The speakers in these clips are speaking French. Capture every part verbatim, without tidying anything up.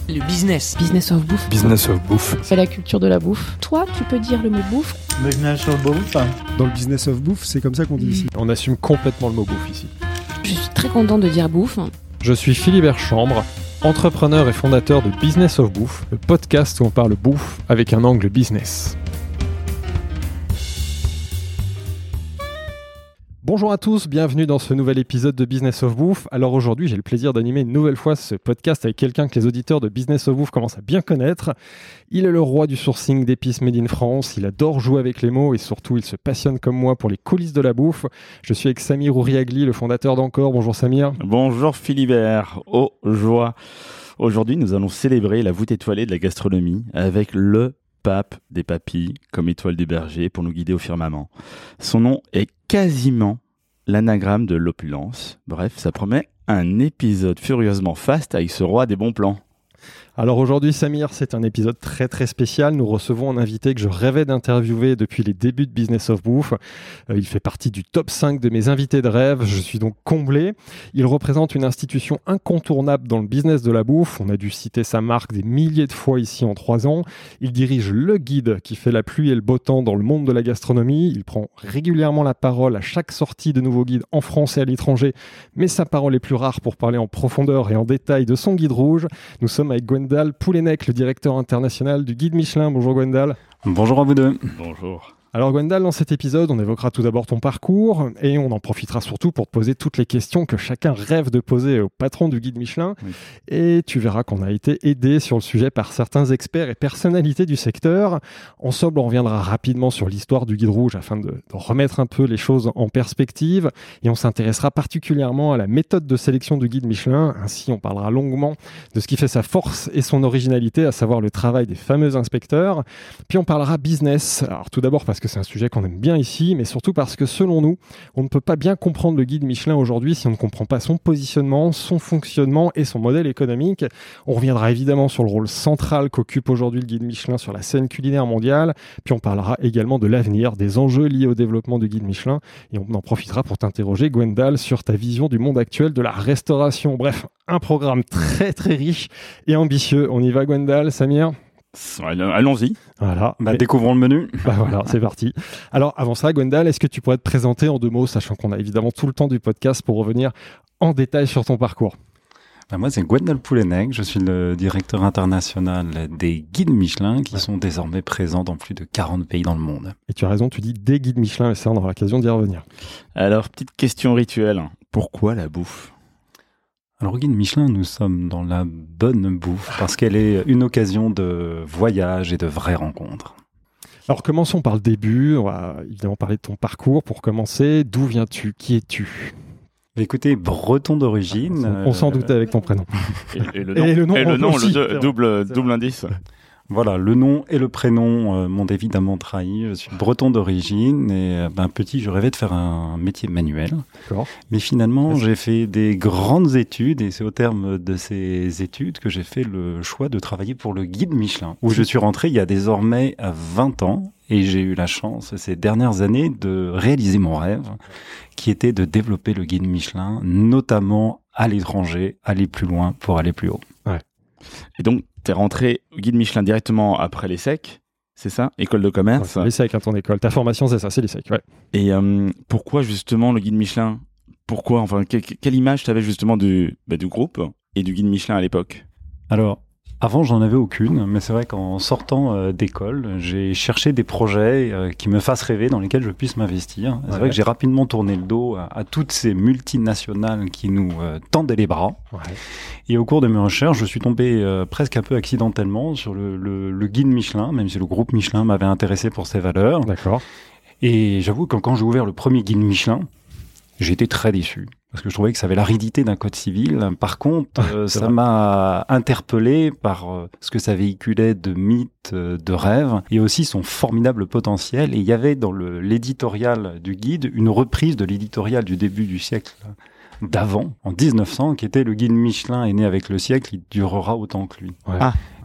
Le business. Business of bouffe. Business of bouffe. C'est la culture de la bouffe. Toi, tu peux dire le mot bouffe. Business of bouffe. Dans le business of bouffe, c'est comme ça qu'on dit ici. On assume complètement le mot bouffe ici. Je suis très content de dire bouffe. Je suis Philibert Chambre, entrepreneur et fondateur de Business of Bouffe, le podcast où on parle bouffe avec un angle business. Bonjour à tous, bienvenue dans ce nouvel épisode de Business of Bouffe. Alors aujourd'hui, j'ai le plaisir d'animer une nouvelle fois ce podcast avec quelqu'un que les auditeurs de Business of Bouffe commencent à bien connaître. Il est le roi du sourcing d'épices made in France, il adore jouer avec les mots et surtout il se passionne comme moi pour les coulisses de la bouffe. Je suis avec Samir Ouriagli, le fondateur d'Encore. Bonjour Samir. Bonjour Philibert, oh joie. Aujourd'hui, nous allons célébrer la voûte étoilée de la gastronomie avec le pape des papilles, comme étoile du berger, pour nous guider au firmament. Son nom est quasiment l'anagramme de l'opulence. Bref, ça promet un épisode furieusement fast avec ce roi des bons plans. Alors aujourd'hui, Samir, c'est un épisode très très spécial. Nous recevons un invité que je rêvais d'interviewer depuis les débuts de Business of Bouffe. Euh, il fait partie du top cinq de mes invités de rêve. Je suis donc comblé. Il représente une institution incontournable dans le business de la bouffe. On a dû citer sa marque des milliers de fois ici en trois ans. Il dirige le guide qui fait la pluie et le beau temps dans le monde de la gastronomie. Il prend régulièrement la parole à chaque sortie de nouveaux guides en France et à l'étranger. Mais sa parole est plus rare pour parler en profondeur et en détail de son guide rouge. Nous sommes avec Gwendal Poulenec, le directeur international du guide Michelin. Bonjour Gwendal. Bonjour à vous deux. Bonjour. Alors Gwendal, dans cet épisode, on évoquera tout d'abord ton parcours et on en profitera surtout pour te poser toutes les questions que chacun rêve de poser au patron du guide Michelin. Oui. Et tu verras qu'on a été aidé sur le sujet par certains experts et personnalités du secteur. Ensemble, on reviendra rapidement sur l'histoire du guide rouge afin de, de remettre un peu les choses en perspective et on s'intéressera particulièrement à la méthode de sélection du guide Michelin. Ainsi, on parlera longuement de ce qui fait sa force et son originalité, à savoir le travail des fameux inspecteurs. Puis on parlera business. Alors tout d'abord parce que c'est un sujet qu'on aime bien ici, mais surtout parce que selon nous, on ne peut pas bien comprendre le guide Michelin aujourd'hui si on ne comprend pas son positionnement, son fonctionnement et son modèle économique. On reviendra évidemment sur le rôle central qu'occupe aujourd'hui le guide Michelin sur la scène culinaire mondiale, puis on parlera également de l'avenir, des enjeux liés au développement du guide Michelin, et on en profitera pour t'interroger, Gwendal, sur ta vision du monde actuel de la restauration. Bref, un programme très très riche et ambitieux. On y va Gwendal, Samir ? Allons-y. Voilà. Bah, découvrons le menu. Bah voilà, c'est parti. Alors, avant ça, Gwendal, est-ce que tu pourrais te présenter en deux mots, sachant qu'on a évidemment tout le temps du podcast pour revenir en détail sur ton parcours? Bah, moi, c'est Gwendal Poulenec. Je suis le directeur international des guides Michelin qui ouais. sont désormais présents dans plus de quarante pays dans le monde. Et tu as raison, tu dis des guides Michelin, et ça, on aura l'occasion d'y revenir. Alors, petite question rituelle. Pourquoi la bouffe ? Alors, au guide Michelin, nous sommes dans la bonne bouffe parce qu'elle est une occasion de voyage et de vraies rencontres. Alors, commençons par le début. On va évidemment parler de ton parcours pour commencer. D'où viens-tu ? Qui es-tu ? Écoutez, breton d'origine. On s'en doutait avec ton prénom. Et, et le nom, et le, nom, et le, nom aussi, le double, double indice. Voilà, le nom et le prénom euh, m'ont évidemment trahi. Je suis breton d'origine et ben, petit, je rêvais de faire un métier manuel. D'accord. Mais finalement, Merci. j'ai fait des grandes études et c'est au terme de ces études que j'ai fait le choix de travailler pour le guide Michelin, où je suis rentré il y a désormais vingt ans et j'ai eu la chance ces dernières années de réaliser mon rêve, qui était de développer le guide Michelin, notamment à l'étranger, aller plus loin pour aller plus haut. Ouais. Et donc, tu es rentré au guide Michelin directement après l'ESSEC, c'est ça ? École de commerce ? Ouais, l'ESSEC, hein, ton école. Ta formation, c'est ça, c'est l'ESSEC, ouais. Et euh, pourquoi justement le guide Michelin ? Pourquoi, enfin, que, quelle image tu avais justement du, bah, du groupe et du guide Michelin à l'époque ? Alors, avant, j'en avais aucune, mais c'est vrai qu'en sortant euh, d'école, j'ai cherché des projets euh, qui me fassent rêver, dans lesquels je puisse m'investir. C'est ouais. vrai que j'ai rapidement tourné le dos à, à toutes ces multinationales qui nous euh, tendaient les bras. Ouais. Et au cours de mes recherches, je suis tombé euh, presque un peu accidentellement sur le, le, le guide Michelin, même si le groupe Michelin m'avait intéressé pour ses valeurs. D'accord. Et j'avoue que quand j'ai ouvert le premier guide Michelin, j'ai été très déçu. Parce que je trouvais que ça avait l'aridité d'un code civil. Par contre, euh, ça vrai. m'a interpellé par euh, ce que ça véhiculait de mythes, euh, de rêves, et aussi son formidable potentiel. Et il y avait dans le, l'éditorial du guide une reprise de l'éditorial du début du siècle d'avant, en dix-neuf cents, qui était « Le guide Michelin est né avec le siècle, il durera autant que lui ». Ouais. Ah.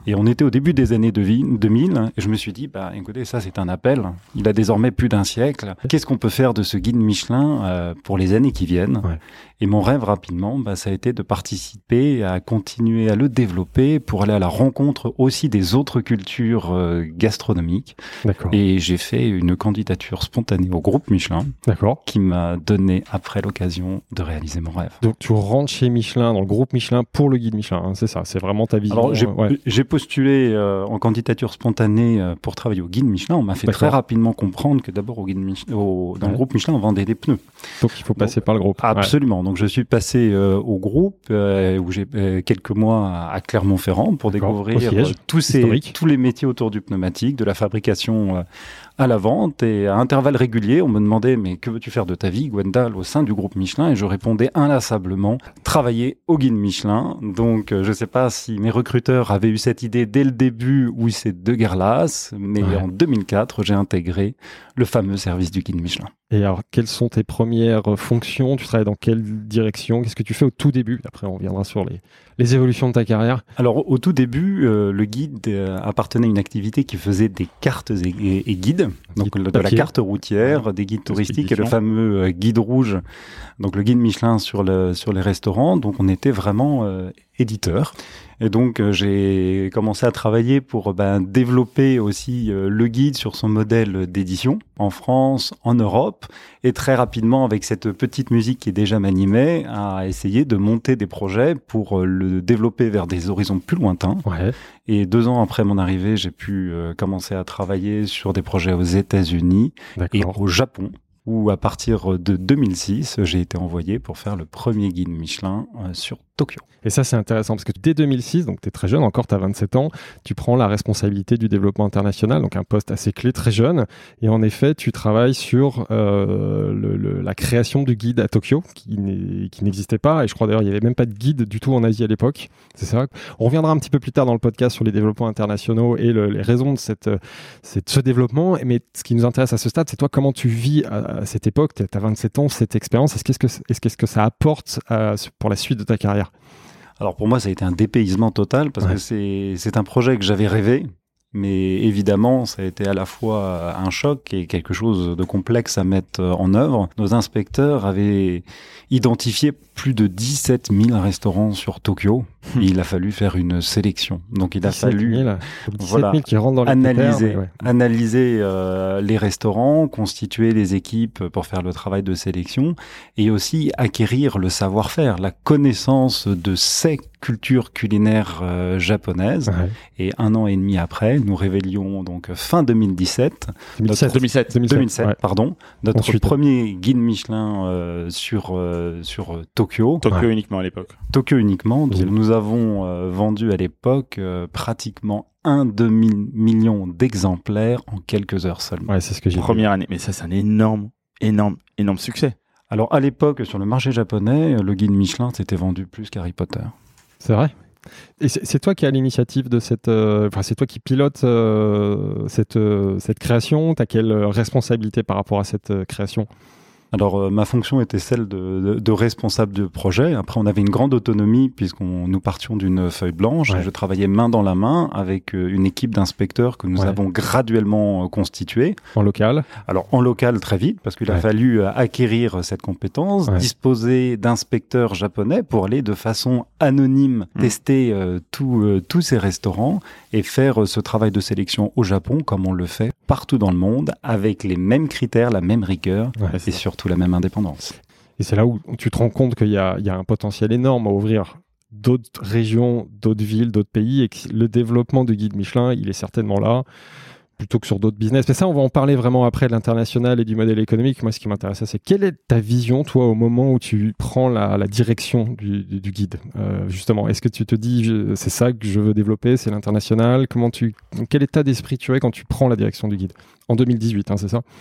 Et on était au début des années deux mille, et je me suis dit, bah, écoutez, ça c'est un appel. Il a désormais plus d'un siècle. Qu'est-ce qu'on peut faire de ce guide Michelin euh, pour les années qui viennent? Ouais. Et mon rêve rapidement, bah, ça a été de participer, à continuer à le développer pour aller à la rencontre aussi des autres cultures euh, gastronomiques. D'accord. Et j'ai fait une candidature spontanée au groupe Michelin. D'accord. Qui m'a donné après l'occasion de réaliser mon rêve. Donc tu rentres chez Michelin, dans le groupe Michelin pour le guide Michelin, hein, c'est ça, c'est vraiment ta vision. Alors j'ai, euh, ouais. j'ai postulé euh, en candidature spontanée euh, pour travailler au guide Michelin. On m'a fait D'accord. très rapidement comprendre que d'abord au guide Mich- au, dans ouais. le groupe Michelin on vendait des pneus. Donc il faut passer Donc, par le groupe. Absolument. Ouais. Donc je suis passé euh, au groupe euh, où j'ai euh, quelques mois à Clermont-Ferrand pour D'accord. découvrir euh, tous, ces, tous les métiers autour du pneumatique, de la fabrication euh, à la vente, et à intervalles réguliers, on me demandait mais que veux-tu faire de ta vie, Gwendal, au sein du groupe Michelin, et je répondais inlassablement travailler au guide Michelin. Donc euh, je ne sais pas si mes recruteurs avaient eu cette idée dès le début ou c'est de guerre lasse, mais ouais. en deux mille quatre, j'ai intégré le fameux service du guide Michelin. Et alors, quelles sont tes premières fonctions? Tu travailles dans quelle direction? Qu'est-ce que tu fais au tout début? Après, on reviendra sur les, les évolutions de ta carrière. Alors, au tout début, euh, le guide euh, appartenait à une activité qui faisait des cartes et, et, et guides. Donc, guide de papier. La carte routière, ouais. des guides touristiques et le fameux euh, guide rouge. Donc, le guide Michelin sur, le, sur les restaurants. Donc, on était vraiment euh, éditeur. Et donc, euh, j'ai commencé à travailler pour ben, développer aussi euh, le guide sur son modèle d'édition en France, en Europe. Et très rapidement, avec cette petite musique qui déjà m'animait, à essayer de monter des projets pour euh, le développer vers des horizons plus lointains. Ouais. Et deux ans après mon arrivée, j'ai pu euh, commencer à travailler sur des projets aux États-Unis D'accord. et au Japon, où à partir de deux mille six, j'ai été envoyé pour faire le premier guide Michelin euh, sur Tokyo. Et ça, c'est intéressant parce que dès deux mille six, donc tu es très jeune, encore tu as vingt-sept ans, tu prends la responsabilité du développement international, donc un poste assez clé, très jeune. Et en effet, tu travailles sur euh, le, le, la création du guide à Tokyo, qui, n'est, qui n'existait pas. Et je crois d'ailleurs, il n'y avait même pas de guide du tout en Asie à l'époque. C'est ça. On reviendra un petit peu plus tard dans le podcast sur les développements internationaux et le, les raisons de cette, cette, ce développement. Mais ce qui nous intéresse à ce stade, c'est toi, comment tu vis à, à cette époque, tu as vingt-sept ans, cette expérience. Est-ce, qu'est-ce, que, est-ce, qu'est-ce que ça apporte à, pour la suite de ta carrière? Alors pour moi, ça a été un dépaysement total parce ouais. que c'est, c'est un projet que j'avais rêvé, mais évidemment, ça a été à la fois un choc et quelque chose de complexe à mettre en œuvre. Nos inspecteurs avaient identifié plus de dix-sept mille restaurants sur Tokyo. Et il a fallu faire une sélection. Donc il a fallu voilà, qui rentrent dans les analyser, critères, ouais. analyser euh, les restaurants, constituer les équipes pour faire le travail de sélection et aussi acquérir le savoir-faire, la connaissance de ces cultures culinaires euh, japonaises. Ouais. Et un an et demi après, nous révélions donc fin deux mille dix-sept, deux mille sept, deux mille sept, deux mille sept, deux mille sept ouais. pardon, notre Ensuite. premier guide Michelin euh, sur euh, sur euh, Tokyo. Tokyo ouais. uniquement à l'époque. Tokyo uniquement. Donc nous avons euh, vendu à l'époque euh, pratiquement un demi-million d'exemplaires en quelques heures seulement. Ouais, c'est ce que j'ai Première vu. année, mais ça c'est un énorme, énorme, énorme succès. Alors à l'époque, sur le marché japonais, le guide Michelin s'était vendu plus qu'Harry Potter. C'est vrai. Et c'est, c'est toi qui as l'initiative de cette, euh, enfin c'est toi qui pilote euh, cette euh, cette création. T'as quelle responsabilité par rapport à cette euh, création? Alors, euh, ma fonction était celle de, de, de responsable de projet. Après, on avait une grande autonomie puisqu'on nous partions d'une feuille blanche. Ouais. Je travaillais main dans la main avec euh, une équipe d'inspecteurs que nous ouais. avons graduellement euh, constituée. En local? Alors, en local très vite parce qu'il ouais. a fallu euh, acquérir cette compétence, ouais. disposer d'inspecteurs japonais pour aller de façon anonyme mmh. tester euh, tout, euh, tous ces restaurants et faire euh, ce travail de sélection au Japon comme on le fait partout dans le monde avec les mêmes critères, la même rigueur ouais, et surtout la même indépendance. Et c'est là où tu te rends compte qu'il y a, il y a un potentiel énorme à ouvrir d'autres régions, d'autres villes, d'autres pays et que le développement du guide Michelin, il est certainement là plutôt que sur d'autres business. Mais ça, on va en parler vraiment après de l'international et du modèle économique. Moi, ce qui m'intéresse, c'est quelle est ta vision, toi, au moment où tu prends la, la direction du, du, du guide euh, justement, est-ce que tu te dis, je, c'est ça que je veux développer, c'est l'international? Comment tu, quel état d'esprit tu es quand tu prends la direction du guide? En deux mille dix-huit, hein, c'est ça?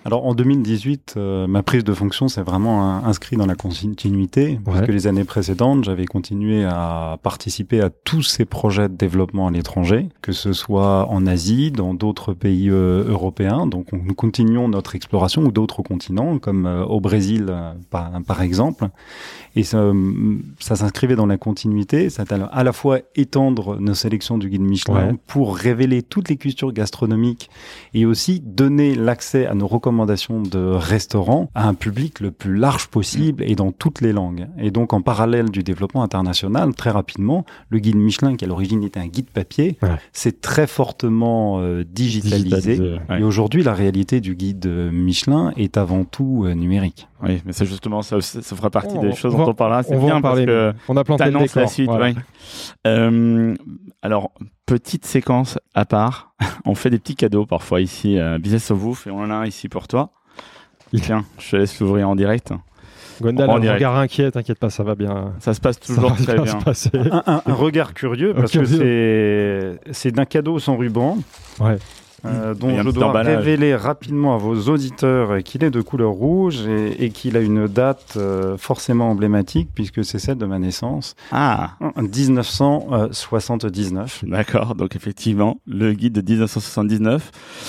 Alors en deux mille dix-huit, euh, ma prise de fonction s'est vraiment un, inscrite dans la continuité, ouais. Parce que les années précédentes, j'avais continué à participer à tous ces projets de développement à l'étranger, que ce soit en Asie, dans d'autres pays euh, européens. Donc on, nous continuons notre exploration ou d'autres continents, comme euh, au Brésil euh, par, par exemple. Et ça, ça s'inscrivait dans la continuité, ça allait à la fois étendre nos sélections du guide Michelin, ouais. Pour révéler toutes les cultures gastronomiques et aussi donner l'accès à nos recommandations de restaurants à un public le plus large possible et dans toutes les langues. Et donc, en parallèle du développement international, très rapidement, le guide Michelin, qui à l'origine était un guide papier, ouais. S'est très fortement euh, digitalisé. digitalisé ouais. Et aujourd'hui, la réalité du guide Michelin est avant tout euh, numérique. Oui, mais c'est justement ça, ça fera partie oh, des choses dont on parlera. C'est on bien parce parler. que on a planté le décor. La suite, voilà. Oui. Euh, alors, petite séquence à part. On fait des petits cadeaux parfois ici à Business of Bouffe et on en a un ici pour toi. Tiens, je te laisse l'ouvrir en direct. Gwendal, un regard inquiet, t'inquiète pas, ça va bien. Ça se passe toujours très bien. Un, un, un regard curieux parce que c'est, c'est d'un cadeau sans ruban. Ouais. Euh, dont je dois révéler rapidement à vos auditeurs qu'il est de couleur rouge et, et qu'il a une date euh, forcément emblématique puisque c'est celle de ma naissance. Ah, dix-neuf cent soixante-dix-neuf. D'accord, donc effectivement, le guide de dix-neuf cent soixante-dix-neuf.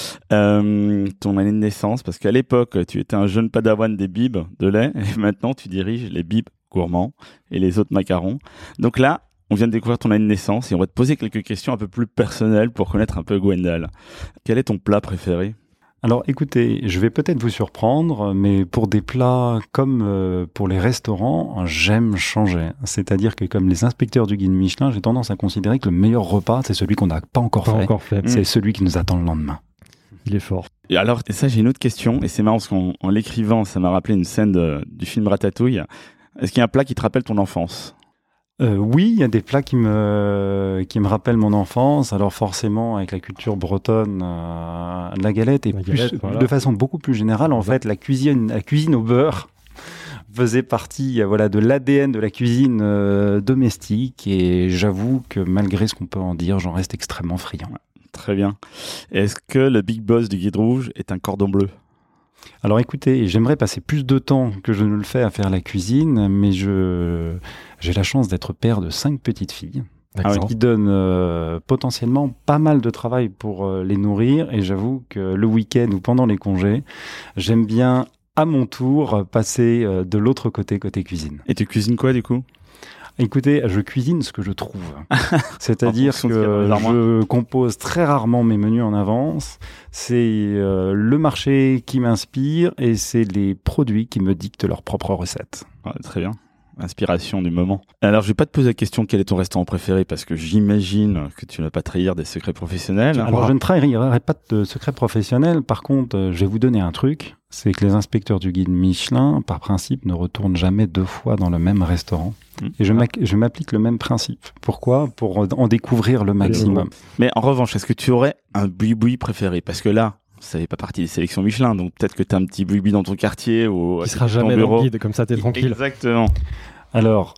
Euh, ton année de naissance, parce qu'à l'époque, tu étais un jeune padawan des bibs de lait et maintenant tu diriges les bibs gourmands et les autres macarons. Donc là, on vient de découvrir ton année de naissance et on va te poser quelques questions un peu plus personnelles pour connaître un peu Gwendal. Quel est ton plat préféré ? Alors écoutez, je vais peut-être vous surprendre, mais pour des plats comme euh, pour les restaurants, j'aime changer. C'est-à-dire que comme les inspecteurs du guide Michelin, j'ai tendance à considérer que le meilleur repas, c'est celui qu'on n'a pas encore pas fait. Encore fait. C'est mmh. celui qui nous attend le lendemain. Il est fort. Et alors, et ça j'ai une autre question, et c'est marrant parce qu'en en l'écrivant, ça m'a rappelé une scène de, du film Ratatouille. Est-ce qu'il y a un plat qui te rappelle ton enfance ? Euh, oui, il y a des plats qui me qui me rappellent mon enfance. Alors forcément, avec la culture bretonne, euh, la galette et la plus, galette, voilà. De façon beaucoup plus générale, en fait, la cuisine, la cuisine au beurre faisait partie, euh, voilà, de l'A D N de la cuisine euh, domestique. Et j'avoue que malgré ce qu'on peut en dire, j'en reste extrêmement friand. Très bien. Est-ce que le big boss du guide rouge est un cordon bleu ? Alors écoutez, j'aimerais passer plus de temps que je ne le fais à faire la cuisine, mais je j'ai la chance d'être père de cinq petites filles, ce qui donne euh, potentiellement pas mal de travail pour euh, les nourrir. Et j'avoue que le week-end ou pendant les congés, j'aime bien à mon tour passer euh, de l'autre côté, côté cuisine. Et tu cuisines quoi du coup ? Écoutez, je cuisine ce que je trouve. C'est-à-dire que je compose très rarement mes menus en avance. C'est euh, le marché qui m'inspire et c'est les produits qui me dictent leurs propres recettes. Ouais, très bien. Inspiration du moment. Alors, je vais pas te poser la question quel est ton restaurant préféré parce que j'imagine que tu ne vas pas trahir des secrets professionnels. Alors, Alors je ne trahirai pas de secrets professionnels. Par contre, je vais vous donner un truc. C'est que les inspecteurs du guide Michelin, par principe, ne retournent jamais deux fois dans le même restaurant. Mmh. Et je, ah. je m'applique le même principe. Pourquoi ? Pour en découvrir le maximum. Mais en revanche, est-ce que tu aurais un boui-boui préféré ? Parce que là, ça fait pas partie des sélections Michelin, donc peut-être que tu as un petit boui-boui dans ton quartier ou qui sera jamais dans le guide, comme ça t'es tranquille. Exactement. Alors,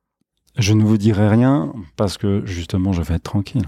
je ne vous dirai rien parce que justement, je vais être tranquille.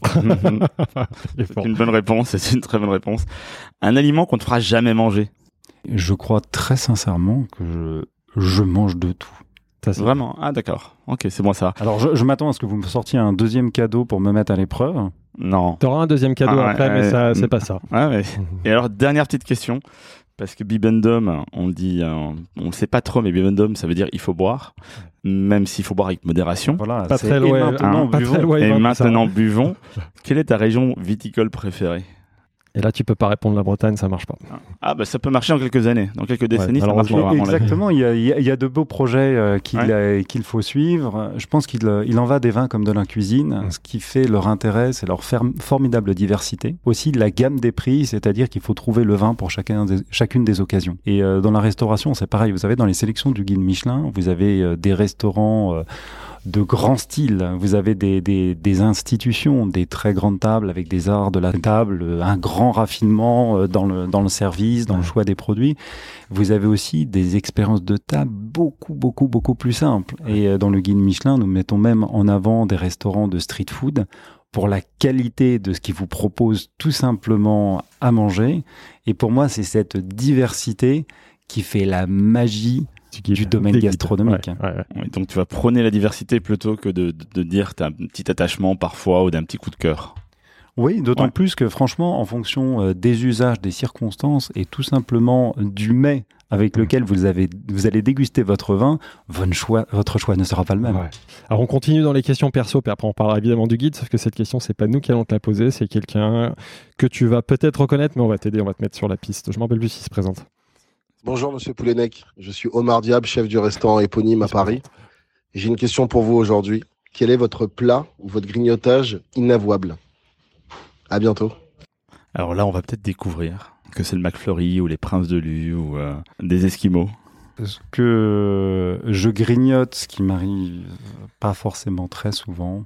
C'est une bonne réponse, c'est une très bonne réponse. Un aliment qu'on ne te fera jamais manger ? Je crois très sincèrement que je, je mange de tout. Ça, c'est... Vraiment ? Ah d'accord, ok, c'est moi ça. Alors je, je m'attends à ce que vous me sortiez un deuxième cadeau pour me mettre à l'épreuve. Non. T'auras un deuxième cadeau ah, après, ouais, mais ouais, ça, c'est pas ça. Ouais, ouais. Et alors, dernière petite question, parce que Bibendum, on le dit, euh, on le sait pas trop, mais Bibendum, ça veut dire il faut boire, même s'il faut boire avec modération. Voilà, pas très loin. Et maintenant, hein, pas buvons. Très loin, et maintenant buvons. Quelle est ta région viticole préférée ? Et là, tu peux pas répondre la Bretagne, ça marche pas. Ah bah ça peut marcher dans quelques années, dans quelques décennies, ouais, ça marchera. Exactement, il y, a, il y a de beaux projets euh, qu'il, ouais. a, qu'il faut suivre. Je pense qu'il il en va des vins comme de la cuisine. Mmh. Ce qui fait leur intérêt, c'est leur ferme, formidable diversité. Aussi la gamme des prix, c'est-à-dire qu'il faut trouver le vin pour chacun des, chacune des occasions. Et euh, dans la restauration, c'est pareil. Vous savez, dans les sélections du guide Michelin, vous avez euh, des restaurants... Euh, de grands styles. Vous avez des, des, des institutions, des très grandes tables avec des arts de la table, un grand raffinement dans le, dans le service, dans le choix des produits. Vous avez aussi des expériences de table beaucoup, beaucoup, beaucoup plus simples. Et dans le guide Michelin, nous mettons même en avant des restaurants de street food pour la qualité de ce qu'ils vous proposent tout simplement à manger. Et pour moi, c'est cette diversité qui fait la magie du domaine gastronomique. Ouais, ouais, ouais. Donc tu vas prôner la diversité plutôt que de, de, de dire que tu as un petit attachement parfois ou d'un petit coup de cœur. Oui, d'autant ouais. plus que franchement, en fonction des usages, des circonstances et tout simplement du mets avec lequel vous, avez, vous allez déguster votre vin, votre choix, votre choix ne sera pas le même. Ouais. Alors on continue dans les questions perso, puis après on parlera évidemment du guide, sauf que cette question, c'est pas nous qui allons te la poser, c'est quelqu'un que tu vas peut-être reconnaître, mais on va t'aider, on va te mettre sur la piste. Je m'en rappelle plus s'il se présente. Bonjour Monsieur Poulenec, je suis Omar Diab, chef du restaurant éponyme à Paris. J'ai une question pour vous aujourd'hui. Quel est votre plat ou votre grignotage inavouable ? À bientôt. Alors là, on va peut-être découvrir que c'est le McFlurry ou les Princes de Lu ou euh, des Esquimaux. Ce que je grignote, ce qui m'arrive pas forcément très souvent,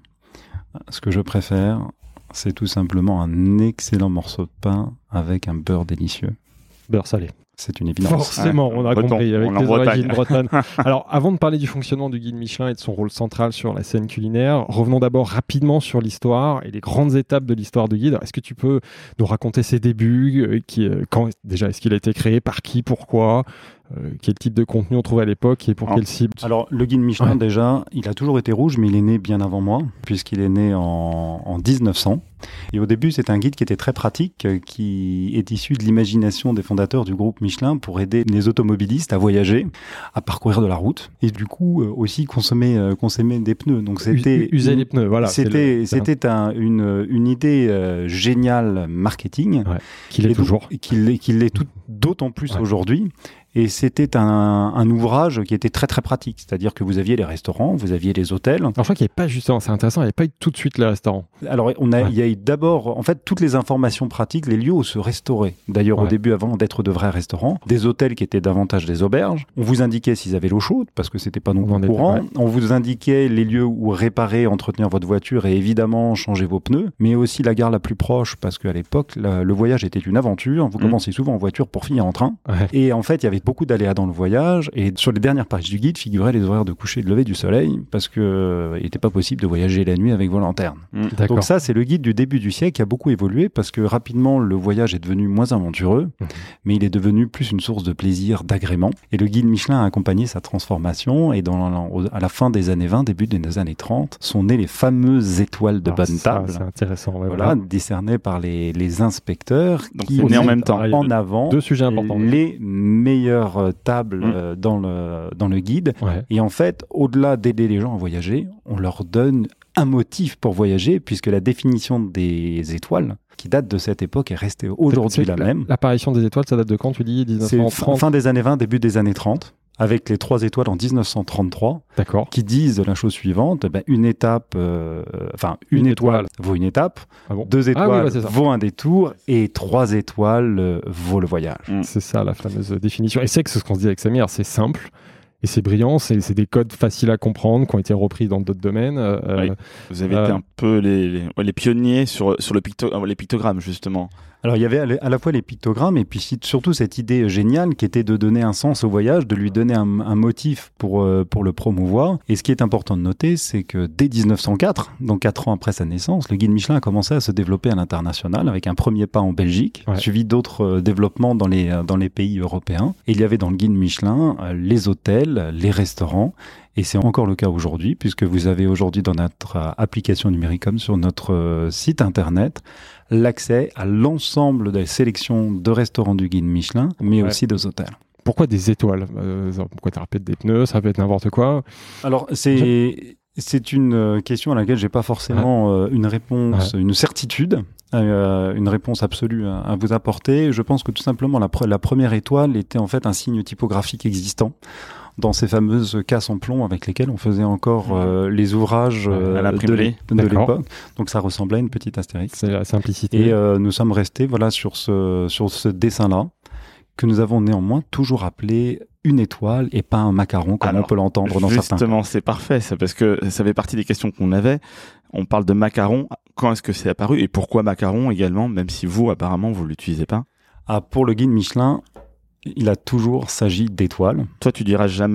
ce que je préfère, c'est tout simplement un excellent morceau de pain avec un beurre délicieux. Beurre salé. C'est une évidence. Forcément, on a Breton, compris, avec on les origines Bretagne. bretonnes. Alors, avant de parler du fonctionnement du guide Michelin et de son rôle central sur la scène culinaire, revenons d'abord rapidement sur l'histoire et les grandes étapes de l'histoire du guide. Est-ce que tu peux nous raconter ses débuts, euh, qui, euh, quand, déjà, est-ce qu'il a été créé, par qui, pourquoi, euh, quel type de contenu on trouve à l'époque et pour Alors, quelle cible? Alors, le guide Michelin, ouais. déjà, il a toujours été rouge, mais il est né bien avant moi, puisqu'il est né en, en dix-neuf cents. Et au début, c'est un guide qui était très pratique, qui est issu de l'imagination des fondateurs du groupe Michelin pour aider les automobilistes à voyager, à parcourir de la route, et du coup euh, aussi consommer, euh, consommer des pneus. Donc c'était user les pneus, voilà. C'était le, c'était un, une une idée euh, géniale marketing, ouais, qu'il est toujours, qu'il qu'il l'est tout d'autant plus ouais. aujourd'hui. Et c'était un, un ouvrage qui était très très pratique, c'est-à-dire que vous aviez les restaurants, vous aviez les hôtels. Alors je crois qu'il n'y avait pas justement, c'est intéressant, il n'y avait pas eu tout de suite les restaurants. Alors on a, ouais. il y a eu d'abord, en fait, toutes les informations pratiques, les lieux où se restaurer. D'ailleurs ouais. au début, avant d'être de vrais restaurants, des hôtels qui étaient davantage des auberges. On vous indiquait s'ils avaient l'eau chaude parce que c'était pas non plus courant. Était, ouais. On vous indiquait les lieux où réparer, entretenir votre voiture et évidemment changer vos pneus, mais aussi la gare la plus proche parce qu'à l'époque, la, le voyage était une aventure. Vous mmh. commencez souvent en voiture pour finir en train. Ouais. Et en fait, il y avait beaucoup d'aléas dans le voyage, et sur les dernières pages du guide figuraient les horaires de coucher et de lever du soleil parce que euh, il n'était pas possible de voyager la nuit avec vos lanternes. Mmh. Donc ça, c'est le guide du début du siècle qui a beaucoup évolué parce que rapidement le voyage est devenu moins aventureux, mmh. mais il est devenu plus une source de plaisir, d'agrément. Et le guide Michelin a accompagné sa transformation, et dans, à la fin des années vingt, début des années trente, sont nées les fameuses étoiles de ah, bonne ça, table. C'est intéressant. Ouais, voilà, voilà. décernées par les, les inspecteurs. Donc qui c'est né en même temps. En avant deux sujets importants. Les meilleures tables Mmh. Euh, dans, le, dans le guide. Ouais. Et en fait, au-delà d'aider les gens à voyager, on leur donne un motif pour voyager, puisque la définition des étoiles, qui date de cette époque, est restée aujourd'hui la, la même. L'apparition des étoiles, ça date de quand, tu dis dix-neuf cent trente? C'est fin des années vingt, début des années trente. Avec les trois étoiles en dix-neuf cent trente-trois, d'accord, qui disent la chose suivante, ben une étape, euh, enfin une, une étoile, étoile vaut une étape, ah bon deux étoiles ah oui, bah vaut un détour, et trois étoiles euh, vaut le voyage. Mmh. C'est ça la fameuse définition. Et c'est que ce qu'on se dit avec Samir, c'est simple. Et c'est brillant, c'est, c'est des codes faciles à comprendre qui ont été repris dans d'autres domaines. Euh, oui. Vous avez euh, été un peu les, les, les pionniers sur, sur le picto, les pictogrammes, justement. Alors, il y avait à la fois les pictogrammes et puis surtout cette idée géniale qui était de donner un sens au voyage, de lui donner un, un motif pour, euh, pour le promouvoir. Et ce qui est important de noter, c'est que dès dix-neuf cent quatre, donc quatre ans après sa naissance, le guide Michelin a commencé à se développer à l'international avec un premier pas en Belgique, ouais. suivi d'autres euh, développements dans les, euh, dans les pays européens. Et il y avait dans le guide Michelin euh, les hôtels, les restaurants. Et c'est encore le cas aujourd'hui, puisque vous avez aujourd'hui dans notre euh, application Numéricom sur notre euh, site internet l'accès à l'ensemble des sélections de restaurants du guide Michelin, mais ouais. aussi des hôtels. Pourquoi des étoiles ? euh, Pourquoi tu répètes des pneus ? Ça peut être n'importe quoi. Alors, c'est, c'est une question à laquelle je n'ai pas forcément ouais. euh, une réponse, ouais. une certitude, euh, une réponse absolue à, à vous apporter. Je pense que tout simplement, la, pre- la première étoile était en fait un signe typographique existant dans ces fameuses casses en plomb avec lesquelles on faisait encore euh, les ouvrages euh, de, l'é- de l'époque. Donc ça ressemblait à une petite astérix. C'est la simplicité. Et euh, nous sommes restés voilà, sur ce, sur ce dessin-là, que nous avons néanmoins toujours appelé une étoile et pas un macaron, comme Alors, on peut l'entendre dans certains. Justement, c'est parfait, ça, parce que ça fait partie des questions qu'on avait. On parle de macaron. Quand est-ce que c'est apparu et pourquoi macaron également, même si vous, apparemment, vous ne l'utilisez pas ? Ah, pour le guide Michelin, il a toujours s'agi d'étoiles. Toi, tu diras jamais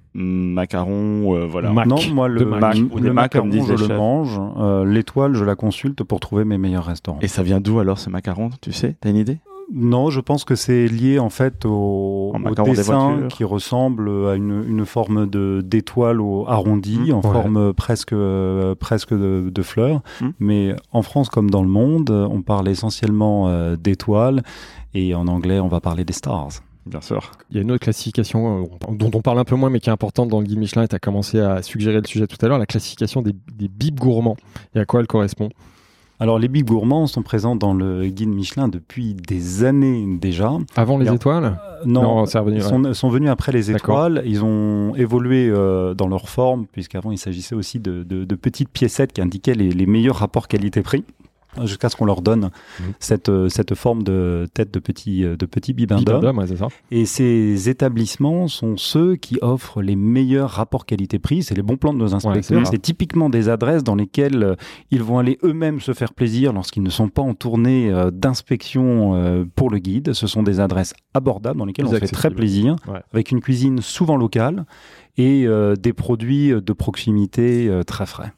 macarons, euh, voilà. Mac. Non, moi, le, Mac, le, ou des le Mac, comme macaron, disent je les le chefs. mange. Euh, l'étoile, je la consulte pour trouver mes meilleurs restaurants. Et ça vient d'où alors ce macaron, tu sais? T'as une idée? Non, je pense que c'est lié en fait au, En au macaron des dessin voitures. qui ressemble à une, une forme de d'étoile au- arrondie, Mmh. en Ouais. forme presque euh, presque de, de fleurs. Mmh. Mais en France comme dans le monde, on parle essentiellement euh, d'étoiles et en anglais, on va parler des stars. Bien sûr. Il y a une autre classification euh, dont on parle un peu moins, mais qui est importante dans le guide Michelin, et tu as commencé à suggérer le sujet tout à l'heure, la classification des, des bibes gourmands. Et à quoi elle correspond? Alors les bibes gourmands sont présents dans le guide Michelin depuis des années déjà. Avant les Alors, étoiles? Euh, non, Non, c'est revenu, ils sont, sont venus après les D'accord. étoiles. Ils ont évolué euh, dans leur forme, puisqu'avant il s'agissait aussi de, de, de petites piécettes qui indiquaient les, les meilleurs rapports qualité-prix, jusqu'à ce qu'on leur donne Mmh. cette, euh, cette forme de tête de petit, de petit bibin Bibes d'homme. d'homme, ouais, c'est ça. Et ces établissements sont ceux qui offrent les meilleurs rapports qualité-prix. C'est les bons plans de nos Ouais, inspecteurs. c'est vrai. c'est typiquement des adresses dans lesquelles euh, ils vont aller eux-mêmes se faire plaisir lorsqu'ils ne sont pas en tournée euh, d'inspection euh, pour le guide. Ce sont des adresses abordables dans lesquelles Plus on se fait très accessibles. plaisir, Ouais. avec une cuisine souvent locale et euh, des produits de proximité euh, très frais.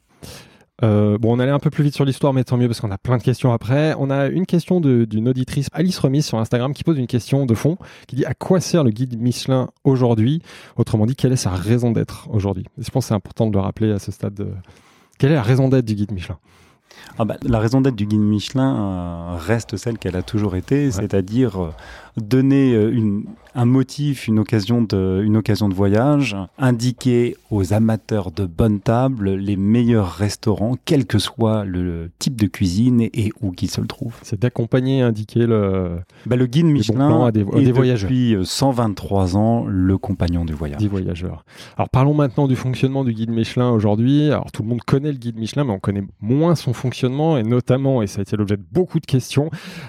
Euh, bon, on allait un peu plus vite sur l'histoire, mais tant mieux parce qu'on a plein de questions après. On a une question de- d'une auditrice, Alice Remise, sur Instagram, qui pose une question de fond, qui dit à quoi sert le guide Michelin aujourd'hui? Autrement dit, quelle est sa raison d'être aujourd'hui? Et je pense que c'est important de le rappeler à ce stade. De... Quelle est la raison d'être du guide Michelin? Ah bah, la raison d'être du guide Michelin euh, reste celle qu'elle a toujours été, c'est-à-dire euh, donner euh, une, un motif, une occasion, de, une occasion de voyage, indiquer aux amateurs de bonne table les meilleurs restaurants, quel que soit le type de cuisine et, et où qu'ils se le trouvent. C'est d'accompagner, indiquer le Bah, le guide bons Michelin plans à des- à est des voyageurs. depuis euh, cent vingt-trois ans le compagnon du voyage. dit voyageur. Alors parlons maintenant du fonctionnement du guide Michelin aujourd'hui. Alors tout le monde connaît le guide Michelin, mais on connaît moins son fonctionnement, et notamment, et ça a été l'objet de beaucoup de questions,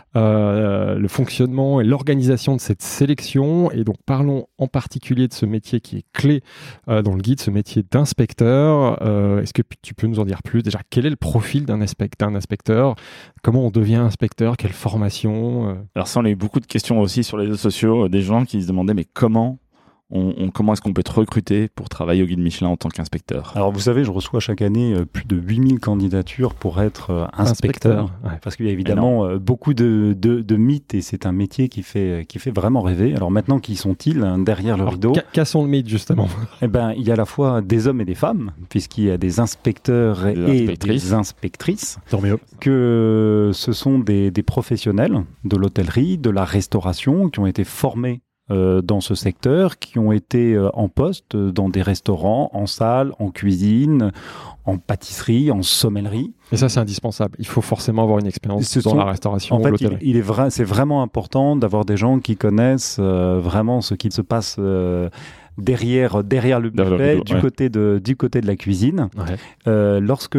euh, le fonctionnement et l'organisation de cette sélection. Et donc parlons en particulier de ce métier qui est clé euh, dans le guide, ce métier d'inspecteur. Euh, est-ce que tu peux nous en dire plus? Déjà, quel est le profil d'un inspect- d'un inspecteur? Comment on devient inspecteur? Quelle formation? euh Alors ça, on a eu beaucoup de questions aussi sur les réseaux sociaux, euh, des gens qui se demandaient mais comment on, on- comment est-ce qu'on peut te recruter pour travailler au guide Michelin en tant qu'inspecteur? Alors vous savez, je reçois chaque année euh, plus de huit mille candidatures pour être euh, inspecteur. ouais. Parce qu'il y a évidemment euh, beaucoup de, de, de mythes et c'est un métier qui fait, qui fait vraiment rêver. Alors maintenant, qui sont-ils hein, derrière le Alors, rideau? ca- cassons le mythe justement. Eh ben, il y a à la fois des hommes et des femmes, puisqu'il y a des inspecteurs et, Des et inspectrices. des inspectrices, Tant mieux. que ce sont des, des professionnels de l'hôtellerie, de la restauration, qui ont été formés euh, dans ce secteur, qui ont été euh, en poste dans des restaurants, en salle, en cuisine, en pâtisserie, en sommellerie. Et ça, c'est indispensable. Il faut forcément avoir une expérience Ce dans sont- la restauration En ou fait, il, l'hôtellerie. il est vrai, c'est vraiment important d'avoir des gens qui connaissent euh, vraiment ce qu'il se passe euh, derrière, derrière le Derrière le buffet, rideau, du, ouais. côté de, du côté de la cuisine. Ouais. Euh, lorsque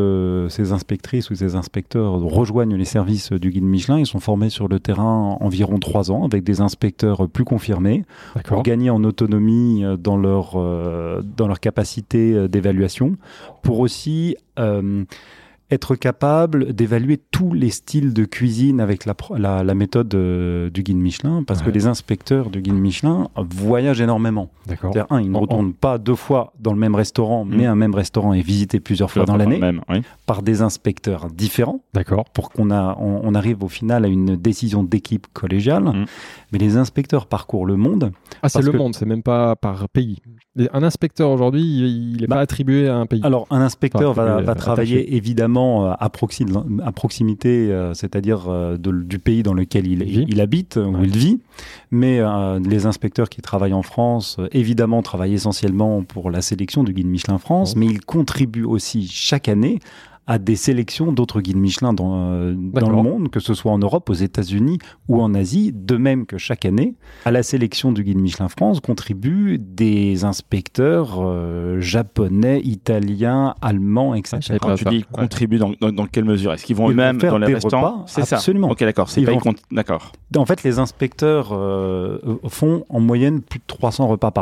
ces inspectrices ou ces inspecteurs rejoignent les services du guide Michelin, ils sont formés sur le terrain environ trois ans avec des inspecteurs plus confirmés pour D'accord. gagner en autonomie euh, dans leur, euh, dans leur capacité euh, d'évaluation, pour aussi euh, être capable d'évaluer tous les styles de cuisine avec la, pro- la, la méthode euh, du guide Michelin, parce Ouais. que les inspecteurs du guide Michelin voyagent énormément. D'accord. C'est-à-dire, un, ils ne En- en- retournent pas deux fois dans le même restaurant, Mm. mais un même restaurant est visité plusieurs fois dans Enfin, l'année même, oui. par des inspecteurs différents D'accord. pour qu'on a, on, on arrive au final à une décision d'équipe collégiale. Mm. Mais les inspecteurs parcourent le monde. Ah, c'est Parce le que- monde, c'est même pas par pays. Les- Un inspecteur aujourd'hui, il n'est Bah, pas attribué à un pays. Alors, un inspecteur Enfin, va, plus, va euh, travailler évidemment euh, à, proxi- à proximité, euh, c'est-à-dire euh, de- du pays dans lequel il, Il vit. il habite, où Ouais. il vit. Mais euh, les inspecteurs qui travaillent en France, euh, évidemment, travaillent essentiellement pour la sélection du guide Michelin France, Ouais. mais ils contribuent aussi chaque année à des sélections d'autres guides Michelin dans, euh, dans D'accord. le monde, que ce soit en Europe, aux États-Unis ou en Asie, de même que chaque année, à la sélection du guide Michelin France contribuent des inspecteurs euh, japonais, italiens, allemands, et cetera. Ah, je savais pas Quand tu ça. dis Ouais. contribuent, dans, dans, dans quelle mesure? Est-ce qu'ils vont Ils vont eux-mêmes faire dans les des restaurants? repas, C'est ça. absolument. Ok, d'accord. C'est Ils pas vont- ils comptent- D'accord. En fait, les inspecteurs euh, font en moyenne plus de trois cents repas par an.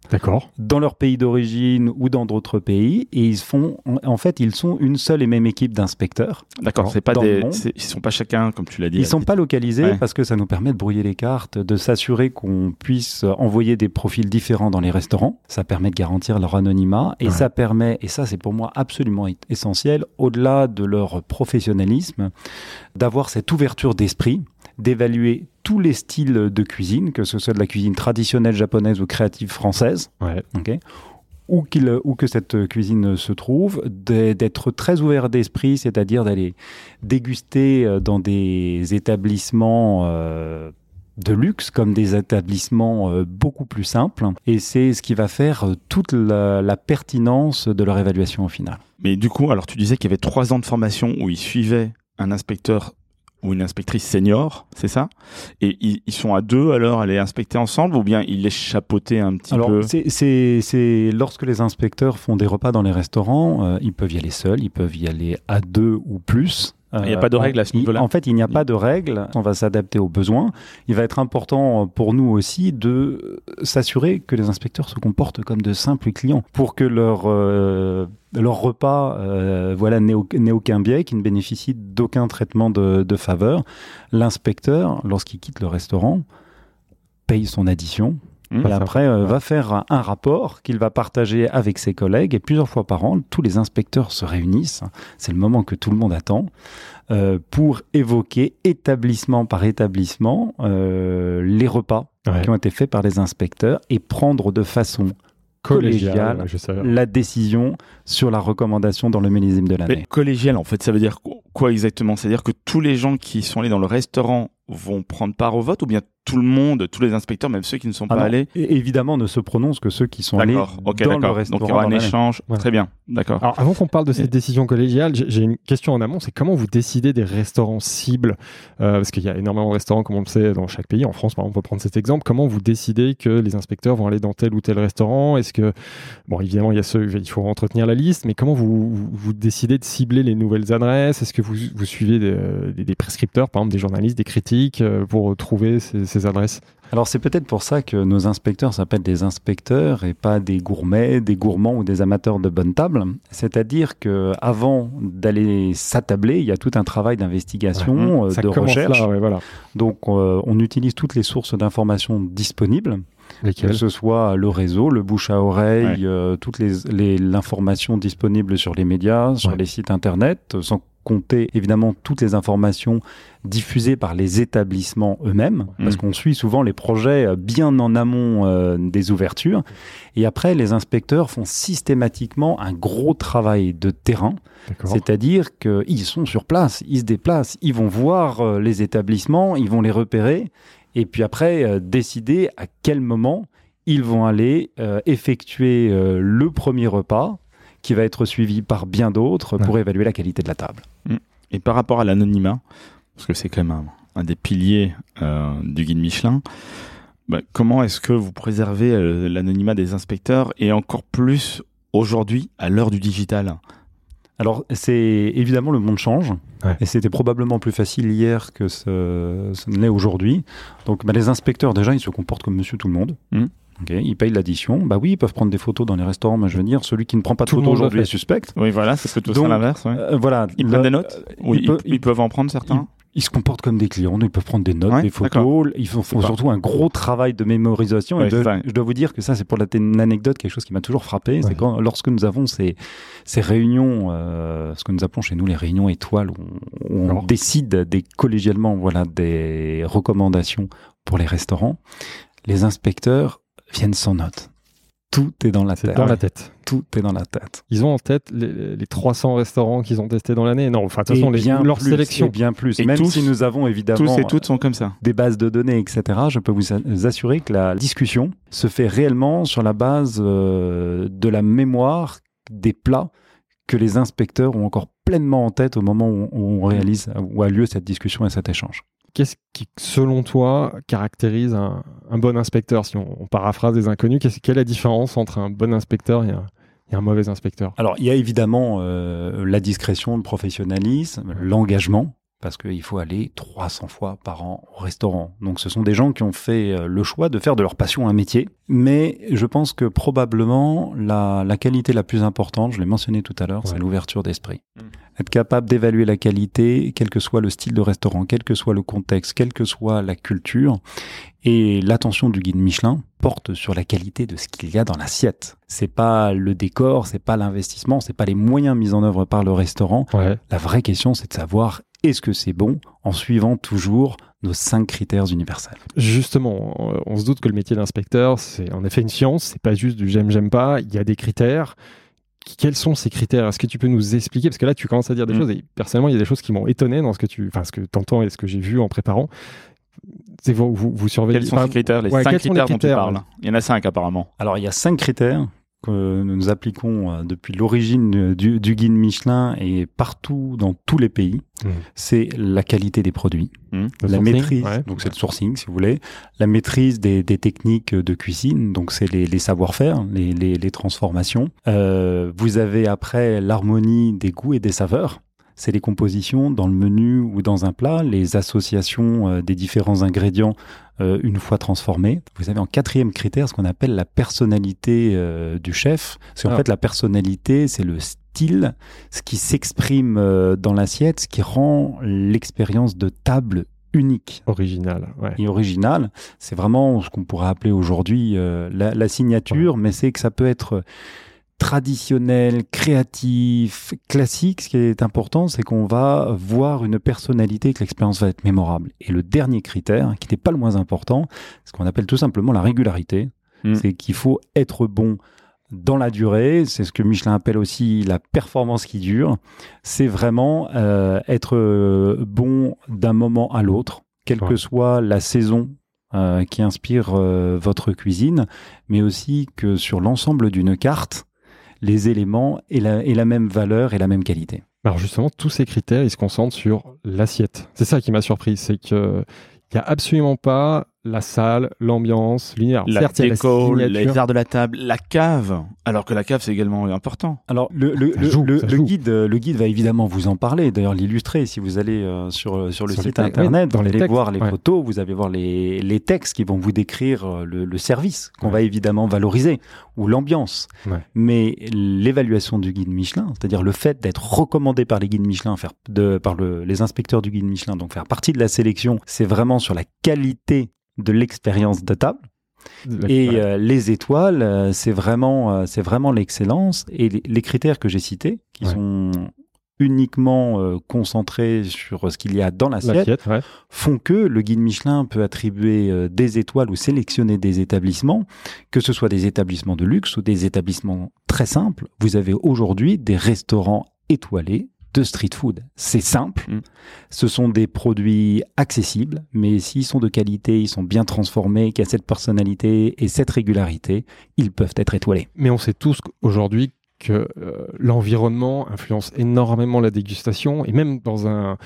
D'accord. dans leur pays d'origine ou dans d'autres pays, et ils font, en fait, ils sont une seule et même équipe d'inspecteurs. D'accord, c'est pas dans des, le monde. c'est- ils sont pas chacun, comme tu l'as dit. Ils ne sont pas localisés Ouais. parce que ça nous permet de brouiller les cartes, de s'assurer qu'on puisse envoyer des profils différents dans les restaurants. Ça permet de garantir leur anonymat et Ouais. ça permet, et ça c'est pour moi absolument essentiel, au-delà de leur professionnalisme, d'avoir cette ouverture d'esprit, d'évaluer tous les styles de cuisine, que ce soit de la cuisine traditionnelle japonaise ou créative française, Ouais. ok, où, qu'il, où que cette cuisine se trouve, d'être très ouvert d'esprit, c'est-à-dire d'aller déguster dans des établissements euh, de luxe comme des établissements euh, beaucoup plus simples. Et c'est ce qui va faire toute la, la pertinence de leur évaluation au final. Mais du coup, alors tu disais qu'il y avait trois ans de formation où ils suivaient un inspecteur ou une inspectrice senior, c'est ça? Et ils, ils sont à deux alors à les inspecter ensemble ou bien ils les chapeautaient un petit Alors, peu? c'est, c'est, c'est lorsque les inspecteurs font des repas dans les restaurants, euh, ils peuvent y aller seuls, ils peuvent y aller à deux ou plus. Il n'y a pas de règle à ce Il- niveau-là? En fait, il n'y a pas de règle. On va s'adapter aux besoins. Il va être important pour nous aussi de s'assurer que les inspecteurs se comportent comme de simples clients pour que leur, euh, leur repas euh, voilà, n'ait, au- n'ait aucun biais, qu'ils ne bénéficient d'aucun traitement de, de faveur. L'inspecteur, lorsqu'il quitte le restaurant, paye son addition. Mmh. Et après, euh, va faire un rapport qu'il va partager avec ses collègues. Et plusieurs fois par an, tous les inspecteurs se réunissent. C'est le moment que tout le monde attend euh, pour évoquer établissement par établissement euh, les repas Ouais. qui ont été faits par les inspecteurs et prendre de façon collégiale ouais, je sais. la décision sur la recommandation dans le millésime de Mais l'année. collégial, en fait, ça veut dire quoi exactement? C'est-à-dire que tous les gens qui sont allés dans le restaurant vont prendre part au vote ou bien tout le monde, tous les inspecteurs, même ceux qui ne sont Ah pas non, allés? et évidemment, ne se prononcent que ceux qui sont allés D'accord, ok, dans le d'accord. restaurant. Donc il y aura un dans l'année. échange. Ouais. Très bien, d'accord. Alors, avant qu'on parle de cette Et- décision collégiale, j'ai j'ai une question en amont, c'est comment vous décidez des restaurants cibles euh, Parce qu'il y a énormément de restaurants, comme on le sait, dans chaque pays. En France, par exemple, on peut prendre cet exemple. Comment vous décidez que les inspecteurs vont aller dans tel ou tel restaurant? Est-ce que, bon, évidemment, il y a ceux, il faut entretenir la liste, mais comment vous, vous, vous décidez de cibler les nouvelles adresses? Est-ce que vous, vous suivez des, des, des prescripteurs, par exemple des journalistes, des critiques, euh, pour trouver ces, ces adresses? Alors c'est peut-être pour ça que nos inspecteurs s'appellent des inspecteurs et pas des gourmets, des gourmands ou des amateurs de bonne table. C'est-à-dire que avant d'aller s'attabler, il y a tout un travail d'investigation, Ouais. euh, Ça de commence recherche. là, ouais, voilà. Donc euh, on utilise toutes les sources d'informations disponibles, que Lesquels? ce soit le réseau, le bouche à oreille, Ouais. euh, toutes les, les l'information disponible sur les médias, sur Ouais. les sites internet, sans compter évidemment toutes les informations diffusées par les établissements eux-mêmes, parce Mmh. qu'on suit souvent les projets euh, bien en amont euh, des ouvertures. Et après, les inspecteurs font systématiquement un gros travail de terrain, D'accord. c'est-à-dire qu'ils sont sur place, ils se déplacent, ils vont voir euh, les établissements, ils vont les repérer, et puis après, euh, décider à quel moment ils vont aller euh, effectuer euh, le premier repas, qui va être suivi par bien d'autres pour évaluer la qualité de la table. Et par rapport à l'anonymat, parce que c'est quand même un, un des piliers euh, du guide Michelin, bah, comment est-ce que vous préservez euh, l'anonymat des inspecteurs et encore plus aujourd'hui à l'heure du digital? Alors, c'est évidemment, le monde change, Ouais. et c'était probablement plus facile hier que ce, ce ne l'est aujourd'hui. Donc, bah, les inspecteurs, déjà, ils se comportent comme monsieur tout le monde. Mmh. Ok, ils payent l'addition. Bah oui, ils peuvent prendre des photos dans les restaurants, mais je veux dire, celui qui ne prend pas de Tout le photos monde le aujourd'hui fait. est suspect. Oui, voilà, c'est plutôt Donc, ça l'inverse. Ouais. Euh, voilà. Ils Le- prennent des notes? euh, Oui, ils ils, peuvent- ils peuvent en prendre certains? Ils se comportent comme des clients, ils peuvent prendre des notes, Ouais, des photos, ils font, font pas- surtout un gros travail de mémorisation. Ouais, et de- c'est ça. je dois vous dire que ça, c'est pour la, une anecdote, quelque chose qui m'a toujours frappé, Ouais. c'est quand, lorsque nous avons ces, ces réunions, euh, ce que nous appelons chez nous les réunions étoiles, où on, où on Alors. décide des, collégialement voilà, des recommandations pour les restaurants, les inspecteurs viennent sans notes. Tout est dans la C'est tête. dans la tête. Tout est dans la tête. Ils ont en tête les, les trois cents restaurants qu'ils ont testés dans l'année? Non, enfin, de toute Et façon, les- bien leur plus, sélection. et bien plus. Et Même tous- si nous avons évidemment Tous et toutes sont comme ça. des bases de données, et cetera, je peux vous a- assurer que la discussion se fait réellement sur la base euh, de la mémoire des plats que les inspecteurs ont encore pleinement en tête au moment où on, où on réalise, où a lieu cette discussion et cet échange. Qu'est-ce qui, selon toi, caractérise un, un bon inspecteur? Si on, on paraphrase des inconnus, qu'est-ce- quelle est la différence entre un bon inspecteur et un, et un mauvais inspecteur? Alors, il y a évidemment euh, la discrétion, le professionnalisme, l'engagement, parce qu'il faut aller trois cents fois par an au restaurant. Donc ce sont des gens qui ont fait le choix de faire de leur passion un métier. Mais je pense que probablement la, la qualité la plus importante, je l'ai mentionné tout à l'heure, ouais. c'est l'ouverture d'esprit. Mmh. Être capable d'évaluer la qualité, quel que soit le style de restaurant, quel que soit le contexte, quelle que soit la culture. Et l'attention du guide Michelin porte sur la qualité de ce qu'il y a dans l'assiette. C'est pas le décor, c'est pas l'investissement, c'est pas les moyens mis en œuvre par le restaurant. Ouais. La vraie question, c'est de savoir est-ce que c'est bon en suivant toujours nos cinq critères universels. Justement, on se doute que le métier d'inspecteur, c'est en effet une science, c'est pas juste du j'aime, j'aime pas, il y a des critères. Quels sont ces critères ? Est-ce que tu peux nous expliquer ? Parce que là, tu commences à dire des mmh. choses, et personnellement, il y a des choses qui m'ont étonné dans ce que tu, enfin, ce que t'entends et ce que j'ai vu en préparant. C'est vous, vous, vous surveillez. Quels sont ces critères ? Les ouais, cinq critères, les critères dont tu parles. Il y en a cinq apparemment. Alors, il y a cinq critères que nous appliquons euh, depuis l'origine du, du guide Michelin et partout dans tous les pays. Mmh. C'est la qualité des produits, mmh. la sourcing, maîtrise, ouais. donc c'est le sourcing si vous voulez, la maîtrise des, des techniques de cuisine, donc c'est les, les savoir-faire, les, les, les transformations. Euh, vous avez après l'harmonie des goûts et des saveurs. C'est les compositions dans le menu ou dans un plat, les associations euh, des différents ingrédients euh, une fois transformés. Vous avez en quatrième critère ce qu'on appelle la personnalité euh, du chef. C'est en ah. fait la personnalité, c'est le style, ce qui s'exprime euh, dans l'assiette, ce qui rend l'expérience de table unique. Original, ouais. Et original, c'est vraiment ce qu'on pourrait appeler aujourd'hui euh, la, la signature, ouais. mais c'est que ça peut être traditionnel, créatif, classique. Ce qui est important, c'est qu'on va voir une personnalité, que l'expérience va être mémorable. Et le dernier critère, qui n'est pas le moins important, c'est ce qu'on appelle tout simplement la régularité. Mmh. C'est qu'il faut être bon dans la durée. C'est ce que Michelin appelle aussi la performance qui dure. C'est vraiment euh, être bon d'un moment à l'autre, quelle ouais. que soit la saison euh, qui inspire euh, votre cuisine, mais aussi que sur l'ensemble d'une carte, les éléments aient la, aient la même valeur et la même qualité. Alors justement, tous ces critères, ils se concentrent sur l'assiette. C'est ça qui m'a surpris, c'est qu'il n'y a absolument pas la salle, l'ambiance, l'univers. La Certes, déco, la les arts de la table, la cave. Alors que la cave, c'est également important. Alors, le, le, le, joue, le, le, guide, le guide va évidemment vous en parler, d'ailleurs l'illustrer. Si vous allez euh, sur, sur le sur site internet, oui, vous allez voir les ouais. photos, vous allez voir les, les textes qui vont vous décrire le, le service qu'on ouais. va évidemment valoriser, ou l'ambiance. Ouais. Mais l'évaluation du guide Michelin, c'est-à-dire le fait d'être recommandé par les guides Michelin, faire de, par le, les inspecteurs du guide Michelin, donc faire partie de la sélection, c'est vraiment sur la qualité de l'expérience de table. Et euh, les étoiles, euh, c'est vraiment, euh, c'est vraiment l'excellence. Et les, les critères que j'ai cités, qui ouais. sont uniquement euh, concentrés sur ce qu'il y a dans l'assiette, ouais. font que le guide Michelin peut attribuer euh, des étoiles ou sélectionner des établissements, que ce soit des établissements de luxe ou des établissements très simples. Vous avez aujourd'hui des restaurants étoilés de street food. C'est simple, mmh. ce sont des produits accessibles, mais s'ils sont de qualité, ils sont bien transformés, qu'il y a cette personnalité et cette régularité, ils peuvent être étoilés. Mais on sait tous aujourd'hui que euh, l'environnement influence énormément la dégustation, et même dans un,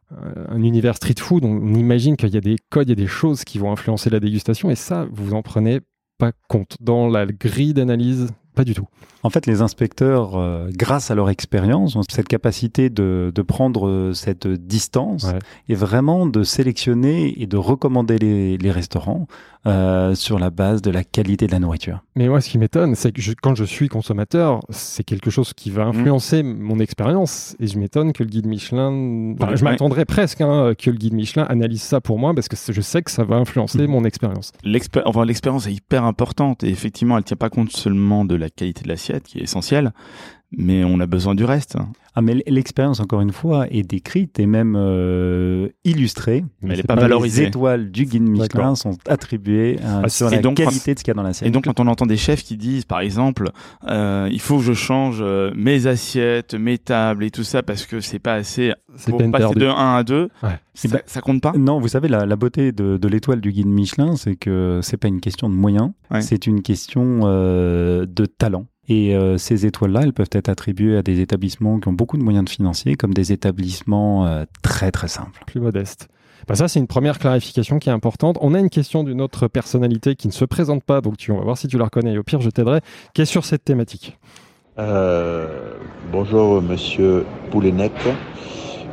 un univers street food, on, on imagine qu'il y a des codes, il y a des choses qui vont influencer la dégustation, et ça, vous en prenez pas compte dans la grille d'analyse. Pas du tout. En fait, les inspecteurs, euh, grâce à leur expérience, ont cette capacité de, de prendre euh, cette distance ouais. et vraiment de sélectionner et de recommander les, les restaurants euh, sur la base de la qualité de la nourriture. Mais moi, ce qui m'étonne, c'est que je, quand je suis consommateur, c'est quelque chose qui va influencer mmh. mon expérience. Et je m'étonne que le guide Michelin... Enfin, ouais. je m'attendrais presque hein, que le guide Michelin analyse ça pour moi, parce que je sais que ça va influencer mmh. mon expérience. L'expé- enfin, l'expérience est hyper importante. Et effectivement, elle ne tient pas compte seulement de la qualité de l'assiette, qui est essentielle, mais on a besoin du reste. Ah, mais l'expérience, encore une fois, est décrite et même euh, illustrée. Mais elle n'est pas valorisée. Les étoiles du guide Michelin D'accord. sont attribuées euh, ah, sur la donc, qualité de ce qu'il y a dans l'assiette. Et donc, quand on entend des chefs qui disent, par exemple, euh, il faut que je change euh, mes assiettes, mes tables et tout ça parce que c'est pas assez c'est pour passer perdu. de un à deux, ouais. ça, ben, ça compte pas ? Non, vous savez, la, la beauté de, de l'étoile du guide Michelin, c'est que c'est pas une question de moyens, ouais. c'est une question euh, de talent. Et euh, ces étoiles-là, elles peuvent être attribuées à des établissements qui ont beaucoup de moyens de financier, comme des établissements euh, très très simples. Plus modestes. Bah ça, c'est une première clarification qui est importante. On a une question d'une autre personnalité qui ne se présente pas, donc tu, on va voir si tu la reconnais, et au pire, je t'aiderai, qui est sur cette thématique. Euh, bonjour, monsieur Poulenec.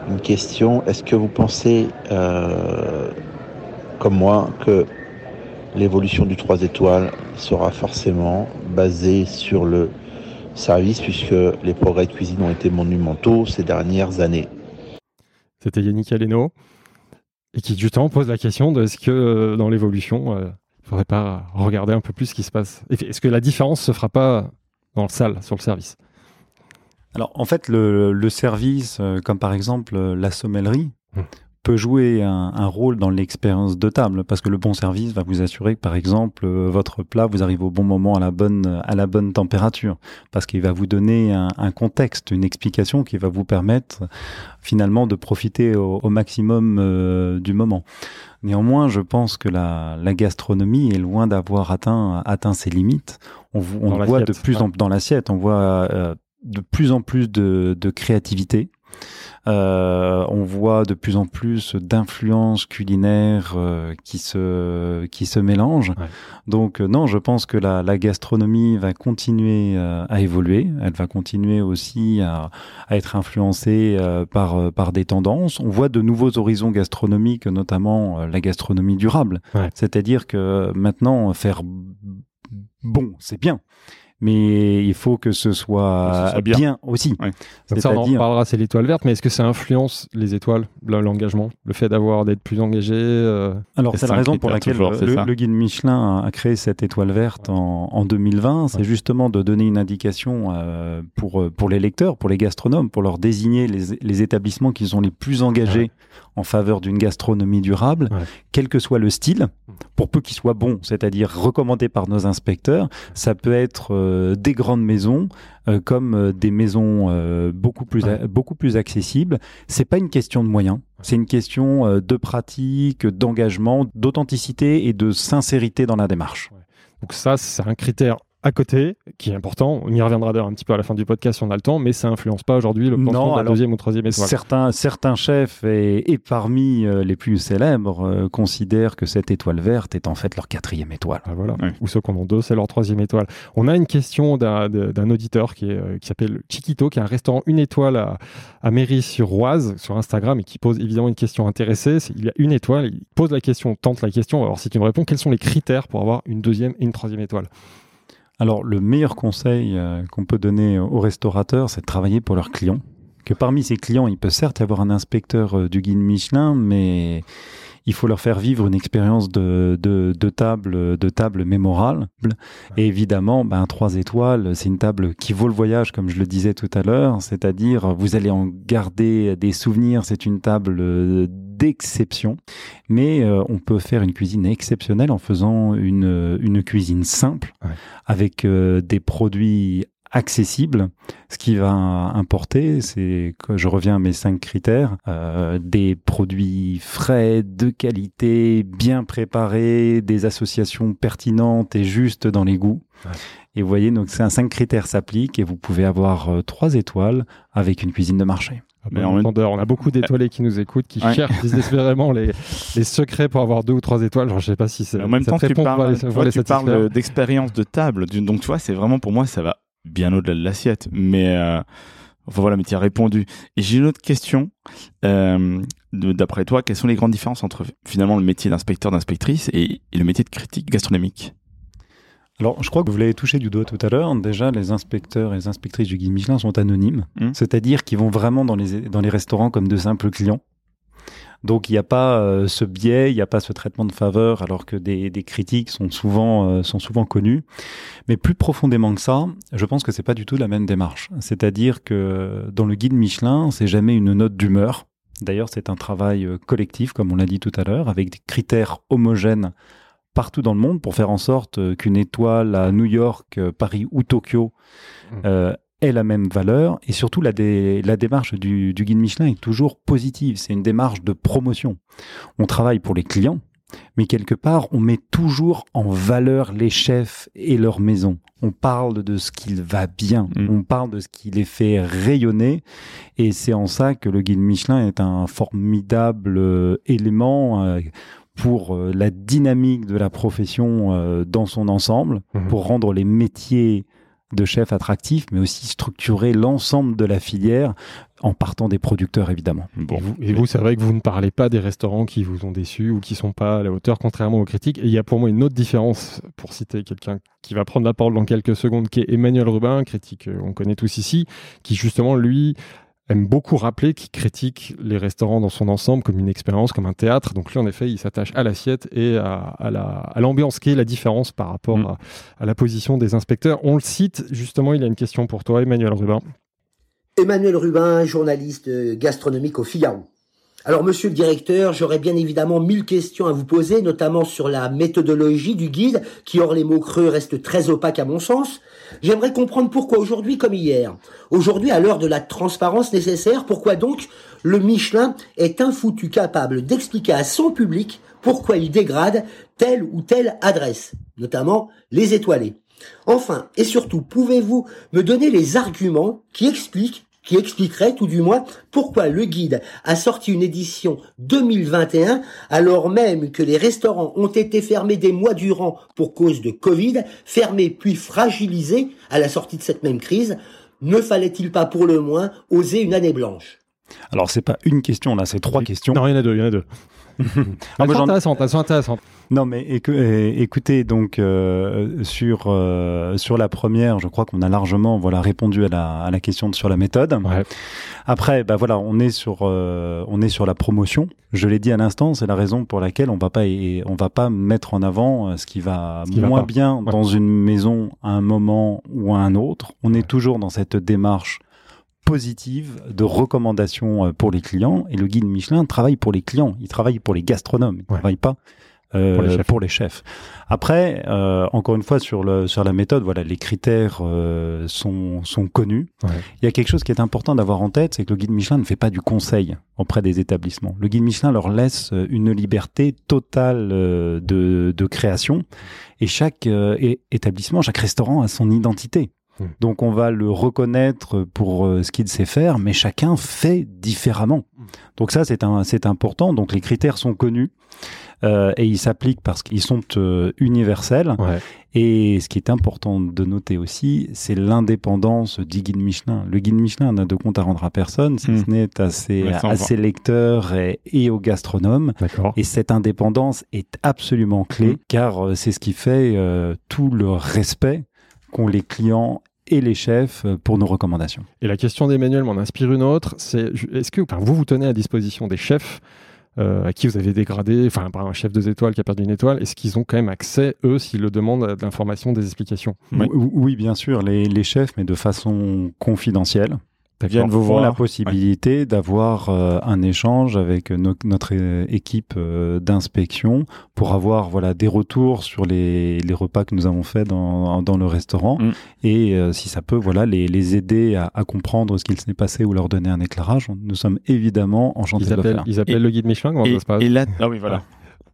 une question. Est-ce que vous pensez, euh, comme moi, que l'évolution du trois étoiles sera forcément basée sur le service, puisque les progrès de cuisine ont été monumentaux ces dernières années? C'était Yannick Aleno, et qui justement pose la question de est-ce que euh, dans l'évolution, il euh, ne faudrait pas regarder un peu plus ce qui se passe. Est-ce que la différence ne se fera pas dans le salle, sur le service? Alors, en fait, le, le service, euh, comme par exemple euh, la sommellerie, mmh. peut jouer un, un rôle dans l'expérience de table, parce que le bon service va vous assurer que, par exemple, euh, votre plat vous arrive au bon moment, à la bonne, à la bonne température, parce qu'il va vous donner un, un contexte, une explication qui va vous permettre finalement de profiter au, au maximum euh, du moment. Néanmoins, je pense que la, la gastronomie est loin d'avoir atteint, atteint ses limites. On, on voit de plus en, dans l'assiette, on voit euh, de plus en plus de, de créativité. Euh, on voit de plus en plus d'influences culinaires euh, qui se qui se mélangent. Ouais. Donc euh, non, je pense que la, la gastronomie va continuer euh, à évoluer. Elle va continuer aussi à, à être influencée euh, par euh, par des tendances. On voit de nouveaux horizons gastronomiques, notamment euh, la gastronomie durable. Ouais. C'est-à-dire que maintenant faire bon, c'est bien. Mais il faut que ce soit, que ce soit bien. bien aussi. Ouais. Donc ça, on en parlera, c'est l'étoile verte, mais est-ce que ça influence les étoiles, l'engagement, le fait d'avoir d'être plus engagé euh... Alors, c'est, c'est la raison pour laquelle toujours, le, le guide Michelin a créé cette étoile verte ouais. en, en deux mille vingt. C'est ouais. justement de donner une indication euh, pour, pour les lecteurs, pour les gastronomes, pour leur désigner les, les établissements qui sont les plus engagés ouais. en faveur d'une gastronomie durable, ouais. quel que soit le style, pour peu qu'il soit bon, c'est-à-dire recommandé par nos inspecteurs. Ça peut être euh, des grandes maisons euh, comme euh, des maisons euh, beaucoup plus ouais. a, beaucoup plus accessibles. C'est pas une question de moyens, c'est une question euh, de pratique, d'engagement, d'authenticité et de sincérité dans la démarche. Ouais. Donc ça, c'est un critère à côté, qui est important. On y reviendra d'ailleurs un petit peu à la fin du podcast si on a le temps, mais ça influence pas aujourd'hui le placement de la deuxième ou troisième étoile. Certains, certains chefs, et, et parmi euh, les plus célèbres, euh, considèrent que cette étoile verte est en fait leur quatrième étoile. Ah, voilà. Ouais. Ou ceux qui en ont deux, c'est leur troisième étoile. On a une question d'un, d'un auditeur qui, est, euh, qui s'appelle Chiquito, qui a un restaurant une étoile à, à Méry-sur-Oise, sur Instagram, et qui pose évidemment une question intéressée. C'est, il y a une étoile, il pose la question, tente la question. Alors si tu me réponds, quels sont les critères pour avoir une deuxième et une troisième étoile? Alors, le meilleur conseil euh, qu'on peut donner aux restaurateurs, c'est de travailler pour leurs clients. Que parmi ces clients, il peut certes y avoir un inspecteur euh, du guide Michelin, mais il faut leur faire vivre une expérience de, de, de table, de table mémorable. Et évidemment, ben, trois étoiles, c'est une table qui vaut le voyage, comme je le disais tout à l'heure. C'est-à-dire, vous allez en garder des souvenirs. C'est une table d'exception. Mais euh, on peut faire une cuisine exceptionnelle en faisant une, une cuisine simple, ouais. avec euh, des produits accessible. Ce qui va importer, c'est que je reviens à mes cinq critères, euh, des produits frais, de qualité, bien préparés, des associations pertinentes et justes dans les goûts. Ouais. Et vous voyez, donc c'est un cinq critères s'appliquent et vous pouvez avoir euh, trois étoiles avec une cuisine de marché. Mais en même... On a beaucoup d'étoilés qui nous écoutent, qui ouais. cherchent désespérément les, les secrets pour avoir deux ou trois étoiles. Genre, je ne sais pas si c'est. En même temps, tu parles, les, toi, tu parles d'expérience de table. Donc, tu vois, c'est vraiment pour moi, ça va bien au-delà de l'assiette, mais euh, enfin voilà, mais tu as répondu. Et j'ai une autre question. Euh, de, d'après toi, quelles sont les grandes différences entre finalement le métier d'inspecteur, d'inspectrice et, et le métier de critique gastronomique? Alors, je crois que vous l'avez touché du doigt tout à l'heure. Déjà, les inspecteurs et les inspectrices du guide Michelin sont anonymes, mmh. c'est-à-dire qu'ils vont vraiment dans les dans les restaurants comme de simples clients. Donc il n'y a pas euh, ce biais, il n'y a pas ce traitement de faveur, alors que des, des critiques sont souvent euh, sont souvent connues. Mais plus profondément que ça, je pense que c'est pas du tout la même démarche. C'est-à-dire que dans le guide Michelin, c'est jamais une note d'humeur. D'ailleurs, c'est un travail collectif, comme on l'a dit tout à l'heure, avec des critères homogènes partout dans le monde pour faire en sorte qu'une étoile à New York, Paris ou Tokyo euh, ait la même valeur. Et surtout, la, dé, la démarche du, du guide Michelin est toujours positive. C'est une démarche de promotion. On travaille pour les clients, mais quelque part, on met toujours en valeur les chefs et leur maison. On parle de ce qui va bien, mmh. on parle de ce qui les fait rayonner, et c'est en ça que le guide Michelin est un formidable euh, élément euh, pour euh, la dynamique de la profession euh, dans son ensemble, mmh. pour rendre les métiers de chef attractif, mais aussi structurer l'ensemble de la filière en partant des producteurs évidemment. Bon. Et vous, et vous, c'est vrai que vous ne parlez pas des restaurants qui vous ont déçus ou qui ne sont pas à la hauteur, contrairement aux critiques. Et il y a pour moi une autre différence, pour citer quelqu'un qui va prendre la parole dans quelques secondes, qui est Emmanuel Rubin, critique on connaît tous ici, qui justement, lui, aime beaucoup rappeler qu'il critique les restaurants dans son ensemble comme une expérience, comme un théâtre. Donc lui, en effet, il s'attache à l'assiette et à, à, la, à l'ambiance, qui est la différence par rapport mmh. à, à la position des inspecteurs. On le cite, justement, il y a une question pour toi, Emmanuel Rubin. Emmanuel Rubin, journaliste gastronomique au Figaro. Alors, monsieur le directeur, j'aurais bien évidemment mille questions à vous poser, notamment sur la méthodologie du guide, qui, hors les mots creux, reste très opaque à mon sens. J'aimerais comprendre pourquoi aujourd'hui comme hier. Aujourd'hui, à l'heure de la transparence nécessaire, pourquoi donc le Michelin est un foutu capable d'expliquer à son public pourquoi il dégrade telle ou telle adresse, notamment les étoilés. Enfin, et surtout, pouvez-vous me donner les arguments qui expliquent qui expliquerait tout du moins pourquoi le guide a sorti une édition deux mille vingt et un alors même que les restaurants ont été fermés des mois durant pour cause de Covid, fermés puis fragilisés à la sortie de cette même crise. Ne fallait-il pas pour le moins oser une année blanche ? Alors c'est pas une question là, c'est trois questions. Non, il y en a deux, il y en a deux. Ah, elles sont intéressantes, elles sont intéressantes. Non, mais éc- écoutez, donc euh, sur euh, sur la première, je crois qu'on a largement voilà répondu à la à la question sur la méthode. Ouais. Après, bah voilà, on est sur euh, on est sur la promotion. Je l'ai dit à l'instant, c'est la raison pour laquelle on va pas et on va pas mettre en avant ce qui va ce qui moins va bien ouais. dans une maison à un moment ou à un autre. On ouais. est toujours dans cette démarche positive de recommandations pour les clients, et le guide Michelin travaille pour les clients, il travaille pour les gastronomes, il ne ouais. travaille pas euh, pour, les chefs. pour les chefs. Après, euh, encore une fois sur le sur la méthode, voilà, les critères euh, sont sont connus. Ouais. Il y a quelque chose qui est important d'avoir en tête, c'est que le guide Michelin ne fait pas du conseil auprès des établissements. Le guide Michelin leur laisse une liberté totale de de création, et chaque euh, établissement, chaque restaurant a son identité. Donc on va le reconnaître pour euh, ce qu'il sait faire, mais chacun fait différemment. Donc ça c'est un c'est important. Donc les critères sont connus euh, et ils s'appliquent parce qu'ils sont euh, universels. Ouais. Et ce qui est important de noter aussi, c'est l'indépendance du guide Michelin. Le guide Michelin n'a de compte à rendre à personne, si mmh. ce n'est à ses, ouais, à ses lecteurs et, et aux gastronomes. D'accord. Et cette indépendance est absolument clé, mmh. car euh, c'est ce qui fait euh, tout le respect qu'ont les clients et les chefs pour nos recommandations. Et la question d'Emmanuel m'en inspire une autre, c'est est-ce que enfin, vous vous tenez à disposition des chefs euh, à qui vous avez dégradé, enfin par un chef deux étoiles qui a perdu une étoile, est-ce qu'ils ont quand même accès, eux, s'ils le demandent, à de l'information, des explications ? Oui, oui bien sûr, les, les chefs, mais de façon confidentielle. Viennent vous voir. La possibilité ouais. d'avoir euh, un échange avec no- notre é- équipe euh, d'inspection pour avoir voilà des retours sur les, les repas que nous avons faits dans, dans le restaurant mm. et euh, si ça peut voilà les, les aider à, à comprendre ce qu'il s'est passé ou leur donner un éclairage. Nous sommes évidemment enchantés ils de appellent, le faire. Ils appellent et, le guide Michelin, comment et, ça se passe ? Et là, ah oui voilà.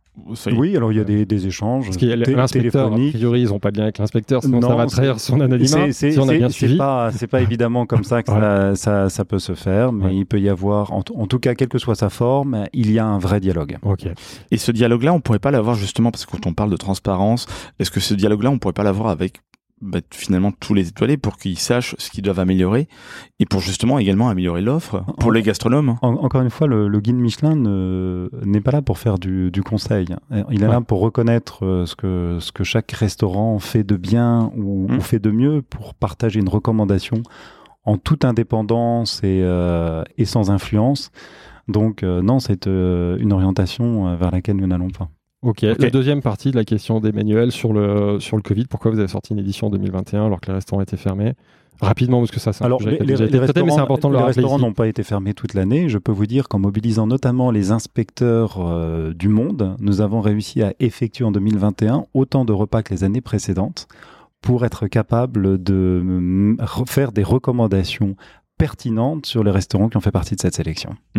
Oui, alors il y a des, des échanges Parce qu'il y a t- l'inspecteur, a priori, ils n'ont pas de lien avec l'inspecteur, sinon non, ça va trahir son anonymat, c'est, c'est, si on a c'est, bien c'est suivi. Pas, c'est pas évidemment comme ça que ouais. ça, ça, ça peut se faire, mais ouais. il peut y avoir, en, t- en tout cas, quelle que soit sa forme, il y a un vrai dialogue. Okay. Et ce dialogue-là, on pourrait pas l'avoir justement, parce que quand on parle de transparence, est-ce que ce dialogue-là, on pourrait pas l'avoir avec bah, finalement tous les étoilés pour qu'ils sachent ce qu'ils doivent améliorer et pour justement également améliorer l'offre pour en, les gastronomes. En, encore une fois, le, le guide Michelin ne, n'est pas là pour faire du, du conseil. Il est ouais. là pour reconnaître ce que, ce que chaque restaurant fait de bien ou, mmh. ou fait de mieux, pour partager une recommandation en toute indépendance et, euh, et sans influence. Donc euh, non, c'est euh, une orientation vers laquelle nous n'allons pas. Ok, okay. La deuxième partie de la question d'Emmanuel sur le, sur le Covid, pourquoi vous avez sorti une édition deux mille vingt et un alors que les restaurants étaient fermés ? Rapidement, parce que ça, c'est un alors, sujet les, qui a déjà les, été traité, mais c'est important de le rappeler. Les restaurants ici. n'ont pas été fermés toute l'année. Je peux vous dire qu'en mobilisant notamment les inspecteurs euh, du monde, nous avons réussi à effectuer en deux mille vingt et un autant de repas que les années précédentes pour être capable de m- faire des recommandations pertinentes sur les restaurants qui ont fait partie de cette sélection. Mmh.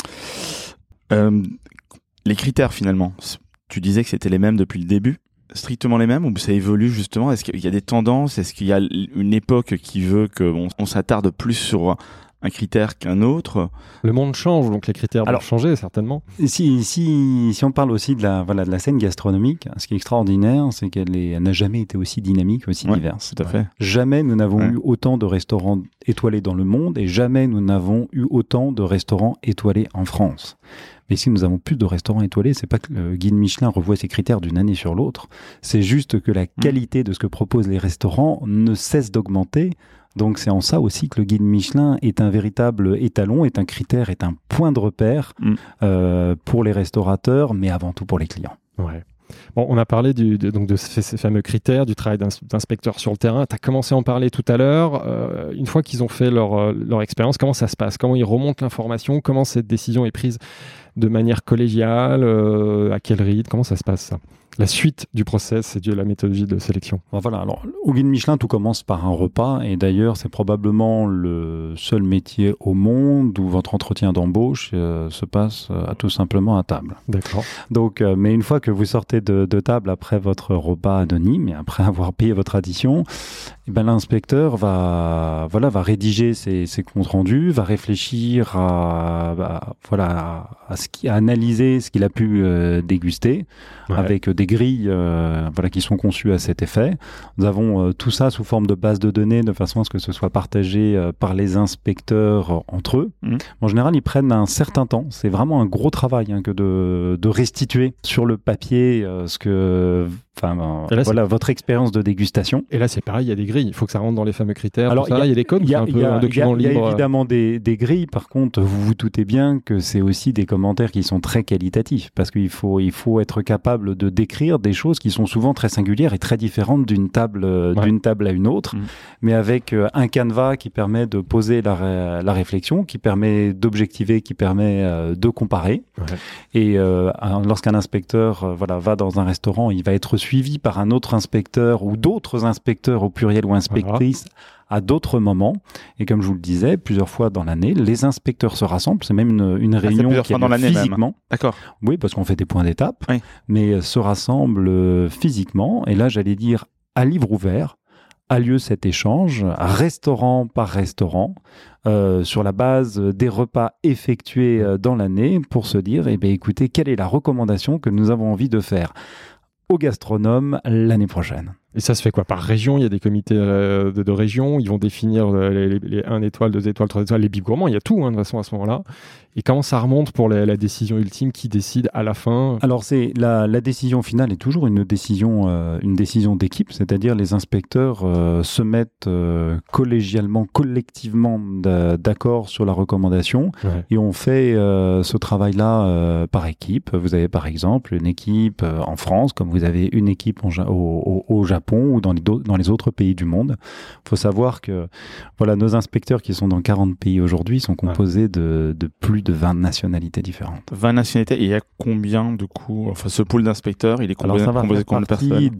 Euh, les critères, finalement, tu disais que c'était les mêmes depuis le début, strictement les mêmes, ou ça évolue justement ? Est-ce qu'il y a des tendances ? Est-ce qu'il y a une époque qui veut qu'on on s'attarde plus sur un critère qu'un autre. Le monde change, donc les critères doivent changer certainement. Si, si, si on parle aussi de la, voilà, de la scène gastronomique, ce qui est extraordinaire, c'est qu'elle est, elle n'a jamais été aussi dynamique, aussi ouais, diverse. Tout à fait. Jamais nous n'avons ouais. eu autant de restaurants étoilés dans le monde et jamais nous n'avons eu autant de restaurants étoilés en France. Mais si nous avons plus de restaurants étoilés, c'est pas que le guide Michelin revoit ses critères d'une année sur l'autre, c'est juste que la qualité de ce que proposent les restaurants ne cesse d'augmenter. Donc c'est en ça aussi que le guide Michelin est un véritable étalon, est un critère, est un point de repère mm. euh, pour les restaurateurs, mais avant tout pour les clients. Ouais. Bon, on a parlé du, de, donc de ces, ces fameux critères, du travail d'inspecteur sur le terrain. Tu as commencé à en parler tout à l'heure. Euh, une fois qu'ils ont fait leur, leur expérience, comment ça se passe? Comment ils remontent l'information? Comment cette décision est prise de manière collégiale? euh, À quel rythme? Comment ça se passe, ça? La suite du process et de la méthodologie de sélection. Bon, voilà. Alors, au guide Michelin, tout commence par un repas. Et d'ailleurs, c'est probablement le seul métier au monde où votre entretien d'embauche euh, se passe euh, tout simplement à table. D'accord. Donc, euh, mais une fois que vous sortez de, de table après votre repas anonyme et après avoir payé votre addition, eh ben, l'inspecteur va, voilà, va rédiger ses, ses comptes rendus, va réfléchir à, à, voilà, à, à, ce qui, à analyser ce qu'il a pu euh, déguster ouais. avec des grilles euh, voilà, qui sont conçues à cet effet. Nous avons euh, tout ça sous forme de base de données de façon à ce que ce soit partagé euh, par les inspecteurs euh, entre eux. Mmh. En général, ils prennent un certain temps. C'est vraiment un gros travail hein, que de, de restituer sur le papier euh, ce que... Enfin, là, voilà votre expérience de dégustation. Et là, c'est pareil, il y a des grilles. Il faut que ça rentre dans les fameux critères. Alors, il y, y a des codes. Il y, un peu un document y, y, y libre. a évidemment des, des grilles. Par contre, vous vous doutez bien que c'est aussi des commentaires qui sont très qualitatifs, parce qu'il faut, il faut être capable de décrire des choses qui sont souvent très singulières et très différentes d'une table, ouais. d'une table à une autre, mmh. mais avec un canevas qui permet de poser la, la réflexion, qui permet d'objectiver, qui permet euh, de comparer. Ouais. Et euh, lorsqu'un inspecteur euh, voilà, va dans un restaurant, il va être suivi par un autre inspecteur ou d'autres inspecteurs au pluriel ou inspectrices voilà. à d'autres moments. Et comme je vous le disais, plusieurs fois dans l'année, les inspecteurs se rassemblent. C'est même une, une réunion ah, qui est dans l'année physiquement. Même. D'accord. Oui, parce qu'on fait des points d'étape, oui. mais se rassemblent physiquement. Et là, j'allais dire à livre ouvert, a lieu cet échange, restaurant par restaurant, euh, sur la base des repas effectués euh, dans l'année, pour se dire, eh bien, écoutez, quelle est la recommandation que nous avons envie de faire aux gastronomes l'année prochaine. Et ça se fait quoi? Par région? Il y a des comités euh, de, de région, ils vont définir euh, les, les, les un étoile, deux étoiles, trois étoiles, les bibes gourmands, il y a tout hein, de toute façon à ce moment-là. Et comment ça remonte pour la, la décision ultime? Qui décide à la fin? Alors c'est la, la décision finale est toujours une décision, euh, une décision d'équipe, c'est-à-dire les inspecteurs euh, se mettent euh, collégialement, collectivement d'accord sur la recommandation ouais. et on fait euh, ce travail-là euh, par équipe. Vous avez par exemple une équipe euh, en France, comme vous avez une équipe en, au, au, au Japon ou dans les, dans les autres pays du monde. Il faut savoir que voilà, nos inspecteurs qui sont dans quarante pays aujourd'hui sont composés ouais. de, de plus de vingt nationalités différentes. vingt nationalités, et il y a combien de coups? Enfin, ce pool d'inspecteurs, il est composé, Alors, ça va composé de combien de personnes?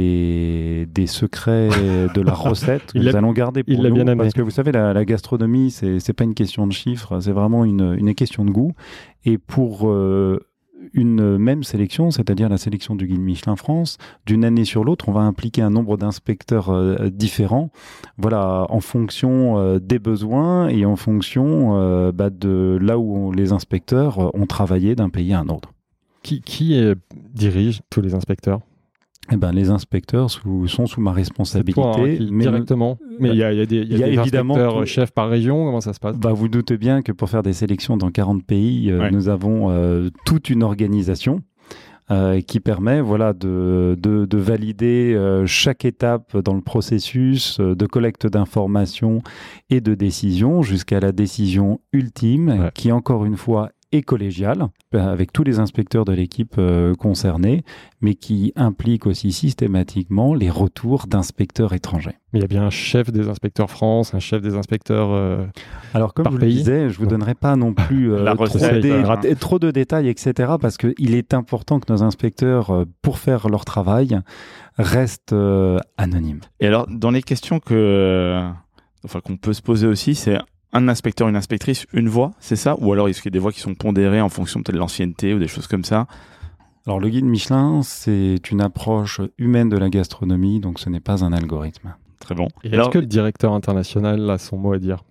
des, des secrets de la recette que nous allons garder pour il l'a nous, bien parce que vous savez, la, la gastronomie, c'est, c'est pas une question de chiffres, c'est vraiment une, une question de goût. Et pour euh, une même sélection, c'est-à-dire la sélection du guide Michelin France, d'une année sur l'autre, on va impliquer un nombre d'inspecteurs euh, différents, voilà, en fonction euh, des besoins et en fonction euh, bah, de là où on, les inspecteurs ont travaillé d'un pays à un autre. Qui, qui est, dirige tous les inspecteurs? Eh ben, les inspecteurs sous, sont sous ma responsabilité. C'est toi, hein, qui, mais directement. Mais il y a, y a des, y a y a des inspecteurs tout... chefs par région. Comment ça se passe? Bah, vous doutez bien que pour faire des sélections dans quarante pays, euh, ouais. nous avons euh, toute une organisation euh, qui permet voilà, de, de, de valider euh, chaque étape dans le processus euh, de collecte d'informations et de décision jusqu'à la décision ultime ouais. qui, encore une fois, et collégiale, avec tous les inspecteurs de l'équipe euh, concernée, mais qui implique aussi systématiquement les retours d'inspecteurs étrangers. Mais il y a bien un chef des inspecteurs France, un chef des inspecteurs euh, Alors, comme par je pays. le disais, je ne vous donnerai pas non plus euh, La trop, recette, des, hein. trop de détails, et cetera, parce qu'il est important que nos inspecteurs, euh, pour faire leur travail, restent euh, anonymes. Et alors, dans les questions que, enfin, qu'on peut se poser aussi, c'est un inspecteur, une inspectrice, une voix, c'est ça? Ou alors est-ce qu'il y a des voix qui sont pondérées en fonction peut-être de l'ancienneté ou des choses comme ça? Alors le guide Michelin, c'est une approche humaine de la gastronomie, donc ce n'est pas un algorithme. Très bon. Et alors, est-ce que le directeur international a son mot à dire?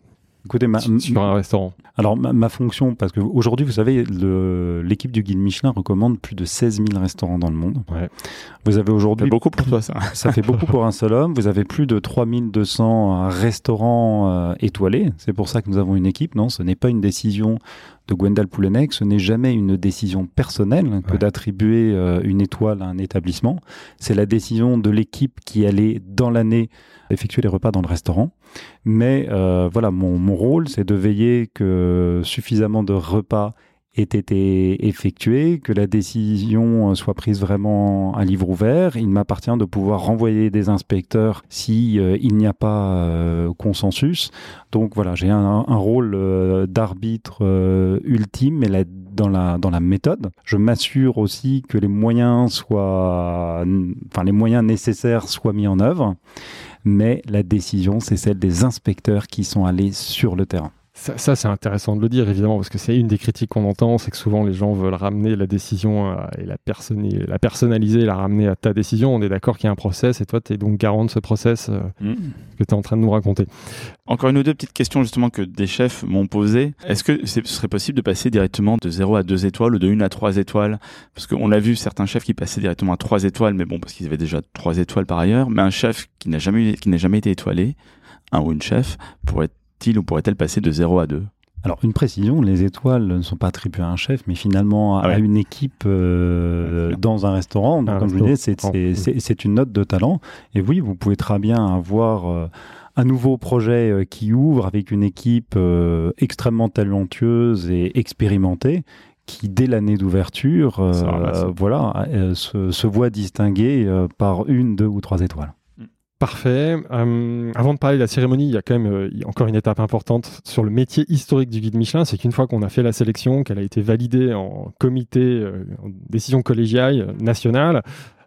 Écoutez, ma, sur un restaurant. Alors, ma, ma fonction, parce qu'aujourd'hui, vous savez, le, l'équipe du Guide Michelin recommande plus de seize mille restaurants dans le monde. Ouais. Vous avez aujourd'hui... Ça fait beaucoup pour toi, ça. Ça fait beaucoup pour un seul homme. Vous avez plus de trois mille deux cents restaurants euh, étoilés. C'est pour ça que nous avons une équipe. Non, ce n'est pas une décision de Gwendal Poulenec. Ce n'est jamais une décision personnelle que ouais. d'attribuer euh, une étoile à un établissement. C'est la décision de l'équipe qui allait, dans l'année, effectuer les repas dans le restaurant. Mais euh, voilà, mon, mon rôle, c'est de veiller que suffisamment de repas aient été effectués, que la décision soit prise vraiment à livre ouvert. Il m'appartient de pouvoir renvoyer des inspecteurs si euh, il n'y a pas euh, consensus. Donc voilà, j'ai un, un rôle euh, d'arbitre euh, ultime, mais la, dans la dans la méthode. Je m'assure aussi que les moyens soient, enfin les moyens nécessaires soient mis en œuvre. Mais la décision, c'est celle des inspecteurs qui sont allés sur le terrain. Ça, ça, c'est intéressant de le dire, évidemment, parce que c'est une des critiques qu'on entend, c'est que souvent les gens veulent ramener la décision à, et la, personni- la personnaliser, la ramener à ta décision. On est d'accord qu'il y a un process, et toi, tu es donc garant de ce process euh, mmh. que tu es en train de nous raconter. Encore une ou deux petites questions, justement, que des chefs m'ont posées. Est-ce que ce serait possible de passer directement de zéro à deux étoiles ou de une à trois étoiles? Parce qu'on a vu certains chefs qui passaient directement à trois étoiles, mais bon, parce qu'ils avaient déjà trois étoiles par ailleurs. Mais un chef qui n'a jamais, qui n'a jamais été étoilé, un ou une chef, pourrait ou pourrait-elle passer de zéro à deux? Alors, une précision, les étoiles ne sont pas attribuées à un chef, mais finalement à, ah ouais. à une équipe euh, ouais, dans un restaurant. Donc, un comme resto. je vous disais, c'est, c'est, c'est, c'est une note de talent. Et oui, vous pouvez très bien avoir euh, un nouveau projet euh, qui ouvre avec une équipe euh, extrêmement talentueuse et expérimentée, qui, dès l'année d'ouverture, euh, euh, voilà, euh, se, se voit distinguée euh, par une, deux ou trois étoiles. Parfait. Euh, avant de parler de la cérémonie, il y a quand même euh, encore une étape importante sur le métier historique du guide Michelin. C'est qu'une fois qu'on a fait la sélection, qu'elle a été validée en comité, euh, en décision collégiale nationale,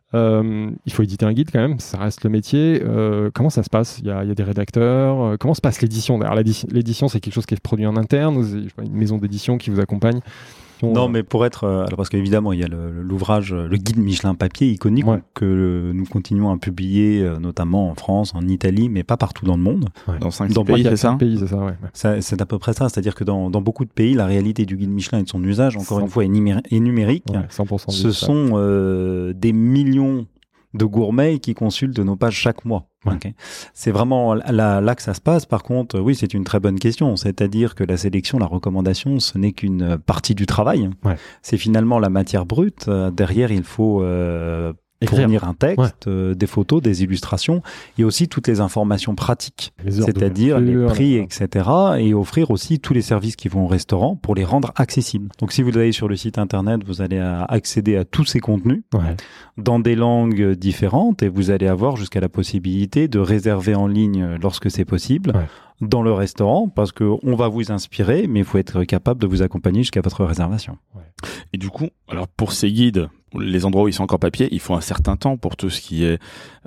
euh, il faut éditer un guide quand même. Ça reste le métier. Euh, comment ça se passe? Il y a, il y a des rédacteurs. Euh, comment se passe l'édition? D'ailleurs, l'édition, c'est quelque chose qui est produit en interne. Ou je sais pas, une maison d'édition qui vous accompagne? Non, mais pour être... Alors parce qu'évidemment, il y a le, l'ouvrage, le guide Michelin papier iconique ouais. que nous continuons à publier, notamment en France, en Italie, mais pas partout dans le monde. Ouais. Dans cinq pays, c'est ça, pays, c'est ça, ouais. ça C'est à peu près ça. C'est-à-dire que dans, dans beaucoup de pays, la réalité du guide Michelin et de son usage, encore une fois, est, numé- est numérique. Ouais, cent pour cent Ce sont euh, des millions de gourmets qui consultent nos pages chaque mois. Ouais. Okay. C'est vraiment là, là que ça se passe. Par contre, oui, c'est une très bonne question. C'est-à-dire que la sélection, la recommandation, ce n'est qu'une partie du travail. Ouais. C'est finalement la matière brute. Derrière, il faut euh, fournir un texte, ouais. euh, des photos, des illustrations et aussi toutes les informations pratiques, les c'est-à-dire les prix, et cetera. Et offrir aussi tous les services qui vont au restaurant pour les rendre accessibles. Donc, si vous allez sur le site internet, vous allez accéder à tous ces contenus ouais. dans des langues différentes et vous allez avoir jusqu'à la possibilité de réserver en ligne lorsque c'est possible. Ouais. Dans le restaurant, parce qu'on va vous inspirer, mais il faut être capable de vous accompagner jusqu'à votre réservation. Ouais. Et du coup, alors pour ces guides, les endroits où ils sont encore papier, il faut un certain temps pour tout ce qui est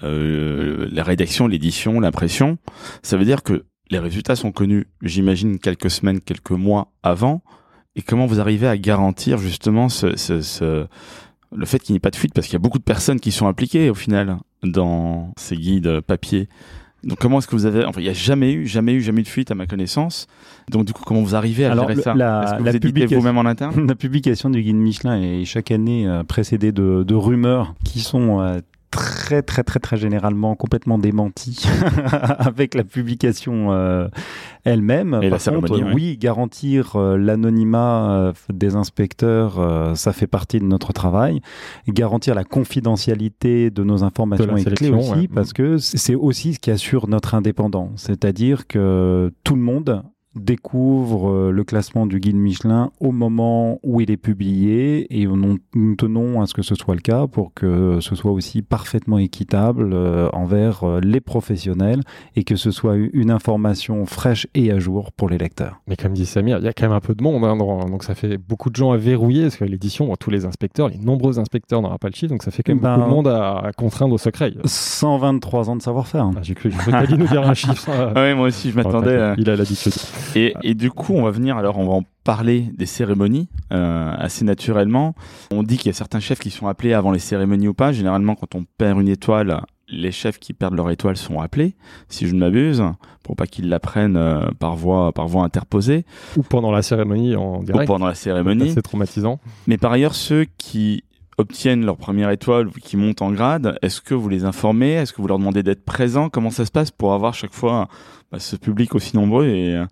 euh, la rédaction, l'édition, l'impression. Ça veut dire que les résultats sont connus, j'imagine, quelques semaines, quelques mois avant. Et comment vous arrivez à garantir justement ce, ce, ce, le fait qu'il n'y ait pas de fuite? Parce qu'il y a beaucoup de personnes qui sont impliquées au final dans ces guides papier. Donc comment est-ce que vous avez... Enfin, il n'y a jamais eu, jamais eu, jamais eu de fuite à ma connaissance. Donc du coup, comment vous arrivez à Alors, gérer ça? la, Est-ce que la vous éditez vous-même en interne? La publication du guide Michelin est chaque année euh, précédée de, de rumeurs qui sont euh, très très très très généralement complètement démenties avec la publication euh, elle-même. Et Par la contre, cérémonie, oui, garantir euh, l'anonymat euh, des inspecteurs, euh, ça fait partie de notre travail. Et garantir la confidentialité de nos informations est clé aussi, ouais. parce que c'est aussi ce qui assure notre indépendance. C'est-à-dire que tout le monde découvre le classement du guide Michelin au moment où il est publié et nous tenons à ce que ce soit le cas pour que ce soit aussi parfaitement équitable envers les professionnels et que ce soit une information fraîche et à jour pour les lecteurs. Mais comme dit Samir, il y a quand même un peu de monde, hein, donc ça fait beaucoup de gens à verrouiller parce que l'édition, bon, tous les inspecteurs, les nombreux inspecteurs n'aura pas le chiffre, donc ça fait quand même ben, beaucoup de monde à, à contraindre au secret. cent vingt-trois ans de savoir-faire. Ah, j'ai cru, j'ai cru qu'Ali nous dire un chiffre. Ah oui, moi aussi, je m'attendais. Oh, à... Il a l'habitude. Et, et du coup, on va venir, alors on va en parler des cérémonies euh, assez naturellement. On dit qu'il y a certains chefs qui sont appelés avant les cérémonies ou pas. Généralement, quand on perd une étoile, les chefs qui perdent leur étoile sont appelés, si je ne m'abuse, pour pas qu'ils l'apprennent euh, par voie par voie interposée. Ou pendant la cérémonie en direct. Ou pendant la cérémonie. C'est traumatisant. Mais par ailleurs, ceux qui obtiennent leur première étoile ou qui montent en grade, est-ce que vous les informez? Est-ce que vous leur demandez d'être présents? Comment ça se passe pour avoir chaque fois bah, ce public aussi nombreux et,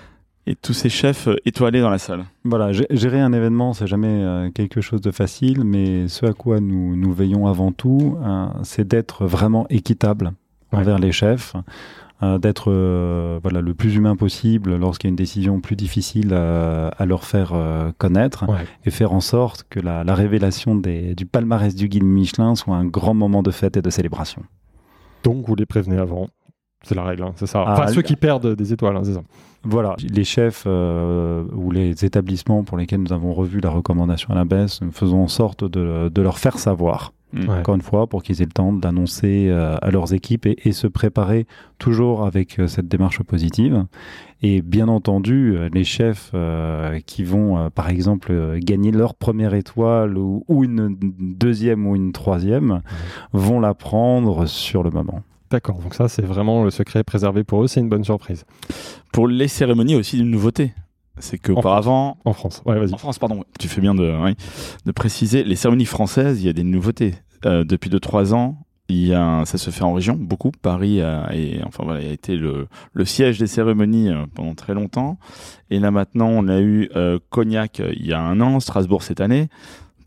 et tous ces chefs étoilés dans la salle? Voilà, gérer un événement, c'est jamais euh, quelque chose de facile, mais ce à quoi nous, nous veillons avant tout, euh, c'est d'être vraiment équitable ouais. envers les chefs, euh, d'être euh, voilà, le plus humain possible lorsqu'il y a une décision plus difficile euh, à leur faire euh, connaître ouais. et faire en sorte que la, la révélation des, du palmarès du guide Michelin soit un grand moment de fête et de célébration. Donc vous les prévenez avant, c'est la règle, hein, c'est ça. Enfin, ah, ceux qui perdent des étoiles, hein, c'est ça. Voilà, les chefs euh, ou les établissements pour lesquels nous avons revu la recommandation à la baisse, nous faisons en sorte de, de leur faire savoir. Ouais. Encore une fois, pour qu'ils aient le temps d'annoncer euh, à leurs équipes et, et se préparer toujours avec euh, cette démarche positive. Et bien entendu, euh, les chefs euh, qui vont, euh, par exemple, euh, gagner leur première étoile ou, ou une deuxième ou une troisième, ouais. vont la prendre sur le moment. D'accord, donc ça, c'est vraiment le secret préservé pour eux, c'est une bonne surprise. Pour les cérémonies, aussi une nouveauté. C'est qu'auparavant... En France, ouais, vas-y. En France, pardon, tu fais bien de, oui, de préciser. Les cérémonies françaises, il y a des nouveautés. Euh, depuis deux trois ans, il y a, ça se fait en région, beaucoup. Paris a, et, enfin, voilà, a été le, le siège des cérémonies euh, pendant très longtemps. Et là, maintenant, on a eu euh, Cognac euh, il y a un an, Strasbourg cette année. Pourquoi ?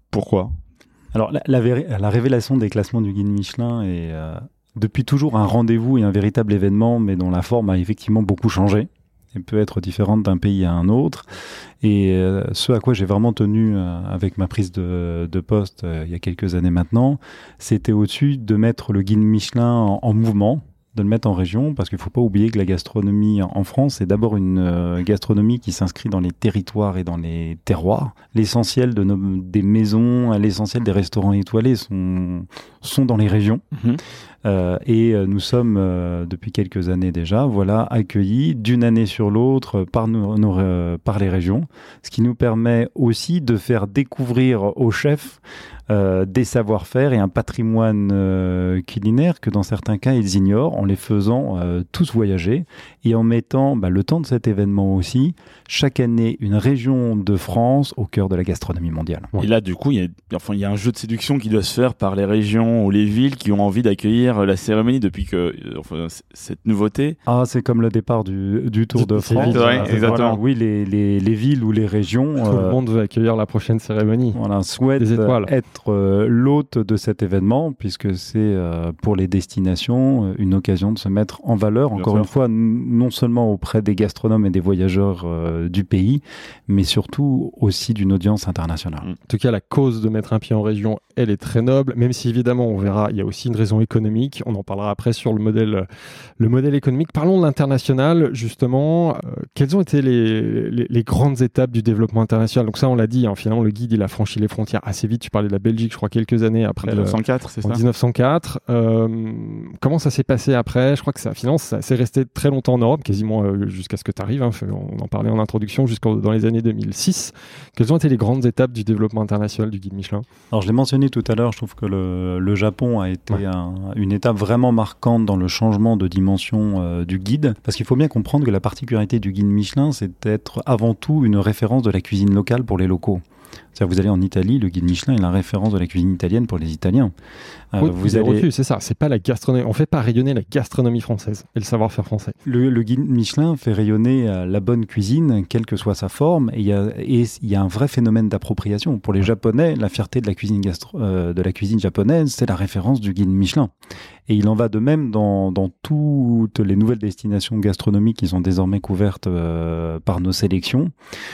Alors, la, la, vé- la révélation des classements du guide Michelin est euh, depuis toujours un rendez-vous et un véritable événement, mais dont la forme a effectivement beaucoup changé. Et peut être différente d'un pays à un autre. Et euh, ce à quoi j'ai vraiment tenu euh, avec ma prise de, de poste euh, il y a quelques années maintenant, c'était au-dessus de mettre le guide Michelin en, en mouvement, de le mettre en région, parce qu'il ne faut pas oublier que la gastronomie en France est d'abord une euh, gastronomie qui s'inscrit dans les territoires et dans les terroirs. L'essentiel de nos, des maisons, l'essentiel des restaurants étoilés sont, sont dans les régions. Mmh. Euh, et nous sommes, euh, depuis quelques années déjà, voilà, accueillis d'une année sur l'autre par, nos, nos, euh, par les régions, ce qui nous permet aussi de faire découvrir aux chefs euh, des savoir-faire et un patrimoine euh, culinaire que dans certains cas ils ignorent, en les faisant euh, tous voyager et en mettant bah, le temps de cet événement aussi, chaque année une région de France au cœur de la gastronomie mondiale. Et là, du coup, il y a, enfin, il y a un jeu de séduction qui doit se faire par les régions ou les villes qui ont envie d'accueillir la cérémonie depuis que enfin, cette nouveauté. Ah, c'est comme le départ du, du Tour de France. Vite, ouais, exactement. Voilà, oui, les, les, les villes ou les régions. Tout euh, le monde veut accueillir la prochaine cérémonie. Voilà, souhaite être euh, l'hôte de cet événement, puisque c'est euh, pour les destinations euh, une occasion de se mettre en valeur, Bien encore sûr. une fois, n- non seulement auprès des gastronomes et des voyageurs euh, du pays, mais surtout aussi d'une audience internationale. En tout cas, la cause de mettre un pied en région, elle est très noble, même si évidemment, on verra, il y a aussi une raison économique. On en parlera après sur le modèle, le modèle économique. Parlons de l'international, justement. Euh, quelles ont été les, les, les grandes étapes du développement international? Donc ça, on l'a dit, hein, finalement, le guide, il a franchi les frontières assez vite. Tu parlais de la Belgique, je crois, quelques années après. En dix-neuf cent quatre, le, c'est en ça? dix-neuf cent quatre. Euh, comment ça s'est passé après? Je crois que ça, finalement, ça s'est resté très longtemps en Europe, quasiment euh, jusqu'à ce que tu arrives. Hein, on en parlait en introduction, jusqu'en dans les années deux mille six. Quelles ont été les grandes étapes du développement international du guide Michelin? Alors, je l'ai mentionné tout à l'heure, je trouve que le, le Japon a été ouais. un, une étape vraiment marquante dans le changement de dimension euh, du guide, parce qu'il faut bien comprendre que la particularité du guide Michelin, c'est d'être avant tout une référence de la cuisine locale pour les locaux. C'est-à-dire, vous allez en Italie, le guide Michelin est la référence de la cuisine italienne pour les Italiens. Euh, oui, vous allez... refus, c'est ça. C'est pas la gastronomie. On fait pas rayonner la gastronomie française et le savoir-faire français. Le, le guide Michelin fait rayonner euh, la bonne cuisine, quelle que soit sa forme, et il y a, et il y a un vrai phénomène d'appropriation. Pour les Japonais, la fierté de la cuisine gastro, euh, de la cuisine japonaise, c'est la référence du guide Michelin. Et il en va de même dans, dans toutes les nouvelles destinations gastronomiques qui sont désormais couvertes euh, par nos sélections.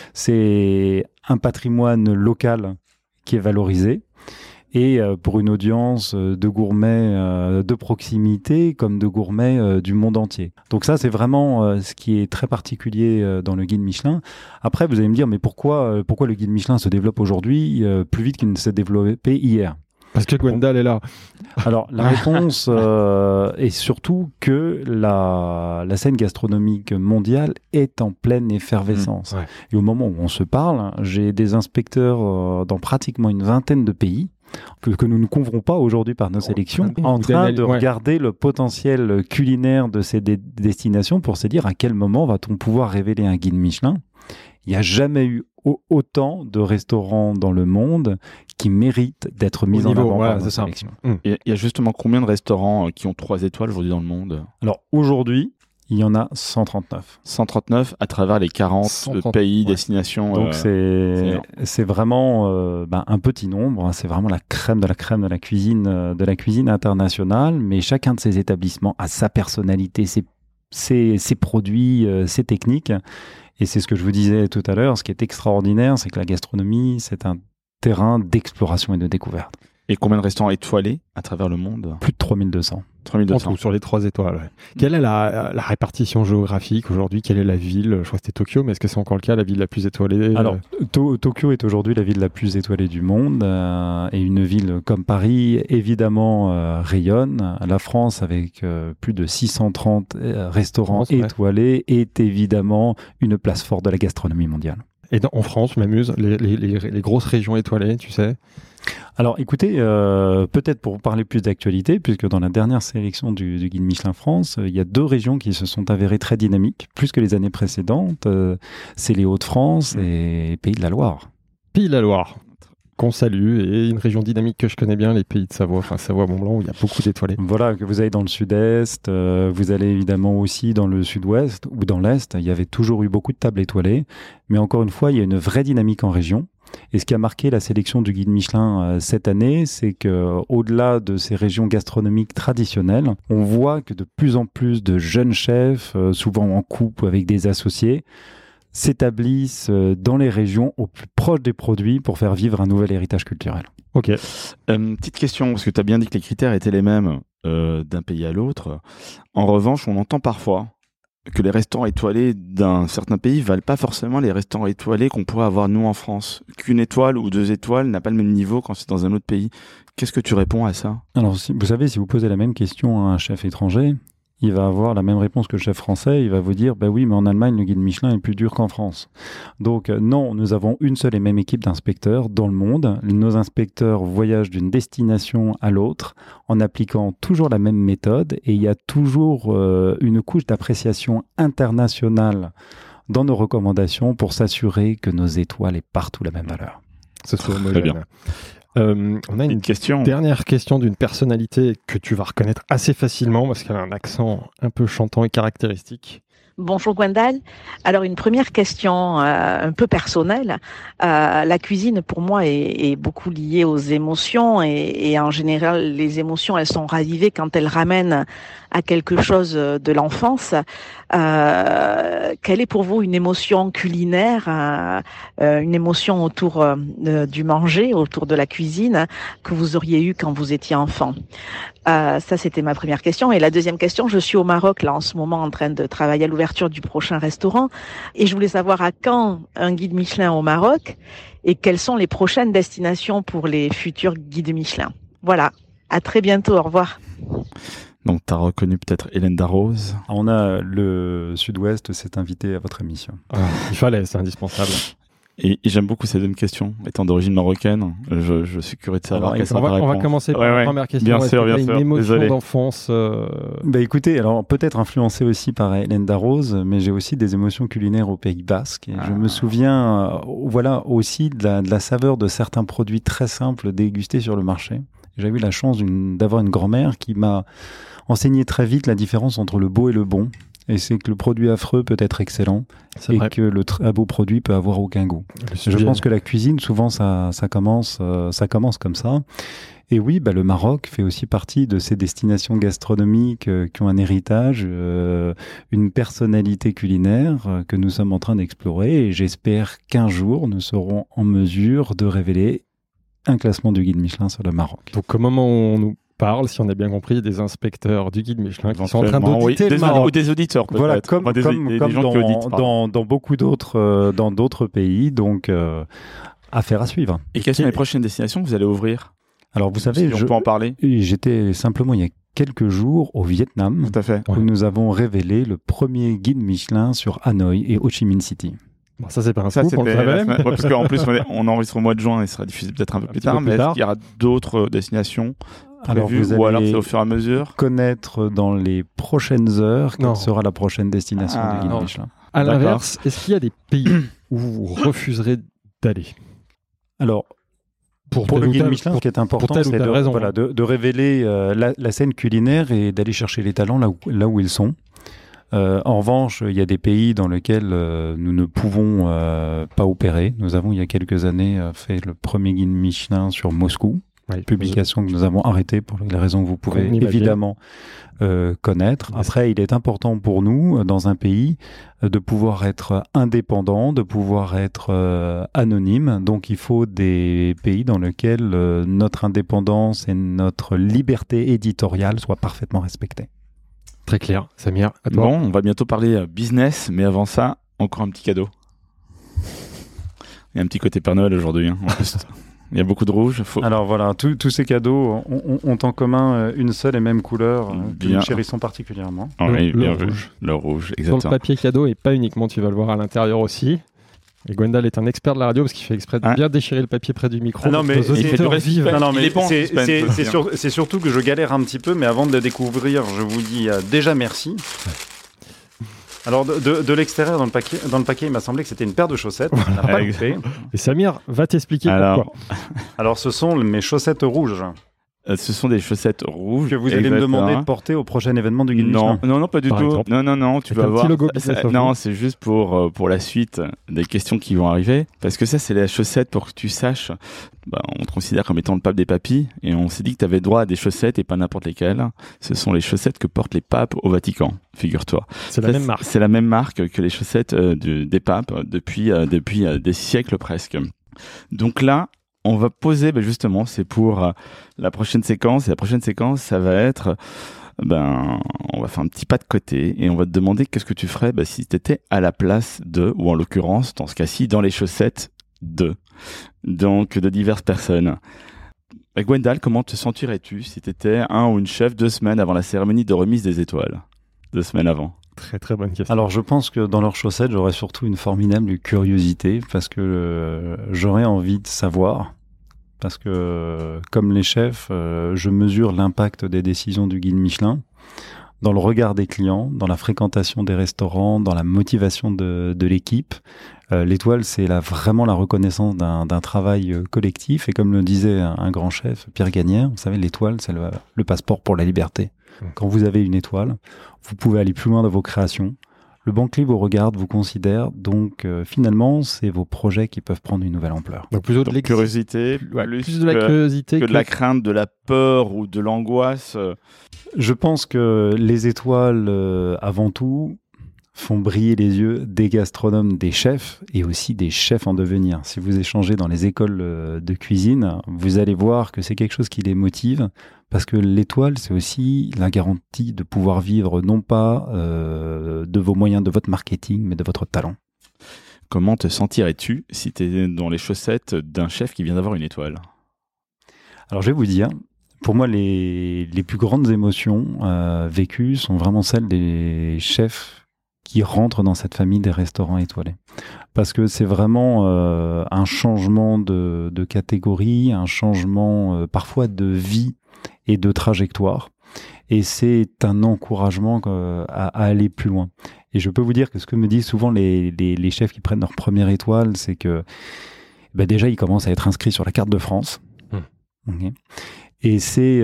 C'est un patrimoine local qui est valorisé. Et euh, pour une audience de gourmets euh, de proximité comme de gourmets euh, du monde entier. Donc ça, c'est vraiment euh, ce qui est très particulier euh, dans le guide Michelin. Après, vous allez me dire, mais pourquoi, euh, pourquoi le guide Michelin se développe aujourd'hui euh, plus vite qu'il ne s'est développé hier ? Parce que Gwendal est là. Alors, la réponse euh, est surtout que la, la scène gastronomique mondiale est en pleine effervescence. Mmh, ouais. Et au moment où on se parle, j'ai des inspecteurs euh, dans pratiquement une vingtaine de pays que, que nous ne couvrons pas aujourd'hui par nos sélections, en train de regarder le potentiel culinaire de ces dé- destinations pour se dire à quel moment va-t-on pouvoir révéler un guide Michelin. Il n'y a jamais eu au- autant de restaurants dans le monde qui méritent d'être mis en avant par nos sélections. Il y a justement combien de restaurants qui ont trois étoiles aujourd'hui dans le monde ? Alors aujourd'hui, il y en a cent trente-neuf. cent trente-neuf à travers les quarante cent trente, pays, ouais. destinations. Donc euh, c'est, c'est vraiment euh, ben, un petit nombre. Hein, c'est vraiment la crème de la crème de la cuisine, euh, de la cuisine internationale. Mais chacun de ces établissements a sa personnalité, ses, ses, ses produits, euh, ses techniques. Et c'est ce que je vous disais tout à l'heure. Ce qui est extraordinaire, c'est que la gastronomie, c'est un terrain d'exploration et de découverte. Et combien de restaurants étoilés à travers le monde ? Plus de trois mille deux cents. trois mille deux cents. En tout, sur les trois étoiles. Ouais. Quelle est la, la répartition géographique aujourd'hui ? Quelle est la ville ? Je crois que c'était Tokyo, mais est-ce que c'est encore le cas, la ville la plus étoilée ? Alors, to- Tokyo est aujourd'hui la ville la plus étoilée du monde euh, et une ville comme Paris, évidemment, euh, rayonne. La France, avec euh, plus de six cent trente euh, restaurants France, étoilés, ouais. est évidemment une place forte de la gastronomie mondiale. Et dans, en France, je m'amuse, les, les, les, les grosses régions étoilées, tu sais ? Alors écoutez, euh, peut-être pour parler plus d'actualité, puisque dans la dernière sélection du, du Guide Michelin France, euh, il y a deux régions qui se sont avérées très dynamiques, plus que les années précédentes. Euh, c'est les Hauts-de-France mmh. et Pays de la Loire. Pays de la Loire, qu'on salue, et une région dynamique que je connais bien, les Pays de Savoie, enfin Savoie-Mont-Blanc, où il y a beaucoup d'étoilés. Voilà, que vous allez dans le sud-est, euh, vous allez évidemment aussi dans le sud-ouest ou dans l'est, il y avait toujours eu beaucoup de tables étoilées, mais encore une fois, il y a une vraie dynamique en région. Et ce qui a marqué la sélection du Guide Michelin euh, cette année, c'est qu'au-delà de ces régions gastronomiques traditionnelles, on voit que de plus en plus de jeunes chefs, euh, souvent en couple avec des associés, s'établissent euh, dans les régions au plus proche des produits pour faire vivre un nouvel héritage culturel. Ok. Euh, petite question, parce que tu as bien dit que les critères étaient les mêmes euh, d'un pays à l'autre. En revanche, on entend parfois que les restaurants étoilés d'un certain pays valent pas forcément les restaurants étoilés qu'on pourrait avoir nous en France. Qu'une étoile ou deux étoiles n'a pas le même niveau quand c'est dans un autre pays. Qu'est-ce que tu réponds à ça ? Alors, si, vous savez, si vous posez la même question à un chef étranger, il va avoir la même réponse que le chef français. Il va vous dire, bah oui, mais en Allemagne, le guide Michelin est plus dur qu'en France. Donc, non, nous avons une seule et même équipe d'inspecteurs dans le monde. Nos inspecteurs voyagent d'une destination à l'autre en appliquant toujours la même méthode et il y a toujours euh, une couche d'appréciation internationale dans nos recommandations pour s'assurer que nos étoiles aient partout la même valeur. Ce soit très bien. Euh, on a une, une question. dernière question d'une personnalité que tu vas reconnaître assez facilement parce qu'elle a un accent un peu chantant et caractéristique. Bonjour Gwendal. Alors une première question euh, un peu personnelle. Euh, la cuisine pour moi est, est beaucoup liée aux émotions et, et en général les émotions elles sont ravivées quand elles ramènent à quelque chose de l'enfance. Euh, quelle est pour vous une émotion culinaire, euh, une émotion autour euh, du manger, autour de la cuisine que vous auriez eu quand vous étiez enfant? Euh, ça, c'était ma première question. Et la deuxième question, je suis au Maroc, là, en ce moment, en train de travailler à l'ouverture du prochain restaurant. Et je voulais savoir à quand un guide Michelin au Maroc et quelles sont les prochaines destinations pour les futurs guides Michelin. Voilà. À très bientôt. Au revoir. Donc, tu as reconnu peut-être Hélène Darroze. On a le Sud-Ouest s'est invité à votre émission. Ah, il fallait, c'est indispensable. Et, et j'aime beaucoup cette deuxième question. Étant d'origine marocaine, je, je suis curieux de savoir quelle sera ta réponse. On va commencer par ouais, la ouais. première question. Bien sûr, bien sûr. Une émotion Désolé. d'enfance. Euh... Bah écoutez, alors peut-être influencé aussi par Hélène Darroze, mais j'ai aussi des émotions culinaires au Pays Basque. Et ah. Je me souviens, euh, voilà, aussi de la, de la saveur de certains produits très simples dégustés sur le marché. J'ai eu la chance d'une, d'avoir une grand-mère qui m'a enseigné très vite la différence entre le beau et le bon. Et c'est que le produit affreux peut être excellent c'est et vrai. Que le très beau produit peut avoir aucun goût. Je pense que la cuisine, souvent, ça, ça commence, euh, ça commence comme ça. Et oui, bah, le Maroc fait aussi partie de ces destinations gastronomiques euh, qui ont un héritage, euh, une personnalité culinaire euh, que nous sommes en train d'explorer. Et j'espère qu'un jour, nous serons en mesure de révéler un classement du guide Michelin sur le Maroc. Donc, au moment où on nous parle, si on a bien compris, des inspecteurs du guide Michelin qui sont en train d'auditer oui, le Maroc. Ou des auditeurs, peut-être. Voilà, comme, enfin, des, comme, des, comme des gens dans, qui auditent, dans, dans beaucoup d'autres, euh, dans d'autres pays. Donc, euh, affaire à suivre. Et quelles sont les prochaines destinations que vous allez ouvrir ? Alors, vous savez, si je, on peut en parler. J'étais simplement il y a quelques jours au Vietnam. Tout à fait. Où ouais. nous avons révélé le premier guide Michelin sur Hanoï et Ho Chi Minh City. Bon, ça, c'est pas un Ça, scoop, on le c'était la savait. semaine- ouais, parce qu'en plus, on, est- on enregistre au mois de juin et sera diffusé peut-être un peu Un plus petit peu tard. plus Mais tard. est-ce qu'il y aura d'autres destinations Alors, prévues, vous ou alors allez c'est au fur et à mesure? connaître dans les prochaines heures quelle Non. sera la prochaine destination Ah, du guide non. Michelin. À D'accord. l'inverse, est-ce qu'il y a des pays où vous refuserez d'aller Alors, pour, pour telle le ou guide telle- Michelin, ce qui est important, telle ou c'est telle de, raison, voilà, hein. de, de révéler euh, la, la scène culinaire et d'aller chercher les talents là où, là où ils sont. Euh, en revanche, il y a des pays dans lesquels euh, nous ne pouvons euh, pas opérer. Nous avons, il y a quelques années, euh, fait le premier guide Michelin sur Moscou. Ouais, Publication que nous avons arrêtée pour les raisons que vous pouvez On imagine. évidemment euh, connaître. Yes. Après, il est important pour nous, euh, dans un pays, euh, de pouvoir être indépendant, de pouvoir être euh, anonyme. Donc, il faut des pays dans lesquels euh, notre indépendance et notre liberté éditoriale soient parfaitement respectées. Très clair. Samir, à toi. Bon, on va bientôt parler euh, business, mais avant ça, encore un petit cadeau. Il y a un petit côté Père Noël aujourd'hui. Hein, en plus. Il y a beaucoup de rouge. Faut... Alors voilà, tous tous ces cadeaux ont, ont- ont en commun euh, une seule et même couleur euh, que Bien. nous chérissons particulièrement. Ah oui, le bien vu. rouge. Le rouge, Sur le exactement. papier cadeau, et pas uniquement, tu vas le voir à l'intérieur aussi. Et Gwendal est un expert de la radio parce qu'il fait exprès de Ah. bien déchirer le papier près du micro. Ah non, pour que mais nos il fait auditeurs du respect. vivent. Non, non, Il mais est bon, c'est- suspense, c'est faut c'est dire. sur- c'est surtout que je galère un petit peu, mais avant de le découvrir, je vous dis euh, déjà merci. Alors, de, de- de l'extérieur, dans le paquet, dans le paquet, il m'a semblé que c'était une paire de chaussettes. On n'a pas loupé. Et Samir va t'expliquer Alors, pourquoi. Alors, ce sont mes chaussettes rouges euh, ce sont des chaussettes rouges. que vous allez me exactement. demander de porter au prochain événement du Guide Non, Michelin. non, non, pas du Par tout. exemple. Non, non, non, tu Avec vas un petit voir. logo Ça- Business ça- of non, You. c'est juste pour, euh, pour la suite des questions qui vont arriver. Parce que ça, c'est les chaussettes pour que tu saches. Bah, on te considère comme étant le pape des papis. Et on s'est dit que tu avais droit à des chaussettes et pas n'importe lesquelles. Ce sont les chaussettes que portent les papes au Vatican, figure-toi. C'est la Ça, même marque. C'est la même marque que les chaussettes euh, du- des papes euh, depuis, euh, depuis euh, des siècles presque. Donc là, on va poser, ben justement, c'est pour euh, la prochaine séquence. Et la prochaine séquence, ça va être, euh, ben, on va faire un petit pas de côté et on va te demander qu'est-ce que tu ferais ben, si tu étais à la place de, ou en l'occurrence, dans ce cas-ci, dans les chaussettes de, donc de diverses personnes. Ben, Gwendal, comment te sentirais-tu si tu étais un ou une chef deux semaines avant la cérémonie de remise des étoiles? Deux semaines avant. Très très bonne question. Alors, je pense que dans leurs chaussettes, j'aurais surtout une formidable curiosité parce que euh, j'aurais envie de savoir. Parce que, euh, comme les chefs, euh, je mesure l'impact des décisions du guide Michelin dans le regard des clients, dans la fréquentation des restaurants, dans la motivation de, de l'équipe. Euh, l'étoile, c'est la, vraiment la reconnaissance d'un d'un travail euh, collectif. Et comme le disait un, un grand chef, Pierre Gagnère, vous savez, l'étoile, c'est le, le passeport pour la liberté. Quand vous avez une étoile, vous pouvez aller plus loin dans vos créations. Le Banquerie vous regarde, vous considère, donc euh, finalement, c'est vos projets qui peuvent prendre une nouvelle ampleur. Donc plutôt de Donc, l'ex- curiosité, ouais, plus, plus de la que, curiosité que de la crainte, de la peur ou de l'angoisse. euh, Je pense que les étoiles, euh, avant tout, font briller les yeux des gastronomes, des chefs et aussi des chefs en devenir. Si vous échangez dans les écoles euh, de cuisine, vous allez voir que c'est quelque chose qui les motive parce que l'étoile, c'est aussi la garantie de pouvoir vivre non pas euh, de vos moyens, de votre marketing, mais de votre talent. Comment te sentirais-tu si tu es dans les chaussettes d'un chef qui vient d'avoir une étoile? Alors, je vais vous dire, pour moi, les, les plus grandes émotions euh, vécues sont vraiment celles des chefs qui rentrent dans cette famille des restaurants étoilés. Parce que c'est vraiment euh, un changement de, de catégorie, un changement euh, parfois de vie et de trajectoire. Et c'est un encouragement euh, à, à aller plus loin. Et je peux vous dire que ce que me disent souvent les, les, les chefs qui prennent leur première étoile, c'est que ben déjà, ils commencent à être inscrits sur la carte de France. Mmh. Okay. Et c'est...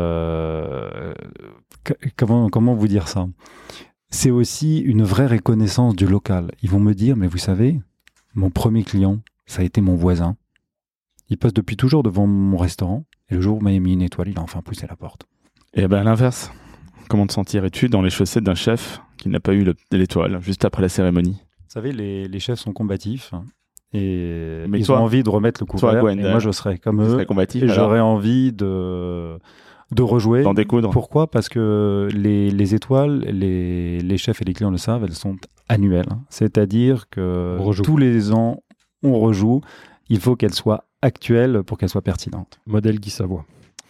Euh, comment, comment vous dire ça ? C'est aussi une vraie reconnaissance du local. Ils vont me dire, mais vous savez, mon premier client, ça a été mon voisin. Il passe depuis toujours devant mon restaurant, et le jour où il m'a mis une étoile, il a enfin poussé la porte. Et ben à l'inverse, comment te sentirais-tu dans les chaussettes d'un chef qui n'a pas eu le- l'étoile juste après la cérémonie? Vous savez, les, les chefs sont combatifs, hein, et Mais ils toi- ont envie de remettre le toi, couvert, Gwendal, et moi je serais comme Tu eux, serais combatif, et alors, j'aurais envie de, de rejouer. d'en découdre. Pourquoi ? Parce que les, les étoiles, les, les chefs et les clients le savent, elles sont annuelles. C'est-à-dire que On rejoue. tous les ans, on rejoue. Il faut qu'elles soient actuelles pour qu'elles soient pertinentes. Modèle Guy Savoie.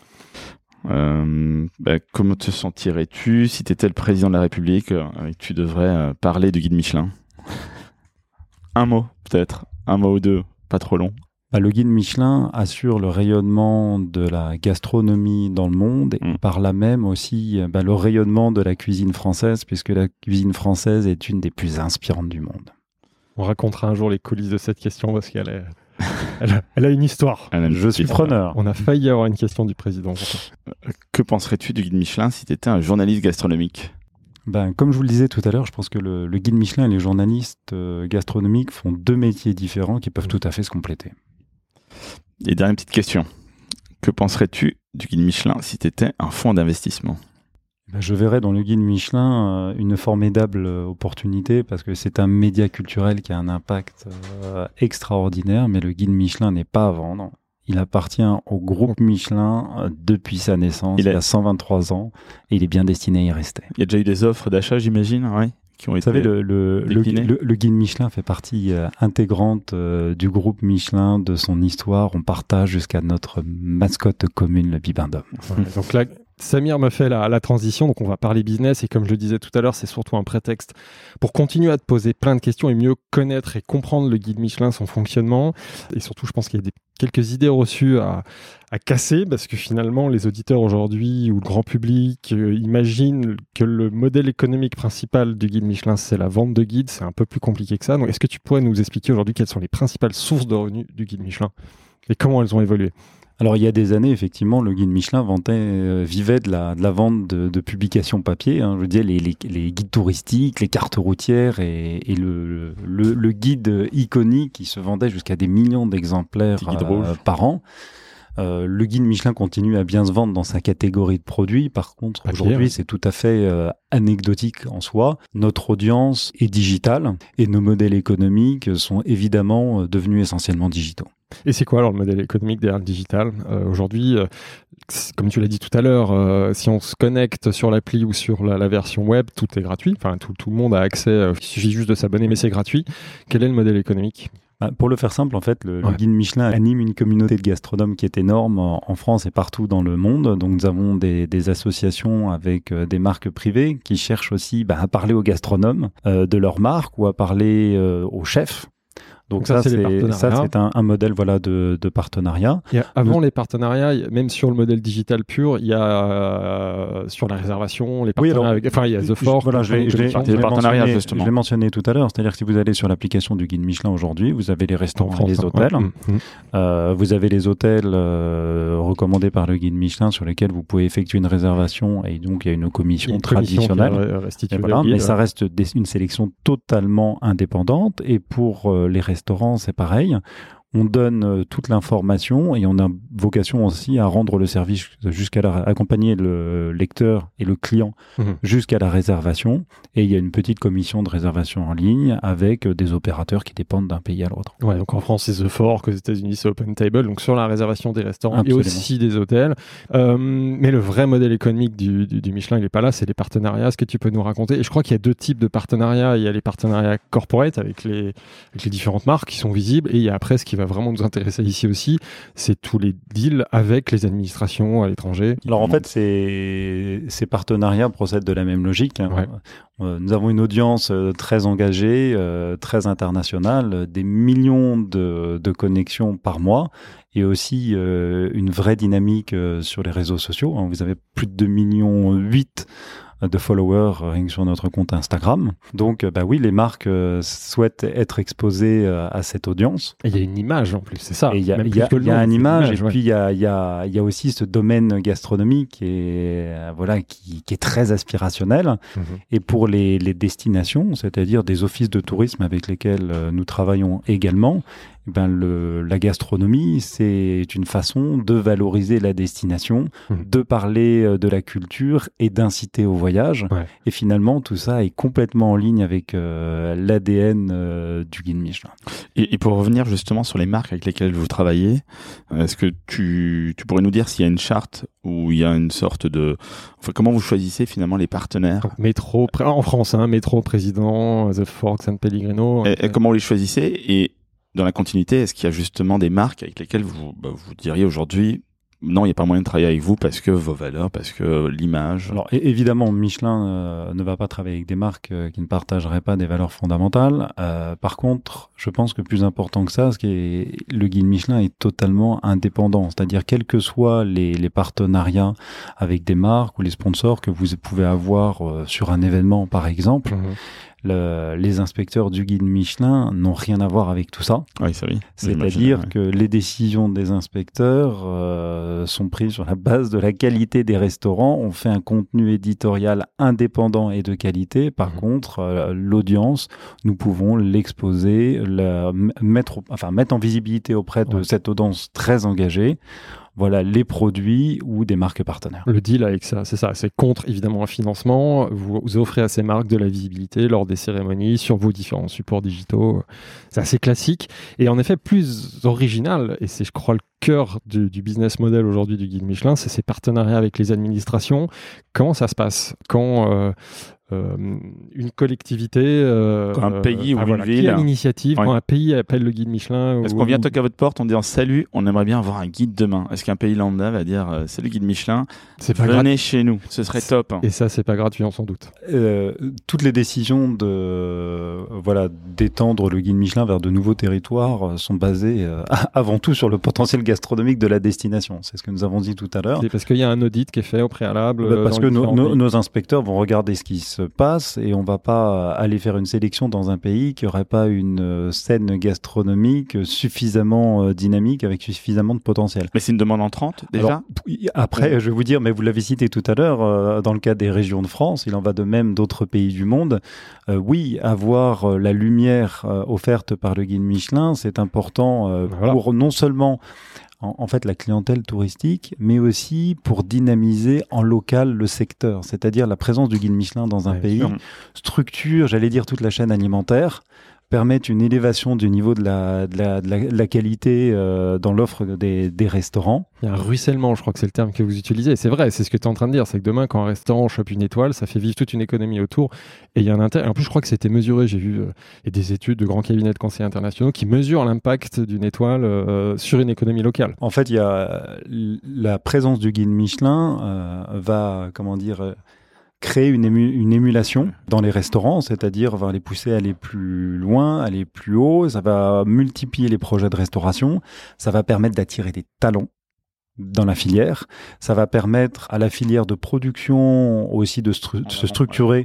Euh, bah, comment te sentirais-tu si tu étais le président de la République euh, et que tu devrais euh, parler du guide Michelin? Un mot, peut-être. Un mot ou deux, pas trop long. Bah, le guide Michelin assure le rayonnement de la gastronomie dans le monde et mmh. par là même aussi bah, le rayonnement de la cuisine française, puisque la cuisine française est une des plus inspirantes du monde. On racontera un jour les coulisses de cette question parce qu'elle est... elle, a, elle a une histoire. A une Je suis preneur. On a failli avoir une question du président. Que penserais-tu du guide Michelin si tu étais un journaliste gastronomique ? Ben, comme je vous le disais tout à l'heure, je pense que le, le guide Michelin et les journalistes euh, gastronomiques font deux métiers différents qui peuvent mmh. tout à fait se compléter. Et dernière petite question. Que penserais-tu du guide Michelin si tu étais un fonds d'investissement ? Ben, je verrais dans le guide Michelin euh, une formidable euh, opportunité parce que c'est un média culturel qui a un impact euh, extraordinaire, mais le guide Michelin n'est pas à vendre. Il appartient au groupe Michelin euh, depuis sa naissance, il, a... il a cent vingt-trois ans, et il est bien destiné à y rester. Il y a déjà eu des offres d'achat, j'imagine, oui, qui ont Vous été savez, le, le, le, le, le guide Michelin fait partie euh, intégrante euh, du groupe Michelin, de son histoire. On partage jusqu'à notre mascotte commune, le Bibendum. Ouais, donc là, Samir me fait la, la transition, donc on va parler business, et comme je le disais tout à l'heure, c'est surtout un prétexte pour continuer à te poser plein de questions et mieux connaître et comprendre le guide Michelin, son fonctionnement, et surtout je pense qu'il y a des, quelques idées reçues à, à casser, parce que finalement les auditeurs aujourd'hui ou le grand public euh, imaginent que le modèle économique principal du guide Michelin c'est la vente de guides, c'est un peu plus compliqué que ça, donc est-ce que tu pourrais nous expliquer aujourd'hui quelles sont les principales sources de revenus du guide Michelin et comment elles ont évolué ? Alors, il y a des années, effectivement, le guide Michelin vantait, euh, vivait de la, de la vente de, de publications papier. Hein, je veux dire, les, les, les guides touristiques, les cartes routières et, et le, le, le guide iconique qui se vendait jusqu'à des millions d'exemplaires euh, par an. Euh, le guide Michelin continue à bien se vendre dans sa catégorie de produits. Par contre, papier, aujourd'hui, ouais. c'est tout à fait euh, anecdotique en soi. Notre audience est digitale et nos modèles économiques sont évidemment euh, devenus essentiellement digitaux. Et c'est quoi alors le modèle économique derrière le digital ? euh, Aujourd'hui, euh, comme tu l'as dit tout à l'heure, euh, si on se connecte sur l'appli ou sur la, la version web, tout est gratuit. Enfin, tout, tout le monde a accès. Euh, il suffit juste de s'abonner, mais c'est gratuit. Quel est le modèle économique ? Bah, pour le faire simple, en fait, le, ouais. le guide Michelin anime une communauté de gastronomes qui est énorme en, en France et partout dans le monde. Donc, nous avons des, des associations avec euh, des marques privées qui cherchent aussi bah, à parler aux gastronomes euh, de leur marque ou à parler euh, aux chefs. Donc, Donc ça, ça, c'est, ça, c'est un, un modèle voilà, de, de partenariat. Il y a, avant Le... les partenariats, même sur le modèle digital pur, il y a euh, sur la réservation, les partenariats. Oui, alors, avec, enfin, il y a The Fork. Voilà, je l'ai, je l'ai, je l'ai mentionné, je l'ai mentionné tout à l'heure. C'est-à-dire que si vous allez sur l'application du guide Michelin aujourd'hui, vous avez les restaurants France, et les hôtels. Ouais. Mmh. Euh, vous avez les hôtels euh, recommandés par le guide Michelin sur lesquels vous pouvez effectuer une réservation et donc il y a une commission une traditionnelle. Commission et voilà, guide, mais ouais. ça reste des, une sélection totalement indépendante. Et pour euh, les restaurants, c'est pareil. On donne euh, toute l'information et on a vocation aussi à rendre le service jusqu'à la, accompagner le lecteur et le client mmh. jusqu'à la réservation. Et il y a une petite commission de réservation en ligne avec des opérateurs qui dépendent d'un pays à l'autre. Ouais, donc en France, c'est The Fork, aux États-Unis, c'est Open Table, donc sur la réservation des restaurants Absolument. Et aussi des hôtels. Euh, mais le vrai modèle économique du, du, du Michelin, il n'est pas là, c'est les partenariats. Est-ce que tu peux nous raconter ? Et je crois qu'il y a deux types de partenariats. Il y a les partenariats corporate avec les, avec les différentes marques qui sont visibles, et il y a après ce qui va vraiment nous intéresser ici aussi, c'est tous les deals avec les administrations à l'étranger. Alors en fait, ces, ces partenariats procèdent de la même logique. Hein. Ouais. Euh, nous avons une audience euh, très engagée, euh, très internationale, euh, des millions de, de connexions par mois et aussi euh, une vraie dynamique euh, sur les réseaux sociaux. Hein. Vous avez plus de deux millions huit de followers rien que sur notre compte Instagram. Donc, bah oui, les marques euh, souhaitent être exposées euh, à cette audience. Et il y a une image en plus, c'est ça. Et il y a, y a, y a une image, image, et ouais. puis il y a, y, a, y a aussi ce domaine gastronomique et, euh, voilà, qui, qui est très aspirationnel. Mm-hmm. Et pour les, les destinations, c'est-à-dire des offices de tourisme avec lesquels euh, nous travaillons également, ben le, la gastronomie, c'est une façon de valoriser la destination, mmh. de parler de la culture et d'inciter au voyage. Ouais. Et finalement, tout ça est complètement en ligne avec euh, l'A D N euh, du guide Michelin. Et, et pour revenir justement sur les marques avec lesquelles vous travaillez, est-ce que tu, tu pourrais nous dire s'il y a une charte ou il y a une sorte de... Enfin, comment vous choisissez finalement les partenaires ? Métro, en France, hein, Métro, Président, The Fork, San Pellegrino. Et, et comment vous les choisissez ? Et dans la continuité, est-ce qu'il y a justement des marques avec lesquelles vous, bah, vous diriez aujourd'hui, non, il n'y a pas moyen de travailler avec vous parce que vos valeurs, parce que l'image. Alors é- évidemment, Michelin euh, ne va pas travailler avec des marques euh, qui ne partageraient pas des valeurs fondamentales. Euh, par contre, je pense que plus important que ça, ce qui est, le guide Michelin est totalement indépendant. C'est-à-dire, quels que soient les, les partenariats avec des marques ou les sponsors que vous pouvez avoir euh, sur un événement, par exemple, mmh. Le, les inspecteurs du guide Michelin n'ont rien à voir avec tout ça. Oui, ça oui. C'est-à-dire ouais. que les décisions des inspecteurs euh, sont prises sur la base de la qualité des restaurants. On fait un contenu éditorial indépendant et de qualité. Par mmh. contre, euh, l'audience, nous pouvons l'exposer, la, mettre, enfin, mettre en visibilité auprès de ouais. cette audience très engagée. Voilà, les produits ou des marques partenaires. Le deal avec ça, c'est ça. C'est contre, évidemment, un financement. Vous, vous offrez à ces marques de la visibilité lors des cérémonies, sur vos différents supports digitaux. C'est assez classique. Et en effet, plus original, et c'est, je crois, le cœur du, du business model aujourd'hui du guide Michelin, c'est ces partenariats avec les administrations. Comment ça se passe quand euh, euh, une collectivité... Euh, quand un pays euh, ou ah, une voilà, ville... qui a l'initiative, ouais. quand un pays appelle le guide Michelin... Est-ce ou, qu'on vient ou... toquer à votre porte en disant « Salut, on aimerait bien avoir un guide demain ». Est-ce qu'un pays lambda va dire euh, « C'est le guide Michelin, c'est pas venez grat... chez nous, ce serait c'est... top ». Et ça, c'est pas gratuit, on s'en doute. Euh, toutes les décisions de, euh, voilà, d'étendre le guide Michelin vers de nouveaux territoires euh, sont basées euh, avant tout sur le potentiel gastronomique de la destination. C'est ce que nous avons dit tout à l'heure. C'est parce qu'il y a un audit qui est fait au préalable. Bah, parce que nos, nos, pays. nos inspecteurs vont regarder ce qui se passe et on va pas aller faire une sélection dans un pays qui n'aurait pas une scène gastronomique suffisamment dynamique avec suffisamment de potentiel. Mais c'est une demande entrante déjà. Alors, après, ouais. je vais vous dire, mais vous l'avez cité tout à l'heure, euh, dans le cas des régions de France, il en va de même d'autres pays du monde. Euh, oui, avoir euh, la lumière euh, offerte par le guide Michelin, c'est important euh, voilà. pour non seulement En, en fait la clientèle touristique, mais aussi pour dynamiser en local le secteur. C'est-à-dire la présence du guide Michelin dans un ouais, pays sûr. structure, j'allais dire, toute la chaîne alimentaire, permettent une élévation du niveau de la, de la, de la, de la qualité euh, dans l'offre des, des restaurants. Il y a un ruissellement, je crois que c'est le terme que vous utilisez. C'est vrai, c'est ce que tu es en train de dire. C'est que demain, quand un restaurant chope une étoile, ça fait vivre toute une économie autour. Et il y a un intérêt. En plus, je crois que c'était mesuré. J'ai vu euh, et des études de grands cabinets de conseils internationaux qui mesurent l'impact d'une étoile euh, sur une économie locale. En fait, il y a la présence du guide Michelin euh, va, comment dire... Euh, créer une, ému- une émulation dans les restaurants, c'est-à-dire va les pousser à aller plus loin, aller plus haut, ça va multiplier les projets de restauration, ça va permettre d'attirer des talents dans la filière, ça va permettre à la filière de production aussi de stru- se structurer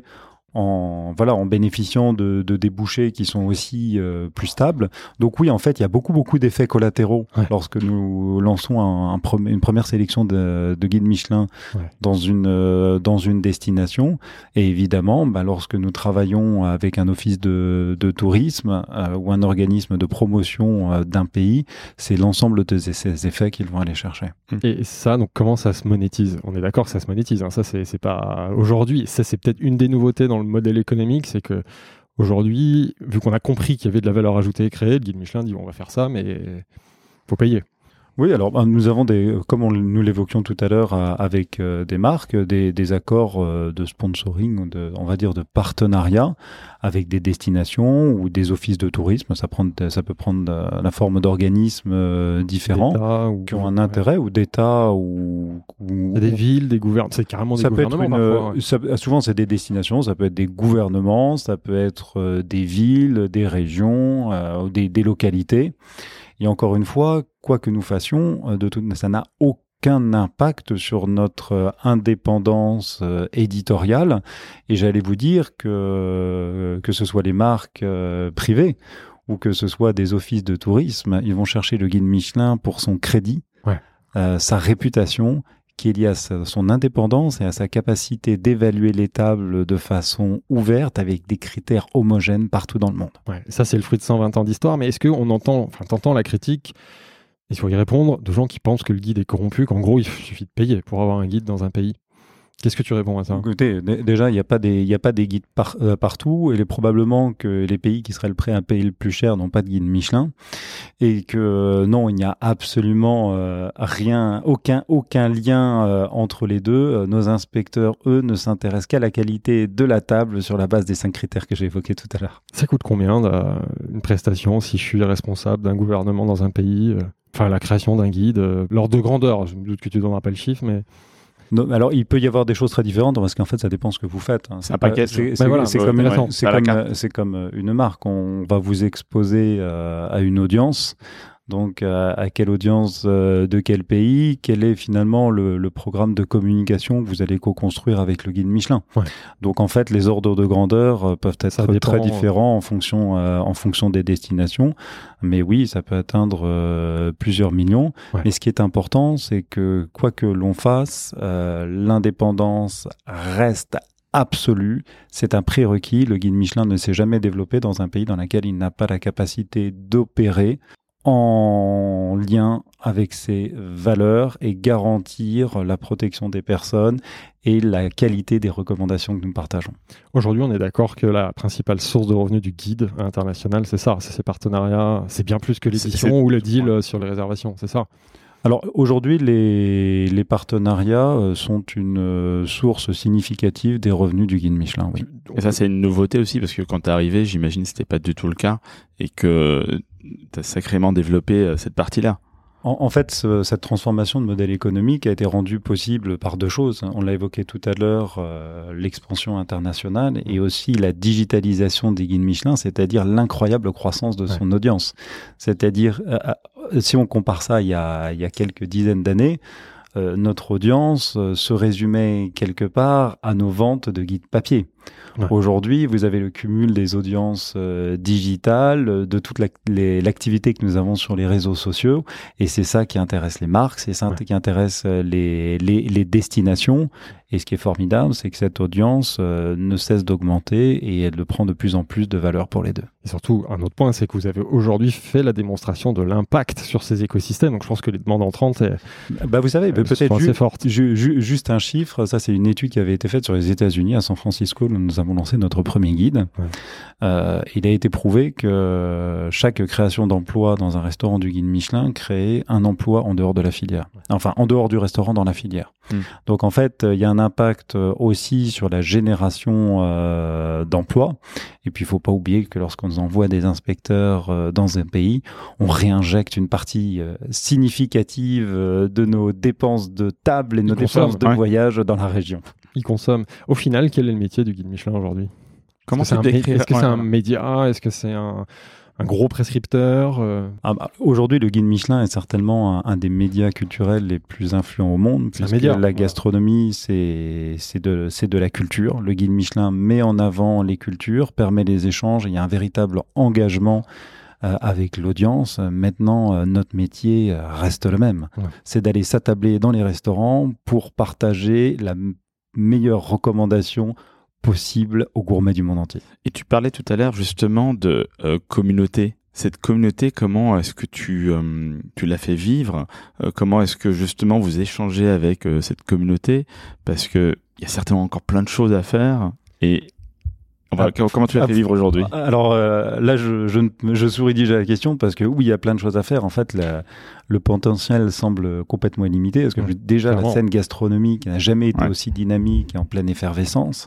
en voilà en bénéficiant de, de débouchés qui sont aussi euh, plus stables. Donc oui, en fait, il y a beaucoup beaucoup d'effets collatéraux ouais. lorsque nous lançons un, un pre- une première sélection de, de guides Michelin ouais. dans une euh, dans une destination. Et évidemment, bah, lorsque nous travaillons avec un office de, de tourisme euh, ou un organisme de promotion euh, d'un pays, c'est l'ensemble de ces effets qu'ils vont aller chercher. Et ça, donc comment ça se monétise ? On est d'accord que ça se monétise. Hein. Ça, c'est c'est pas aujourd'hui. Ça, c'est peut-être une des nouveautés dans le modèle économique, c'est que aujourd'hui, vu qu'on a compris qu'il y avait de la valeur ajoutée créée, le guide Michelin dit on va faire ça, mais faut payer. Oui, alors ben, nous avons des, comme on, nous l'évoquions tout à l'heure euh, avec euh, des marques, des, des accords euh, de sponsoring, de, on va dire de partenariat avec des destinations ou des offices de tourisme. Ça, prend, ça peut prendre euh, la forme d'organismes euh, différents ou, qui ont un intérêt, ouais. ou d'État ou, ou des villes, des gouvernements. C'est carrément des ça gouvernements. Peut être une, parfois, ouais. ça, souvent, c'est des destinations. Ça peut être des gouvernements, ça peut être euh, des villes, des régions, euh, des, des localités. Et encore une fois, quoi que nous fassions, de tout, ça n'a aucun impact sur notre indépendance euh, éditoriale. Et j'allais vous dire que que ce soit les marques euh, privées ou que ce soit des offices de tourisme, ils vont chercher le guide Michelin pour son crédit, ouais. euh, sa réputation, qui est liée à sa, son indépendance et à sa capacité d'évaluer les tables de façon ouverte avec des critères homogènes partout dans le monde. Ouais, ça, c'est le fruit de cent vingt ans d'histoire. Mais est-ce qu'on entend, enfin, t'entends la critique, il faut y répondre, de gens qui pensent que le guide est corrompu, qu'en gros, il suffit de payer pour avoir un guide dans un pays ? Qu'est-ce que tu réponds à ça ? Écoutez, d- déjà, il n'y a pas des, il y a pas des guides par, euh, partout, et il est probablement que les pays qui seraient prêts à payer le plus cher n'ont pas de guide Michelin, et que euh, non, il n'y a absolument euh, rien, aucun, aucun lien euh, entre les deux. Euh, nos inspecteurs, eux, ne s'intéressent qu'à la qualité de la table sur la base des cinq critères que j'ai évoqués tout à l'heure. Ça coûte combien euh, une prestation si je suis responsable d'un gouvernement dans un pays euh Enfin, la création d'un guide, euh, l'ordre de grandeur, je me doute que tu donneras pas le chiffre, mais... Non, alors, il peut y avoir des choses très différentes parce qu'en fait, ça dépend ce que vous faites. Hein. C'est un paquet. C'est, c'est, voilà, c'est, ouais, comme, ouais, une, c'est, comme, c'est comme une marque. On va vous exposer euh, à une audience. Donc, à, à quelle audience euh, de quel pays? Quel est finalement le, le programme de communication que vous allez co-construire avec le guide Michelin? Ouais. Donc, en fait, les ordres de grandeur euh, peuvent être dépend, très différents en fonction, euh, en fonction des destinations. Mais oui, ça peut atteindre euh, plusieurs millions. Ouais. Mais ce qui est important, c'est que quoi que l'on fasse, euh, l'indépendance reste absolue. C'est un prérequis. Le guide Michelin ne s'est jamais développé dans un pays dans lequel il n'a pas la capacité d'opérer en lien avec ses valeurs et garantir la protection des personnes et la qualité des recommandations que nous partageons. Aujourd'hui, on est d'accord que la principale source de revenus du guide international, c'est ça, c'est ses partenariats, c'est bien plus que l'édition c'est, c'est... ou le deal ouais. sur les réservations, c'est ça? Alors aujourd'hui, les, les partenariats sont une source significative des revenus du guide Michelin. Oui. Et ça, c'est une nouveauté aussi parce que quand tu es arrivé, j'imagine que c'était pas du tout le cas et que tu as sacrément développé cette partie-là. En, en fait, ce, cette transformation de modèle économique a été rendue possible par deux choses. On l'a évoqué tout à l'heure, euh, l'expansion internationale et aussi la digitalisation des guides Michelin, c'est-à-dire l'incroyable croissance de son ouais. audience. C'est-à-dire, euh, si on compare ça il y a, il y a quelques dizaines d'années, euh, notre audience euh, se résumait quelque part à nos ventes de guides papier. Ouais. Aujourd'hui, vous avez le cumul des audiences euh, digitales, de toute la, les, l'activité que nous avons sur les réseaux sociaux, et c'est ça qui intéresse les marques, c'est ça ouais. qui intéresse les, les, les destinations. Et ce qui est formidable, c'est que cette audience euh, ne cesse d'augmenter et elle prend de plus en plus de valeur pour les deux. Et surtout, un autre point, c'est que vous avez aujourd'hui fait la démonstration de l'impact sur ces écosystèmes. Donc, je pense que les demandes entrantes, c'est, bah, vous savez, euh, peut-être ju- fortes. Ju- ju- juste un chiffre. Ça, c'est une étude qui avait été faite sur les États-Unis à San Francisco. Où nous avons lancé notre premier guide. Ouais. Euh, il a été prouvé que chaque création d'emploi dans un restaurant du guide Michelin créait un emploi en dehors de la filière. Enfin, en dehors du restaurant dans la filière. Mmh. Donc, en fait, il y a un impact aussi sur la génération euh, d'emplois. Et puis, il ne faut pas oublier que lorsqu'on envoie des inspecteurs euh, dans un pays, on réinjecte une partie euh, significative euh, de nos dépenses de table et nos Ils dépenses de ouais. voyage dans la région. Ils consomment. Au final, quel est le métier du guide Michelin aujourd'hui? Comment Est-ce que c'est, c'est, un, mé- est-ce que ouais, c'est ouais. un média? Est-ce que c'est un... un gros prescripteur euh... ah bah, Aujourd'hui, le guide Michelin est certainement un, un des médias culturels les plus influents au monde, c'est puisque média, la gastronomie, ouais. c'est, c'est, de, c'est de la culture. Le guide Michelin met en avant les cultures, permet les échanges, il y a un véritable engagement euh, avec l'audience. Maintenant, euh, notre métier reste le même. Ouais. C'est d'aller s'attabler dans les restaurants pour partager la m- meilleure recommandation possible aux gourmets du monde entier. Et tu parlais tout à l'heure justement de euh, communauté. Cette communauté, comment est-ce que tu, euh, tu l'as fait vivre? euh, Comment est-ce que justement vous échangez avec euh, cette communauté? Parce qu'il y a certainement encore plein de choses à faire. Et enfin, ah, comment tu l'as ah, fait vivre aujourd'hui? Alors euh, là, je, je, je souris déjà à la question parce que oui, il y a plein de choses à faire. En fait, la, le potentiel semble complètement illimité parce que mmh, déjà, clairement. La scène gastronomique n'a jamais été ouais. aussi dynamique et en pleine effervescence.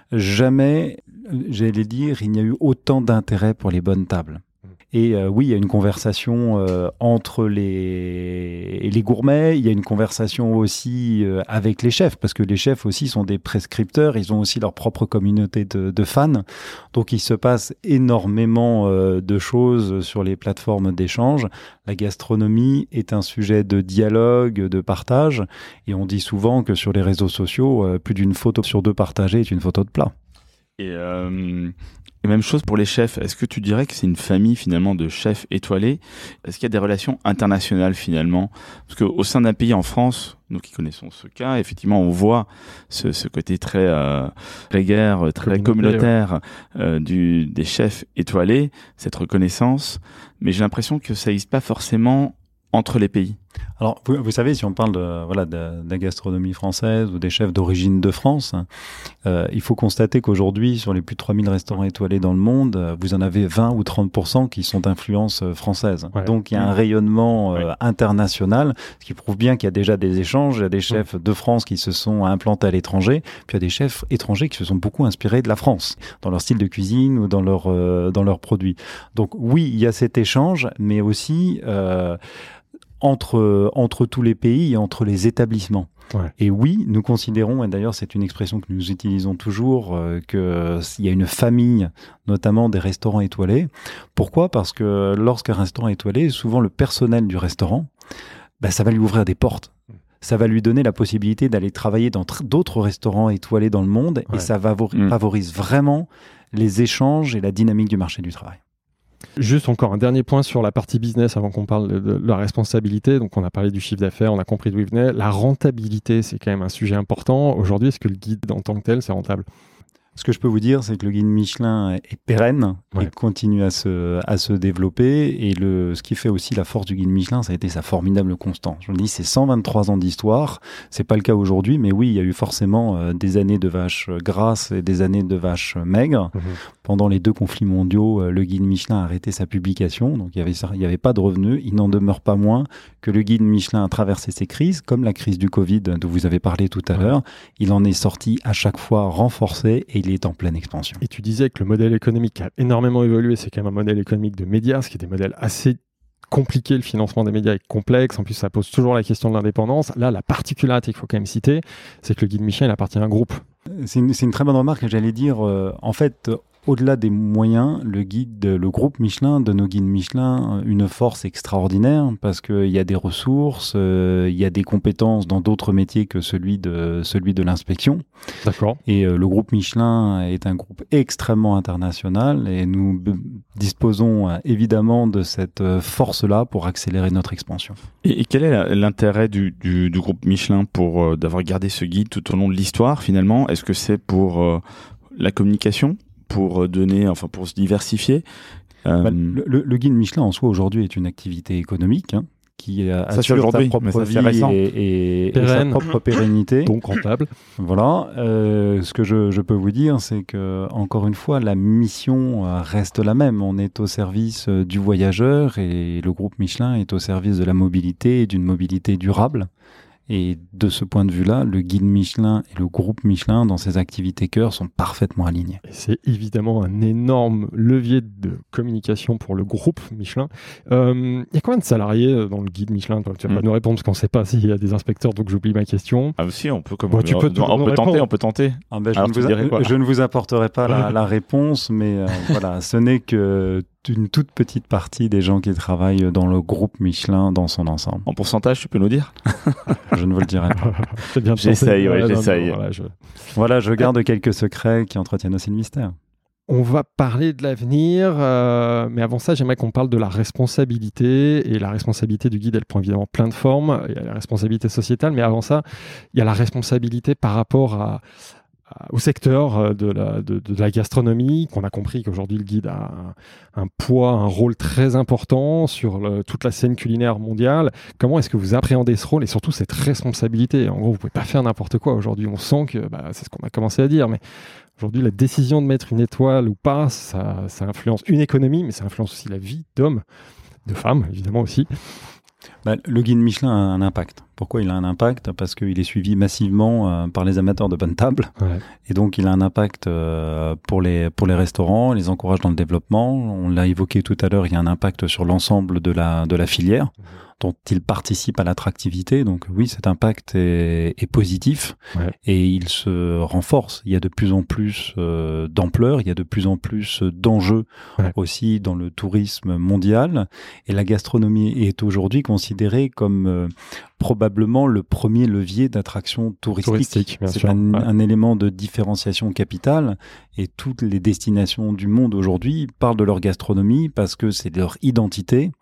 Jamais, j'allais dire, il n'y a eu autant d'intérêt pour les bonnes tables. Et euh, oui, il y a une conversation euh, entre les, les gourmets, il y a une conversation aussi euh, avec les chefs, parce que les chefs aussi sont des prescripteurs, ils ont aussi leur propre communauté de, de fans. Donc il se passe énormément euh, de choses sur les plateformes d'échange. La gastronomie est un sujet de dialogue, de partage, et on dit souvent que sur les réseaux sociaux, euh, plus d'une photo sur deux partagée est une photo de plat. Et, euh, et même chose pour les chefs. Est-ce que tu dirais que c'est une famille finalement de chefs étoilés? Est-ce qu'il y a des relations internationales finalement? Parce qu'au sein d'un pays en France, nous qui connaissons ce cas, effectivement, on voit ce, ce côté très euh, grégaire, très communautaire ouais. euh, du, des chefs étoilés, cette reconnaissance. Mais j'ai l'impression que ça n'existe pas forcément entre les pays. Alors, vous, vous savez, si on parle de, voilà, de, de la gastronomie française ou des chefs d'origine de France, euh, il faut constater qu'aujourd'hui, sur les plus de trois mille restaurants étoilés dans le monde, vous en avez vingt ou trente pour cent qui sont d'influence française. Ouais. Donc, il y a un rayonnement euh, ouais. international, ce qui prouve bien qu'il y a déjà des échanges. Il y a des chefs de France qui se sont implantés à l'étranger, puis il y a des chefs étrangers qui se sont beaucoup inspirés de la France, dans leur style de cuisine ou dans, leur, euh, dans leurs produits. Donc, oui, il y a cet échange, mais aussi... Euh, entre, entre tous les pays et entre les établissements. Ouais. Et oui, nous considérons, et d'ailleurs c'est une expression que nous utilisons toujours, euh, qu'il y a une famille, notamment des restaurants étoilés. Pourquoi ? Parce que lorsqu'un restaurant est étoilé, souvent le personnel du restaurant, bah, ça va lui ouvrir des portes. Ça va lui donner la possibilité d'aller travailler dans tr- d'autres restaurants étoilés dans le monde, ouais. et ça va vo- mmh. favorise vraiment les échanges et la dynamique du marché du travail. Juste encore un dernier point sur la partie business avant qu'on parle de, de la responsabilité. Donc on a parlé du chiffre d'affaires, on a compris d'où il venait. La rentabilité, c'est quand même un sujet important. Aujourd'hui, est-ce que le guide en tant que tel, c'est rentable ? Ce que je peux vous dire, c'est que le guide Michelin est pérenne ouais. et continue à se, à se développer. Et le, ce qui fait aussi la force du guide Michelin, ça a été sa formidable constance. Je vous le dis, c'est cent vingt-trois ans d'histoire. C'est pas le cas aujourd'hui, mais oui, il y a eu forcément euh, des années de vaches grasses et des années de vaches maigres. Mmh. Pendant les deux conflits mondiaux, euh, le guide Michelin a arrêté sa publication. Donc, il y avait, il y avait pas de revenus. Il n'en demeure pas moins que le guide Michelin a traversé ces crises, comme la crise du Covid dont vous avez parlé tout à ouais. l'heure. Il en est sorti à chaque fois renforcé et il est en pleine expansion. Et tu disais que le modèle économique a énormément évolué, c'est quand même un modèle économique de médias, ce qui est des modèles assez compliqués, le financement des médias est complexe, en plus ça pose toujours la question de l'indépendance. Là, la particularité qu'il faut quand même citer, c'est que le guide Michelin, il appartient à un groupe. C'est une, c'est une très bonne remarque, j'allais dire, euh, en fait, au-delà des moyens, le guide, le groupe Michelin donne au guide Michelin une force extraordinaire parce qu'il y a des ressources, euh, il y a des compétences dans d'autres métiers que celui de, celui de l'inspection. D'accord. Et euh, le groupe Michelin est un groupe extrêmement international et nous b- disposons euh, évidemment de cette euh, force-là pour accélérer notre expansion. Et, et quel est l'intérêt du, du, du groupe Michelin pour euh, d'avoir gardé ce guide tout au long de l'histoire finalement ? Est-ce que c'est pour euh, la communication ? Pour donner, enfin pour se diversifier. Euh... Bah, le, le, le guide Michelin en soi aujourd'hui est une activité économique hein, qui assure sa propre vie et, et, et sa propre pérennité. Donc rentable. Voilà. Euh, ce que je, je peux vous dire, c'est que encore une fois, la mission reste la même. On est au service du voyageur et le groupe Michelin est au service de la mobilité et d'une mobilité durable. Et de ce point de vue-là, le guide Michelin et le groupe Michelin, dans ses activités cœur, sont parfaitement alignés. Et c'est évidemment un énorme levier de communication pour le groupe Michelin. Il euh, y a combien de salariés dans le guide Michelin ? Tu vas mmh. pas nous répondre parce qu'on ne sait pas s'il y a des inspecteurs, donc j'oublie ma question. Ah si, on peut, comme bon, tu peux on, on peut tenter, on peut tenter. Ah ben, je, ne vous a, je ne vous apporterai pas la, la réponse, mais euh, voilà, ce n'est que une toute petite partie des gens qui travaillent dans le groupe Michelin dans son ensemble. En pourcentage, tu peux nous dire ? Je ne vous le dirai pas. C'est bien j'essaye, ouais, j'essaye. Non, non, voilà, je... voilà, je garde quelques secrets qui entretiennent aussi le mystère. On va parler de l'avenir, euh, mais avant ça, j'aimerais qu'on parle de la responsabilité. Et la responsabilité du guide, elle prend évidemment plein de formes. Il y a la responsabilité sociétale, mais avant ça, il y a la responsabilité par rapport à... au secteur de la, de, de la gastronomie, qu'on a compris qu'aujourd'hui le guide a un, un poids, un rôle très important sur le, toute la scène culinaire mondiale. Comment est-ce que vous appréhendez ce rôle et surtout cette responsabilité ? En gros, vous pouvez pas faire n'importe quoi aujourd'hui. On sent que, bah, c'est ce qu'on a commencé à dire, mais aujourd'hui, la décision de mettre une étoile ou pas, ça, ça influence une économie, mais ça influence aussi la vie d'hommes, de femmes, évidemment aussi. Bah, le guide Michelin a un impact. Pourquoi il a un impact ? Parce qu'il est suivi massivement euh, par les amateurs de bonne table. Ouais. Et donc, il a un impact euh, pour, les, pour les restaurants, les encourage dans le développement. On l'a évoqué tout à l'heure, il y a un impact sur l'ensemble de la, de la filière, mmh. dont il participe à l'attractivité. Donc oui, cet impact est, est positif ouais. et il se renforce. Il y a de plus en plus euh, d'ampleur, il y a de plus en plus d'enjeux ouais. aussi dans le tourisme mondial. Et la gastronomie est aujourd'hui considérée comme euh, probablement le premier levier d'attraction touristique. touristique bien C'est sûr. Un, ouais. un élément de différenciation capitale et toutes les destinations du monde aujourd'hui parlent de leur gastronomie parce que c'est leur identité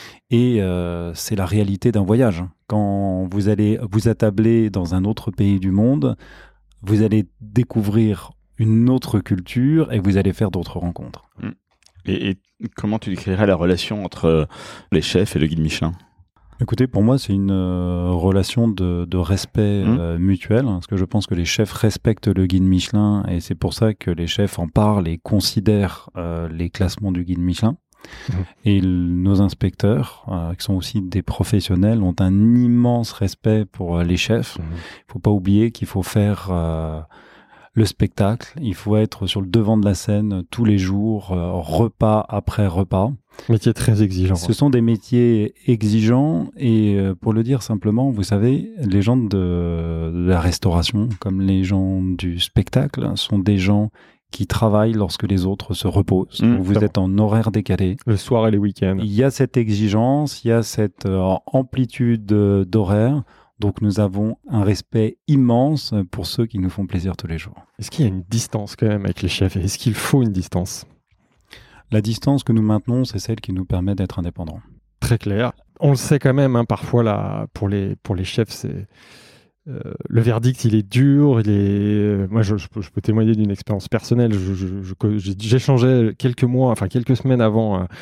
et euh, c'est la réalité d'un voyage. Quand vous allez vous attabler dans un autre pays du monde, vous allez découvrir une autre culture et vous allez faire d'autres rencontres. Et, et comment tu décrirais la relation entre les chefs et le guide Michelin ? Écoutez, pour moi, c'est une euh, relation de, de respect mmh. euh, mutuel, parce que je pense que les chefs respectent le guide Michelin, et c'est pour ça que les chefs en parlent et considèrent euh, les classements du guide Michelin. Mmh. Et l- nos inspecteurs, euh, qui sont aussi des professionnels, ont un immense respect pour euh, les chefs. Il mmh. ne faut pas oublier qu'il faut faire... Euh, le spectacle. Il faut être sur le devant de la scène tous les jours, euh, repas après repas. Métier très exigeant. Ce sont des métiers exigeants et euh, pour le dire simplement, vous savez, les gens de, de la restauration, comme les gens du spectacle, sont des gens qui travaillent lorsque les autres se reposent. Mmh, vous êtes en horaire décalé. Le soir et les week-ends. Il y a cette exigence, il y a cette euh, amplitude euh, d'horaire. Donc nous avons un respect immense pour ceux qui nous font plaisir tous les jours. Est-ce qu'il y a une distance quand même avec les chefs et est-ce qu'il faut une distance ? La distance que nous maintenons, c'est celle qui nous permet d'être indépendants. Très clair. On le sait quand même, hein, parfois là, pour les, pour les chefs, c'est... Euh, le verdict, il est dur. Il est... euh, moi, je, je, peux, je peux témoigner d'une expérience personnelle. Je, je, je, je, j'échangeais quelques mois, enfin quelques semaines avant euh,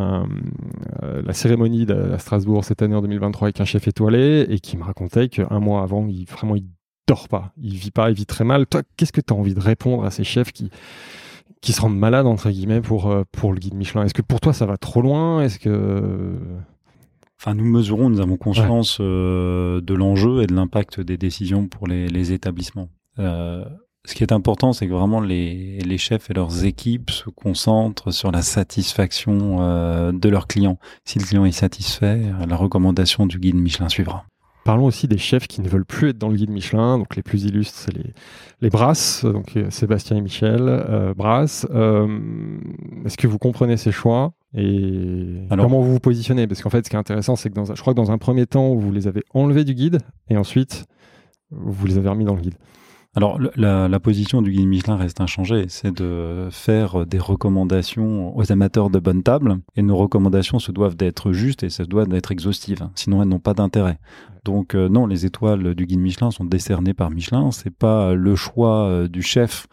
euh, la cérémonie de, à Strasbourg cette année en deux mille vingt-trois avec un chef étoilé et qui me racontait qu'un mois avant, il vraiment il dort pas, il vit pas, il vit très mal. Toi, qu'est-ce que tu as envie de répondre à ces chefs qui qui se rendent malades entre guillemets pour pour le guide Michelin ? Est-ce que pour toi ça va trop loin ? Est-ce que Enfin, nous mesurons, nous avons conscience ouais. euh, de l'enjeu et de l'impact des décisions pour les, les établissements. Euh, ce qui est important, c'est que vraiment les, les chefs et leurs équipes se concentrent sur la satisfaction euh, de leurs clients. Si le client est satisfait, la recommandation du guide Michelin suivra. Parlons aussi des chefs qui ne veulent plus être dans le guide Michelin. Donc les plus illustres, c'est les, les Brasse, donc Sébastien et Michel euh, Brasse. Euh, est-ce que vous comprenez ces choix et Alors, comment vous vous positionnez ? Parce qu'en fait, ce qui est intéressant, c'est que dans, je crois que dans un premier temps, vous les avez enlevés du guide et ensuite, vous les avez remis dans le guide. Alors, la, la position du guide Michelin reste inchangée. C'est de faire des recommandations aux amateurs de bonne table. Et nos recommandations se doivent d'être justes et se doivent d'être exhaustives. Sinon, elles n'ont pas d'intérêt. Donc, euh, non, les étoiles du guide Michelin sont décernées par Michelin. C'est pas le choix euh, du chef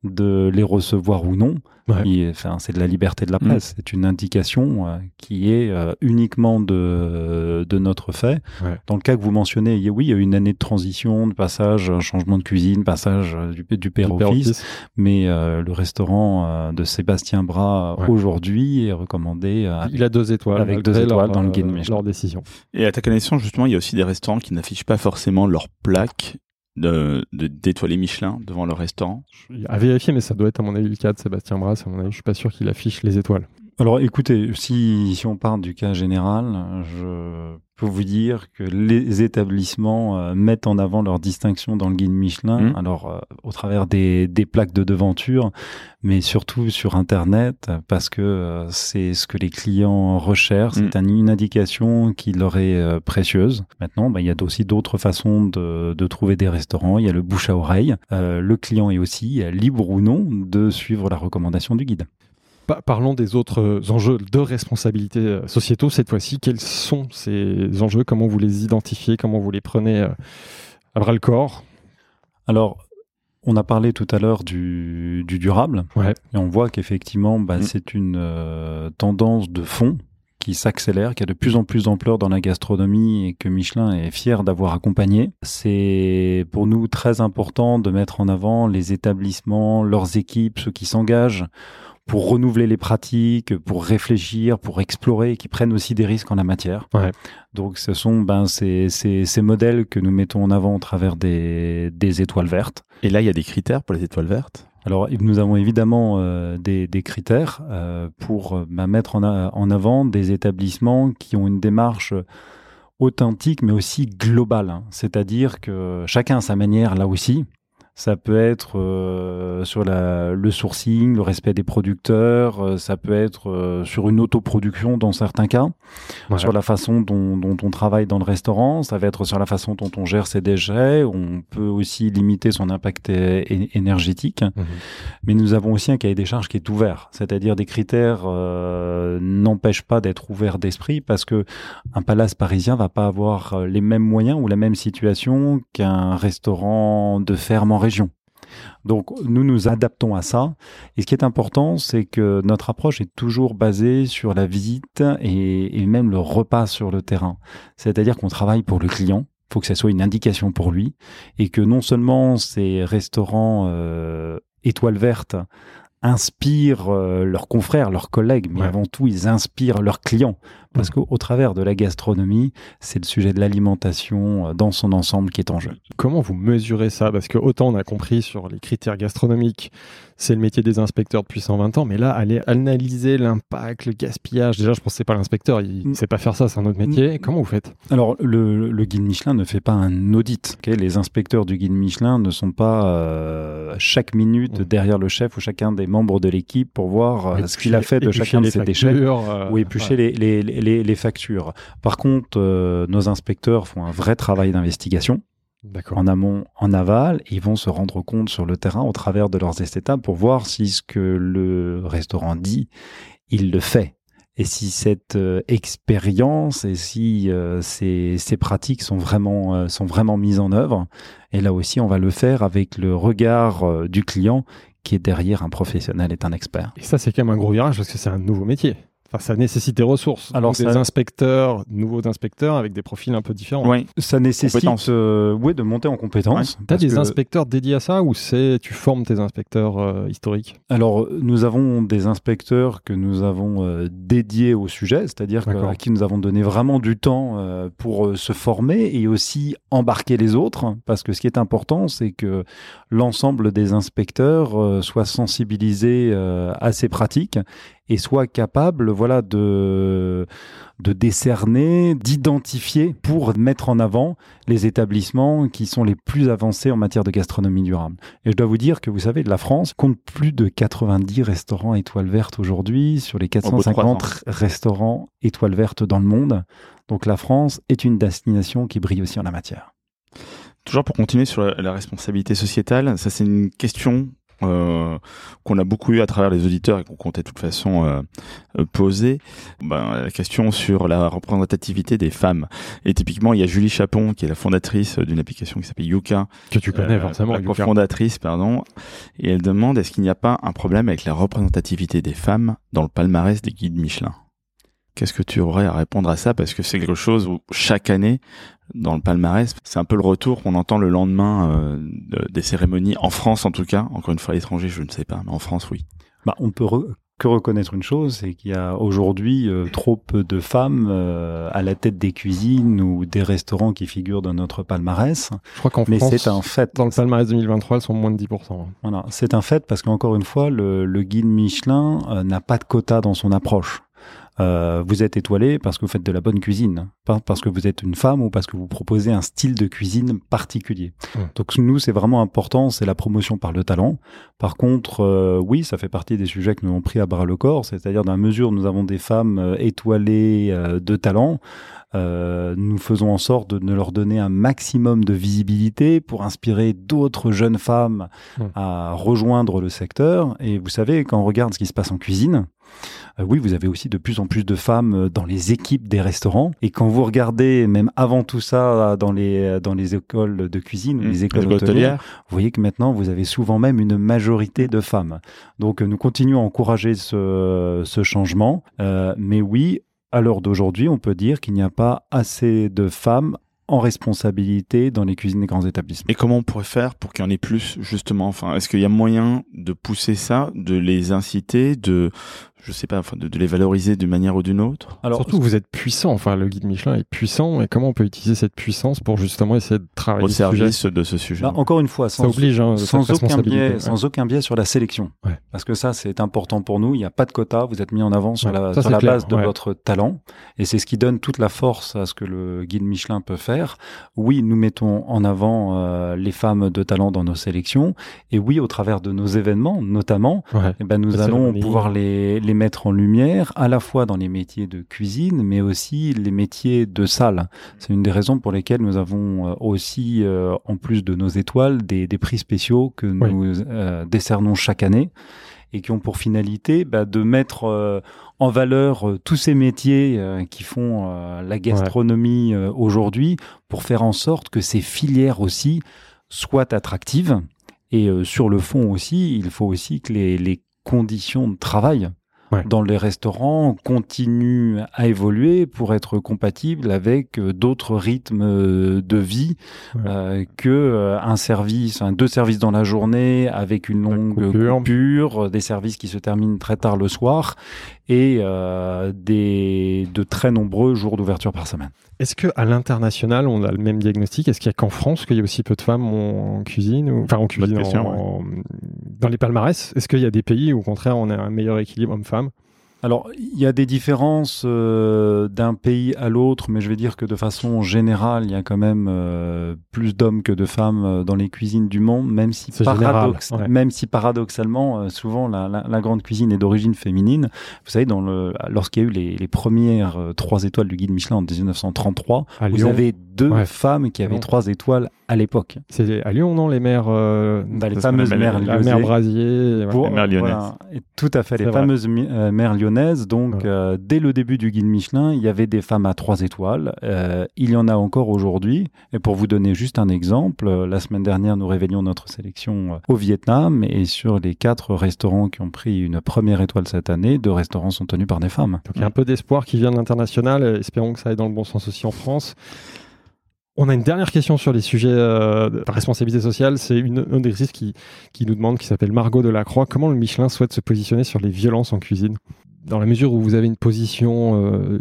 de les recevoir ou non. Ouais. Il, enfin, c'est de la liberté de la presse. Mmh. C'est une indication euh, qui est euh, uniquement de, de notre fait. Ouais. Dans le cas que vous mentionnez, il y a, oui, il y a eu une année de transition, de passage, un changement de cuisine, passage euh, du, du père au fils. Mais euh, le restaurant euh, de Sébastien Bras ouais. aujourd'hui est recommandé. Euh, il a deux étoiles. Avec deux étoiles leur, dans le guide Michelin. Leur décision. Et à ta connaissance, justement, il y a aussi des restaurants qui n'affichent pas forcément leur plaque De, de, d'étoilés Michelin devant leur restaurant. À vérifier, mais ça doit être à mon avis le cas de Sébastien Brasse. À mon avis, je suis pas sûr qu'il affiche les étoiles. Alors écoutez, si, si on parle du cas général, je peux vous dire que les établissements euh, mettent en avant leur distinction dans le guide Michelin, mmh. alors euh, au travers des, des plaques de devanture, mais surtout sur Internet, parce que euh, c'est ce que les clients recherchent, mmh. c'est un, une indication qui leur est euh, précieuse. Maintenant, bah, il y a aussi d'autres façons de, de trouver des restaurants, il y a le bouche à oreille, euh, le client est aussi libre ou non de suivre la recommandation du guide. Parlons des autres enjeux de responsabilité sociétaux cette fois-ci. Quels sont ces enjeux ? Comment vous les identifiez ? Comment vous les prenez à bras-le-corps ? Alors, on a parlé tout à l'heure du, du durable. Ouais. Et on voit qu'effectivement, bah, mmh. c'est une euh, tendance de fond qui s'accélère, qui a de plus en plus d'ampleur dans la gastronomie et que Michelin est fier d'avoir accompagné. C'est pour nous très important de mettre en avant les établissements, leurs équipes, ceux qui s'engagent pour renouveler les pratiques, pour réfléchir, pour explorer, et qui prennent aussi des risques en la matière. Ouais. Donc ce sont ben, ces, ces, ces modèles que nous mettons en avant au travers des, des étoiles vertes. Et là, il y a des critères pour les étoiles vertes ? Alors, nous avons évidemment euh, des, des critères euh, pour euh, ben, mettre en, a, en avant des établissements qui ont une démarche authentique, mais aussi globale. Hein. C'est-à-dire que chacun à sa manière, là aussi. Ça peut être euh, sur la, le sourcing, le respect des producteurs, euh, ça peut être euh, sur une autoproduction dans certains cas, ouais. sur la façon dont, dont on travaille dans le restaurant, ça va être sur la façon dont on gère ses déchets, on peut aussi limiter son impact é- énergétique, mmh. mais nous avons aussi un cahier des charges qui est ouvert, c'est-à-dire des critères euh, n'empêchent pas d'être ouverts d'esprit parce que un palace parisien va pas avoir les mêmes moyens ou la même situation qu'un restaurant de ferme en région. Donc, nous nous adaptons à ça. Et ce qui est important, c'est que notre approche est toujours basée sur la visite et, et même le repas sur le terrain. C'est-à-dire qu'on travaille pour le client. Il faut que ça soit une indication pour lui. Et que non seulement ces restaurants euh, étoiles vertes inspirent euh, leurs confrères, leurs collègues, mais ouais. avant tout, ils inspirent leurs clients. Parce qu'au au travers de la gastronomie, c'est le sujet de l'alimentation dans son ensemble qui est en jeu. Comment vous mesurez ça? Parce que autant on a compris sur les critères gastronomiques, c'est le métier des inspecteurs depuis cent vingt ans, mais là, aller analyser l'impact, le gaspillage, déjà je pense que c'est pas l'inspecteur, il ne sait pas faire ça, c'est un autre métier. Comment vous faites? Alors, le, le guide Michelin ne fait pas un audit. Okay, les inspecteurs du guide Michelin ne sont pas euh, chaque minute derrière le chef ou chacun des membres de l'équipe pour voir euh, ce qu'il a fait de chacun de ses déchets euh, ou éplucher ouais. les, les, les, les factures. Par contre, euh, nos inspecteurs font un vrai travail d'investigation. D'accord. En amont, en aval, ils vont se rendre compte sur le terrain au travers de leurs essais tables pour voir si ce que le restaurant dit, il le fait. Et si cette euh, expérience et si euh, ces, ces pratiques sont vraiment, euh, sont vraiment mises en œuvre. Et là aussi, on va le faire avec le regard euh, du client qui est derrière un professionnel et un expert. Et ça, c'est quand même un gros virage parce que c'est un nouveau métier. Enfin, ça nécessite des ressources. Alors, des ça... inspecteurs, nouveaux inspecteurs avec des profils un peu différents. Oui, ça nécessite euh, ouais, de monter en compétences. Ouais. Tu as des que... inspecteurs dédiés à ça ou c'est tu formes tes inspecteurs euh, historiques? Alors, nous avons des inspecteurs que nous avons euh, dédiés au sujet, c'est-à-dire à qui nous avons donné vraiment du temps euh, pour euh, se former et aussi embarquer les autres. Parce que ce qui est important, c'est que l'ensemble des inspecteurs euh, soient sensibilisés euh, à ces pratiques et soit capable, voilà, de, de décerner, d'identifier pour mettre en avant les établissements qui sont les plus avancés en matière de gastronomie durable. Et je dois vous dire que, vous savez, la France compte plus de quatre-vingt-dix restaurants étoiles vertes aujourd'hui sur les quatre cent cinquante restaurants étoiles vertes dans le monde. Donc la France est une destination qui brille aussi en la matière. Toujours pour continuer sur la, la responsabilité sociétale, ça c'est une question Euh, qu'on a beaucoup eu à travers les auditeurs et qu'on comptait de toute façon euh, euh, poser. Ben, la question sur la représentativité des femmes. Et typiquement, il y a Julie Chapon, qui est la fondatrice d'une application qui s'appelle Yuka. Que tu connais euh, forcément. La cofondatrice, pardon. Et elle demande, est-ce qu'il n'y a pas un problème avec la représentativité des femmes dans le palmarès des guides Michelin? Qu'est-ce que tu aurais à répondre à ça? Parce que c'est quelque chose où chaque année, dans le palmarès, c'est un peu le retour qu'on entend le lendemain euh, de, des cérémonies, en France en tout cas. Encore une fois, à l'étranger, je ne sais pas, mais en France, oui. Bah, on peut re- que reconnaître une chose, c'est qu'il y a aujourd'hui euh, trop peu de femmes euh, à la tête des cuisines ou des restaurants qui figurent dans notre palmarès. Je crois qu'en mais France, c'est un fait. Dans le palmarès deux mille vingt-trois, elles sont moins de dix pour cent. Voilà, c'est un fait parce qu'encore une fois, le, le guide Michelin euh, n'a pas de quota dans son approche. Euh, vous êtes étoilé parce que vous faites de la bonne cuisine, pas parce que vous êtes une femme ou parce que vous proposez un style de cuisine particulier. Mmh. Donc nous, c'est vraiment important, c'est la promotion par le talent. Par contre, euh, oui, ça fait partie des sujets que nous avons pris à bras le corps, c'est-à-dire dans la mesure où nous avons des femmes euh, étoilées euh, de talent, euh, nous faisons en sorte de, de leur donner un maximum de visibilité pour inspirer d'autres jeunes femmes mmh. à rejoindre le secteur. Et vous savez, quand on regarde ce qui se passe en cuisine, Euh, oui, vous avez aussi de plus en plus de femmes dans les équipes des restaurants. Et quand vous regardez, même avant tout ça, dans les, dans les écoles de cuisine, mmh, les écoles hôtelières, vous voyez que maintenant, vous avez souvent même une majorité de femmes. Donc, nous continuons à encourager ce, ce changement. Euh, mais oui, à l'heure d'aujourd'hui, on peut dire qu'il n'y a pas assez de femmes en responsabilité dans les cuisines des grands établissements. Et comment on pourrait faire pour qu'il y en ait plus, justement? Enfin, est-ce qu'il y a moyen de pousser ça, de les inciter, de, je sais pas, enfin, de, de les valoriser d'une manière ou d'une autre? Alors, surtout, vous êtes puissant. Enfin, le guide Michelin est puissant. Et comment on peut utiliser cette puissance pour justement essayer de travailler au service de ce sujet? Bah, encore une fois, sans, ça oblige, hein, sans aucun biais, ouais. sans aucun biais sur la sélection. Ouais. Parce que ça, c'est important pour nous. Il n'y a pas de quota. Vous êtes mis en avant sur ouais, la, ça, sur la base de ouais. votre talent. Et c'est ce qui donne toute la force à ce que le guide Michelin peut faire. Oui, nous mettons en avant euh, les femmes de talent dans nos sélections. Et oui, au travers de nos événements, notamment, ouais. eh ben, nous ça, allons pouvoir les, les mettre en lumière, à la fois dans les métiers de cuisine, mais aussi les métiers de salle. C'est une des raisons pour lesquelles nous avons aussi, euh, en plus de nos étoiles, des, des prix spéciaux que oui. nous euh, décernons chaque année et qui ont pour finalité bah, de mettre euh, en valeur euh, tous ces métiers euh, qui font euh, la gastronomie ouais. euh, aujourd'hui pour faire en sorte que ces filières aussi soient attractives. Et euh, sur le fond aussi, il faut aussi que les, les conditions de travail ouais. dans les restaurants continuent à évoluer pour être compatibles avec d'autres rythmes de vie ouais. euh, que euh, un service, un, deux services dans la journée avec une longue coupure. coupure, des services qui se terminent très tard le soir et euh, des, de très nombreux jours d'ouverture par semaine. Est-ce qu'à l'international, on a le même diagnostic ? Est-ce qu'il n'y a qu'en France qu'il y a aussi peu de femmes en cuisine ou... Enfin, en cuisine, question, en... Ouais. dans les palmarès ? Est-ce qu'il y a des pays où, au contraire, on a un meilleur équilibre homme-femme ? Alors, il y a des différences euh, d'un pays à l'autre, mais je vais dire que de façon générale, il y a quand même euh, plus d'hommes que de femmes euh, dans les cuisines du monde, même si, paradox- général, ouais. même si paradoxalement, euh, souvent, la, la, la grande cuisine est d'origine féminine. Vous savez, dans le, lorsqu'il y a eu les, les premières euh, trois étoiles du guide Michelin en dix-neuf cent trente-trois, à vous Lyon. avez deux ouais. femmes qui avaient Lyon. trois étoiles à l'époque. C'est à Lyon, non, les mères euh, bah, les fameuses mères La mère Brasier. Pour, les mères lyonnaises. Voilà, et tout à fait, c'est les vrai. fameuses euh, mères lyonnaises. Donc, ouais. euh, dès le début du guide Michelin, il y avait des femmes à trois étoiles. Euh, il y en a encore aujourd'hui. Et pour vous donner juste un exemple, euh, la semaine dernière, nous révélions notre sélection euh, au Vietnam. Et sur les quatre restaurants qui ont pris une première étoile cette année, deux restaurants sont tenus par des femmes. Donc, il y a un peu d'espoir qui vient de l'international. Espérons que ça aille dans le bon sens aussi en France. On a une dernière question sur les sujets euh, de responsabilité sociale. C'est une auditrice qui, qui nous demande, qui s'appelle Margot Delacroix, comment le Michelin souhaite se positionner sur les violences en cuisine ? Dans la mesure où vous avez une position euh,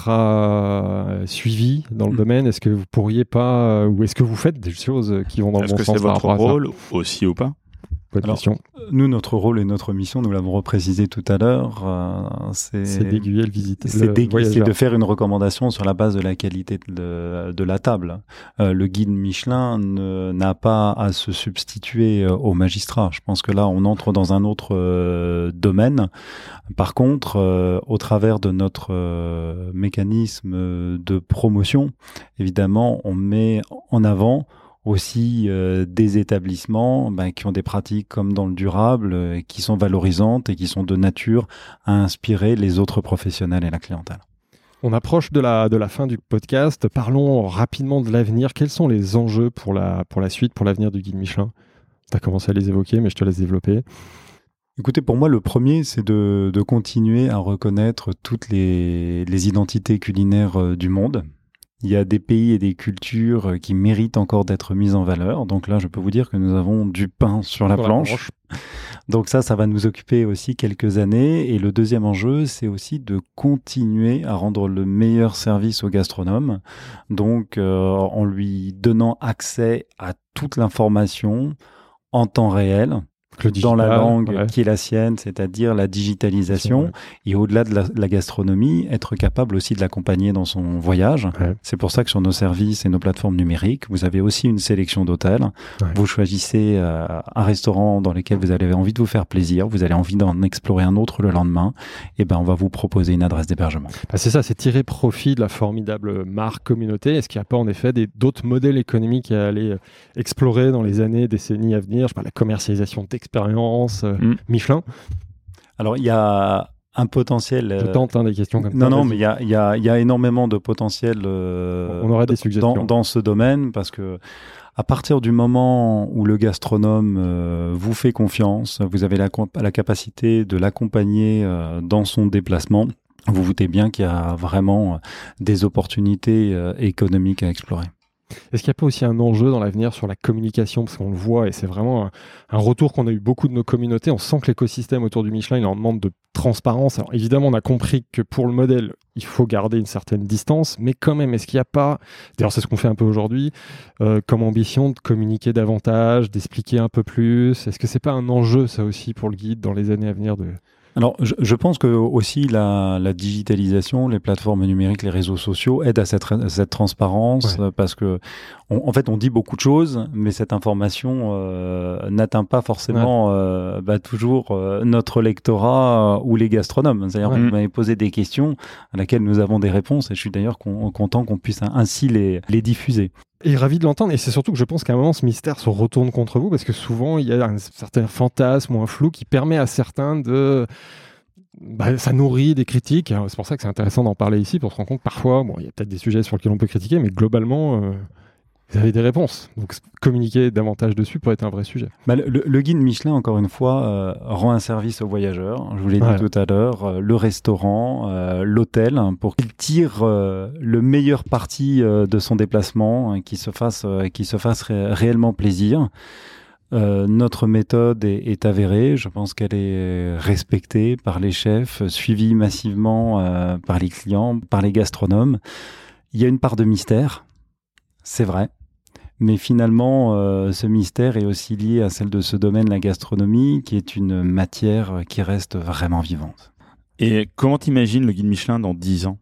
ultra euh, suivie dans le mmh. domaine, est-ce que vous pourriez pas, euh, ou est-ce que vous faites des choses qui vont dans est-ce le bon sens ? Est-ce que c'est votre rôle aussi ou pas ? Alors, nous, notre rôle et notre mission, nous l'avons reprécisé tout à l'heure, euh, c'est, c'est d'aiguiller le visiteur. C'est, d'aiguiller, c'est de faire une recommandation sur la base de la qualité de, de la table. Euh, le guide Michelin ne, n'a pas à se substituer euh, au magistrat. Je pense que là, on entre dans un autre euh, domaine. Par contre, euh, au travers de notre euh, mécanisme de promotion, évidemment, on met en avant aussi euh, des établissements ben, qui ont des pratiques comme dans le durable, euh, qui sont valorisantes et qui sont de nature à inspirer les autres professionnels et la clientèle. On approche de la, de la fin du podcast. Parlons rapidement de l'avenir. Quels sont les enjeux pour la, pour la suite, pour l'avenir du guide Michelin ? Tu as commencé à les évoquer, mais je te laisse développer. Écoutez, pour moi, le premier, c'est de, de continuer à reconnaître toutes les, les identités culinaires euh, du monde. Il y a des pays et des cultures qui méritent encore d'être mises en valeur. Donc là, je peux vous dire que nous avons du pain sur la, sur planche. la planche. Donc ça, ça va nous occuper aussi quelques années. Et le deuxième enjeu, c'est aussi de continuer à rendre le meilleur service au gastronome. Donc euh, en lui donnant accès à toute l'information en temps réel, digital, dans la langue ouais. qui est la sienne, c'est-à-dire la digitalisation, ouais. et au-delà de la, la gastronomie, être capable aussi de l'accompagner dans son voyage. Ouais. C'est pour ça que sur nos services et nos plateformes numériques, vous avez aussi une sélection d'hôtels. Ouais. Vous choisissez euh, un restaurant dans lequel vous avez envie de vous faire plaisir, vous avez envie d'en explorer un autre le lendemain, et ben on va vous proposer une adresse d'hébergement. Bah c'est ça, c'est tirer profit de la formidable marque communauté. Est-ce qu'il n'y a pas en effet des, d'autres modèles économiques à aller explorer dans les années, décennies à venir ? Je parle de la commercialisation d'expérience euh, mmh. Michelin. Alors, il y a un potentiel... Je tente hein, des questions comme non, ça. Non, non, mais il y a, y, a, y a énormément de potentiel euh, On aurait des suggestions. Dans, dans ce domaine, parce que à partir du moment où le gastronome euh, vous fait confiance, vous avez la, la capacité de l'accompagner euh, dans son déplacement, vous vous doutez bien qu'il y a vraiment des opportunités euh, économiques à explorer. Est-ce qu'il n'y a pas aussi un enjeu dans l'avenir sur la communication ? Parce qu'on le voit, et c'est vraiment un, un retour qu'on a eu beaucoup de nos communautés. On sent que l'écosystème autour du Michelin, il en demande de transparence. Alors évidemment, on a compris que pour le modèle, il faut garder une certaine distance, mais quand même, est-ce qu'il n'y a pas, d'ailleurs c'est ce qu'on fait un peu aujourd'hui, euh, comme ambition de communiquer davantage, d'expliquer un peu plus ? Est-ce que c'est pas un enjeu, ça aussi, pour le guide dans les années à venir de... Alors, je, je pense que aussi la, la digitalisation, les plateformes numériques, les réseaux sociaux aident à cette, à cette transparence, ouais. parce que, on, en fait, on dit beaucoup de choses, mais cette information euh, n'atteint pas forcément ouais. euh, bah, toujours euh, notre lectorat euh, ou les gastronomes. C'est-à-dire, ouais. vous m'avez posé des questions à laquelles nous avons des réponses, et je suis d'ailleurs con, content qu'on puisse ainsi les, les diffuser. Et ravi de l'entendre, et c'est surtout que je pense qu'à un moment ce mystère se retourne contre vous, parce que souvent il y a un certain fantasme ou un flou qui permet à certains de... Bah, ça nourrit des critiques, c'est pour ça que c'est intéressant d'en parler ici, pour se rendre compte que parfois, bon, il y a peut-être des sujets sur lesquels on peut critiquer, mais globalement, euh, vous avez des réponses. Donc communiquer davantage dessus pourrait être un vrai sujet. Bah, le, le guide Michelin, encore une fois, euh, rend un service aux voyageurs. Je vous l'ai dit ouais. tout à l'heure, euh, le restaurant, euh, l'hôtel, hein, pour qu'il tire euh, le meilleur parti euh, de son déplacement, hein, qu'il se fasse, euh, qu'il se fasse ré- réellement plaisir. Euh, notre méthode est, est avérée. Je pense qu'elle est respectée par les chefs, suivie massivement euh, par les clients, par les gastronomes. Il y a une part de mystère, c'est vrai. Mais finalement, euh, ce mystère est aussi lié à celle de ce domaine, la gastronomie, qui est une matière qui reste vraiment vivante. Et comment t'imagines le guide Michelin dans dix ans ?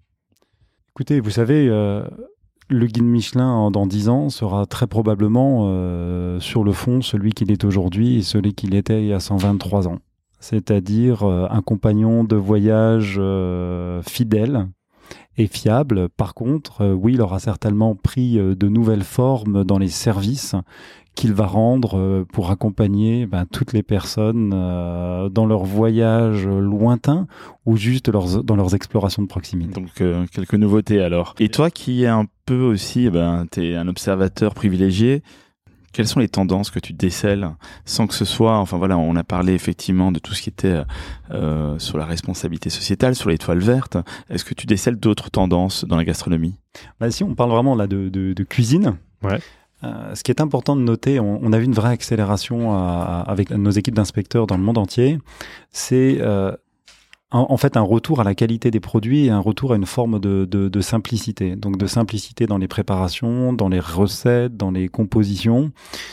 Écoutez, vous savez, euh, le guide Michelin dans dix ans sera très probablement, euh, sur le fond, celui qu'il est aujourd'hui et celui qu'il était il y a cent vingt-trois ans. C'est-à-dire euh, un compagnon de voyage euh, fidèle et fiable. Par contre, euh, oui, il aura certainement pris euh, de nouvelles formes dans les services qu'il va rendre euh, pour accompagner ben, toutes les personnes euh, dans leurs voyages lointains ou juste leurs, dans leurs explorations de proximité. Donc, euh, quelques nouveautés alors. Et toi qui es un peu aussi, ben, tu es un observateur privilégié, quelles sont les tendances que tu décèles sans que ce soit, enfin voilà, on a parlé effectivement de tout ce qui était euh, sur la responsabilité sociétale, sur l'étoile verte. Est-ce que tu décèles d'autres tendances dans la gastronomie ? Bah, si on parle vraiment là de, de, de cuisine, ouais. euh, ce qui est important de noter, on, on a vu une vraie accélération à, à, avec nos équipes d'inspecteurs dans le monde entier, c'est euh, en, en fait un retour à la qualité des produits et un retour à une forme de, de, de simplicité. Donc de simplicité dans les préparations, dans les recettes, dans les compositions.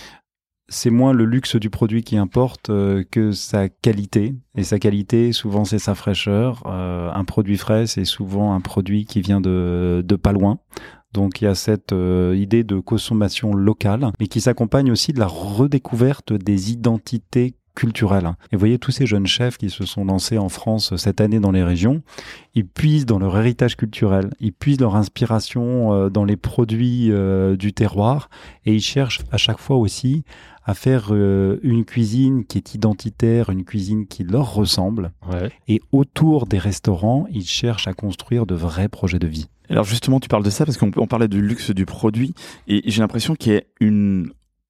C'est moins le luxe du produit qui importe euh, que sa qualité. Et sa qualité, souvent, c'est sa fraîcheur. Euh, un produit frais, c'est souvent un produit qui vient de, de pas loin. Donc il y a cette euh, idée de consommation locale, mais qui s'accompagne aussi de la redécouverte des identités culturelle. Et vous voyez, tous ces jeunes chefs qui se sont lancés en France cette année dans les régions, ils puisent dans leur héritage culturel, ils puisent leur inspiration euh, dans les produits euh, du terroir, et ils cherchent à chaque fois aussi à faire euh, une cuisine qui est identitaire, une cuisine qui leur ressemble. Ouais. Et autour des restaurants, ils cherchent à construire de vrais projets de vie. Alors justement, tu parles de ça parce qu'on on parlait du luxe du produit, et j'ai l'impression qu'il y a une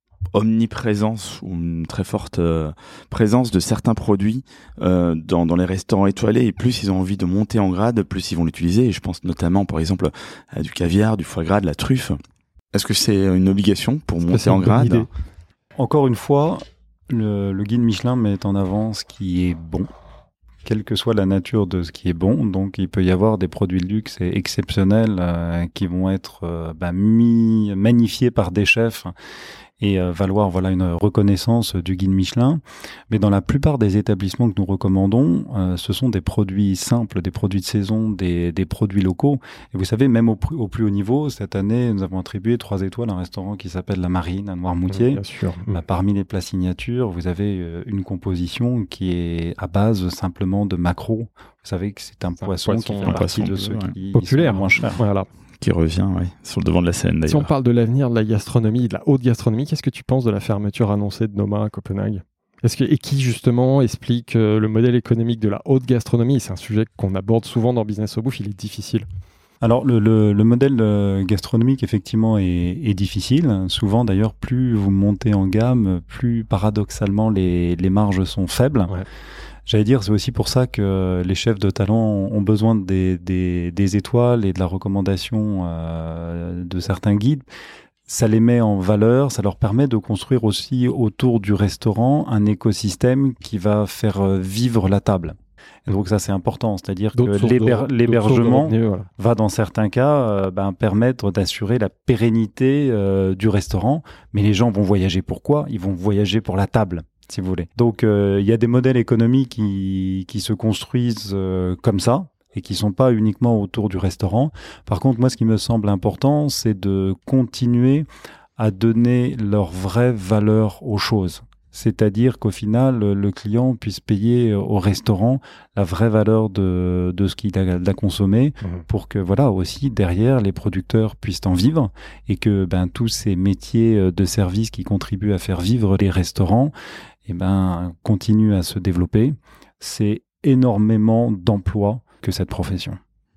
omniprésence ou une très forte euh, présence de certains produits euh, dans, dans les restaurants étoilés, et plus ils ont envie de monter en grade, plus ils vont l'utiliser. Et je pense notamment, par exemple, à du caviar, du foie gras, de la truffe. Est-ce que c'est une obligation pour Est-ce monter en grade ? Encore une fois, le, le guide Michelin met en avant ce qui est bon, quelle que soit la nature de ce qui est bon. Donc il peut y avoir des produits de luxe exceptionnels euh, qui vont être euh, bah, mis, magnifiés par des chefs et euh, valoir voilà une reconnaissance du guide Michelin. Mais dans la plupart des établissements que nous recommandons, euh, ce sont des produits simples, des produits de saison, des, des produits locaux. Et vous savez, même au, au plus haut niveau, cette année, nous avons attribué trois étoiles à un restaurant qui s'appelle La Marine à Noirmoutier. Oui, bien sûr. Bah, parmi les plats signatures, vous avez euh, une composition qui est à base simplement de maquereau. Vous savez que c'est un, c'est poisson, un poisson qui fait partie poisson de ceux ouais. qui populaire, sont moins chers. Voilà. Qui revient ouais, sur le devant de la scène d'ailleurs. Si on parle de l'avenir de la gastronomie, de la haute gastronomie, qu'est-ce que tu penses de la fermeture annoncée de Noma à Copenhague ? Est-ce que, et qui justement explique euh, le modèle économique de la haute gastronomie ? C'est un sujet qu'on aborde souvent dans Business of Bouffe, il est difficile. Alors le, le, le modèle euh, gastronomique effectivement est, est difficile. Souvent d'ailleurs, plus vous montez en gamme, plus paradoxalement les, les marges sont faibles. Ouais. J'allais dire, c'est aussi pour ça que les chefs de talent ont besoin des, des, des étoiles et de la recommandation euh, de certains guides. Ça les met en valeur, ça leur permet de construire aussi autour du restaurant un écosystème qui va faire vivre la table. Et donc ça c'est important, c'est-à-dire que l'héber- l'hébergement revenus, voilà. va dans certains cas euh, ben, permettre d'assurer la pérennité euh, du restaurant, mais les gens vont voyager pour quoi ? Ils vont voyager pour la table, si vous voulez. Donc euh, il y a des modèles économiques qui, qui se construisent euh, comme ça et qui sont pas uniquement autour du restaurant. Par contre, moi ce qui me semble important, c'est de continuer à donner leur vraie valeur aux choses. C'est-à-dire qu'au final, le client puisse payer au restaurant la vraie valeur de, de ce qu'il a, a consommé mmh. pour que, voilà, aussi, derrière, les producteurs puissent en vivre et que, ben, tous ces métiers de service qui contribuent à faire vivre les restaurants, eh ben, continuent à se développer. C'est énormément d'emplois que cette profession.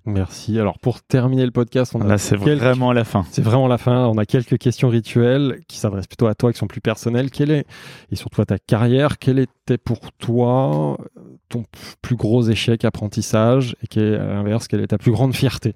Merci. Alors pour terminer le podcast, on a là c'est quelques... vraiment la fin. C'est vraiment la fin. On a quelques questions rituelles qui s'adressent plutôt à toi, qui sont plus personnelles. Quelle est, et surtout à ta carrière, quel était pour toi ton plus gros échec apprentissage et qui est à l'inverse, quelle est ta plus grande fierté?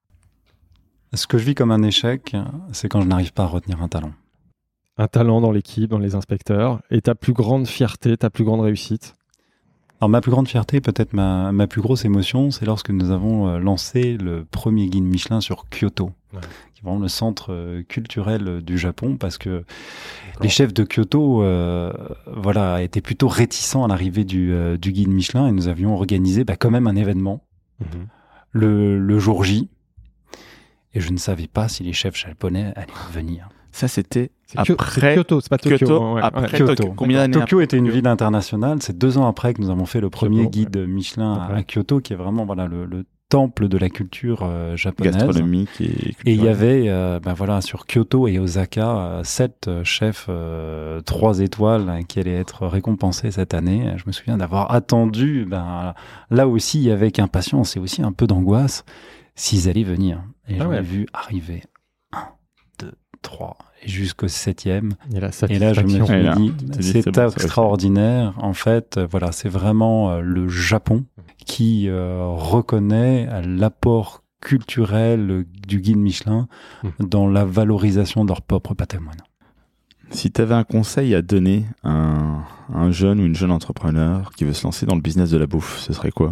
Ce que je vis comme un échec, c'est quand je n'arrive pas à retenir un talent. Un talent dans l'équipe, dans les inspecteurs, et ta plus grande fierté, ta plus grande réussite? Alors ma plus grande fierté, peut-être ma, ma plus grosse émotion, c'est lorsque nous avons euh, lancé le premier guide Michelin sur Kyoto, ouais. qui est vraiment le centre euh, culturel du Japon, parce que D'accord. les chefs de Kyoto euh, voilà, étaient plutôt réticents à l'arrivée du, euh, du guide Michelin, et nous avions organisé bah, quand même un événement mmh. le, le jour J, et je ne savais pas si les chefs japonais allaient venir. Ça, c'était c'est après Kyoto, c'est pas Tokyo. Kyoto, ouais, après ouais. Kyoto. Kyoto. Combien d'années Tokyo était une ville internationale. C'est deux ans après que nous avons fait le premier Kyoto, guide ouais. Michelin okay. à Kyoto, qui est vraiment voilà le, le temple de la culture euh, japonaise. Gastronomique et culturelle. Et il y avait, euh, ben voilà, sur Kyoto et Osaka, euh, sept chefs euh, trois étoiles hein, qui allaient être récompensés cette année. Je me souviens d'avoir attendu, ben là aussi avec impatience et aussi un peu d'angoisse, s'ils allaient venir. Et ah j'en ouais. ai vu arriver un, deux, trois. Jusqu'au septième. Et, et là, je me suis là, dit, c'est, c'est bon, extraordinaire. En fait, voilà, c'est vraiment euh, le Japon qui euh, reconnaît l'apport culturel du guide Michelin mmh. dans la valorisation de leur propre patrimoine. Si tu avais un conseil à donner à un, un jeune ou une jeune entrepreneur qui veut se lancer dans le business de la bouffe, ce serait quoi ?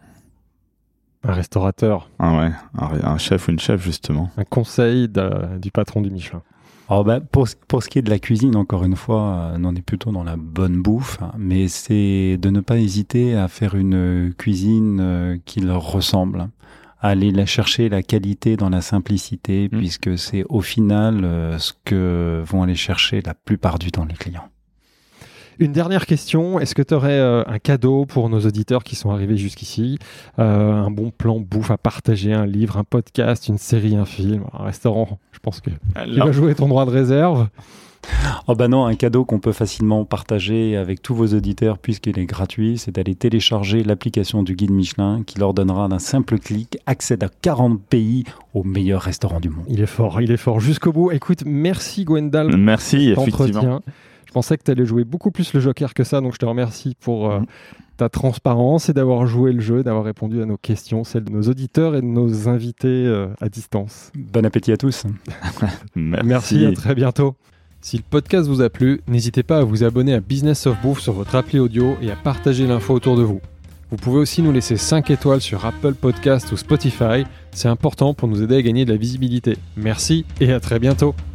Un restaurateur. Ah ouais, un, un chef ou une chef, justement. Un conseil de, du patron du Michelin. Alors ben, pour, pour ce qui est de la cuisine, encore une fois, euh, on est plutôt dans la bonne bouffe, hein, mais c'est de ne pas hésiter à faire une cuisine euh, qui leur ressemble, hein, à aller la chercher la qualité dans la simplicité, mmh. puisque c'est au final euh, ce que vont aller chercher la plupart du temps les clients. Une dernière question, est-ce que tu aurais euh, un cadeau pour nos auditeurs qui sont arrivés jusqu'ici, euh, un bon plan bouffe à partager, un livre, un podcast, une série, un film, un restaurant? Je pense que tu vas jouer ton droit de réserve. Oh bah non, un cadeau qu'on peut facilement partager avec tous vos auditeurs puisqu'il est gratuit, c'est d'aller télécharger l'application du guide Michelin qui leur donnera d'un simple clic accès à quarante pays aux meilleurs restaurants du monde. Il est fort, il est fort jusqu'au bout. Écoute, merci Gwendal. Merci, effectivement. Je pensais que tu allais jouer beaucoup plus le joker que ça, donc je te remercie pour euh, mmh. ta transparence et d'avoir joué le jeu, d'avoir répondu à nos questions, celles de nos auditeurs et de nos invités euh, à distance. Bon appétit à tous. Merci. Merci, à très bientôt. Si le podcast vous a plu, n'hésitez pas à vous abonner à Business of Bouffe sur votre appli audio et à partager l'info autour de vous. Vous pouvez aussi nous laisser cinq étoiles sur Apple Podcast ou Spotify, c'est important pour nous aider à gagner de la visibilité. Merci et à très bientôt.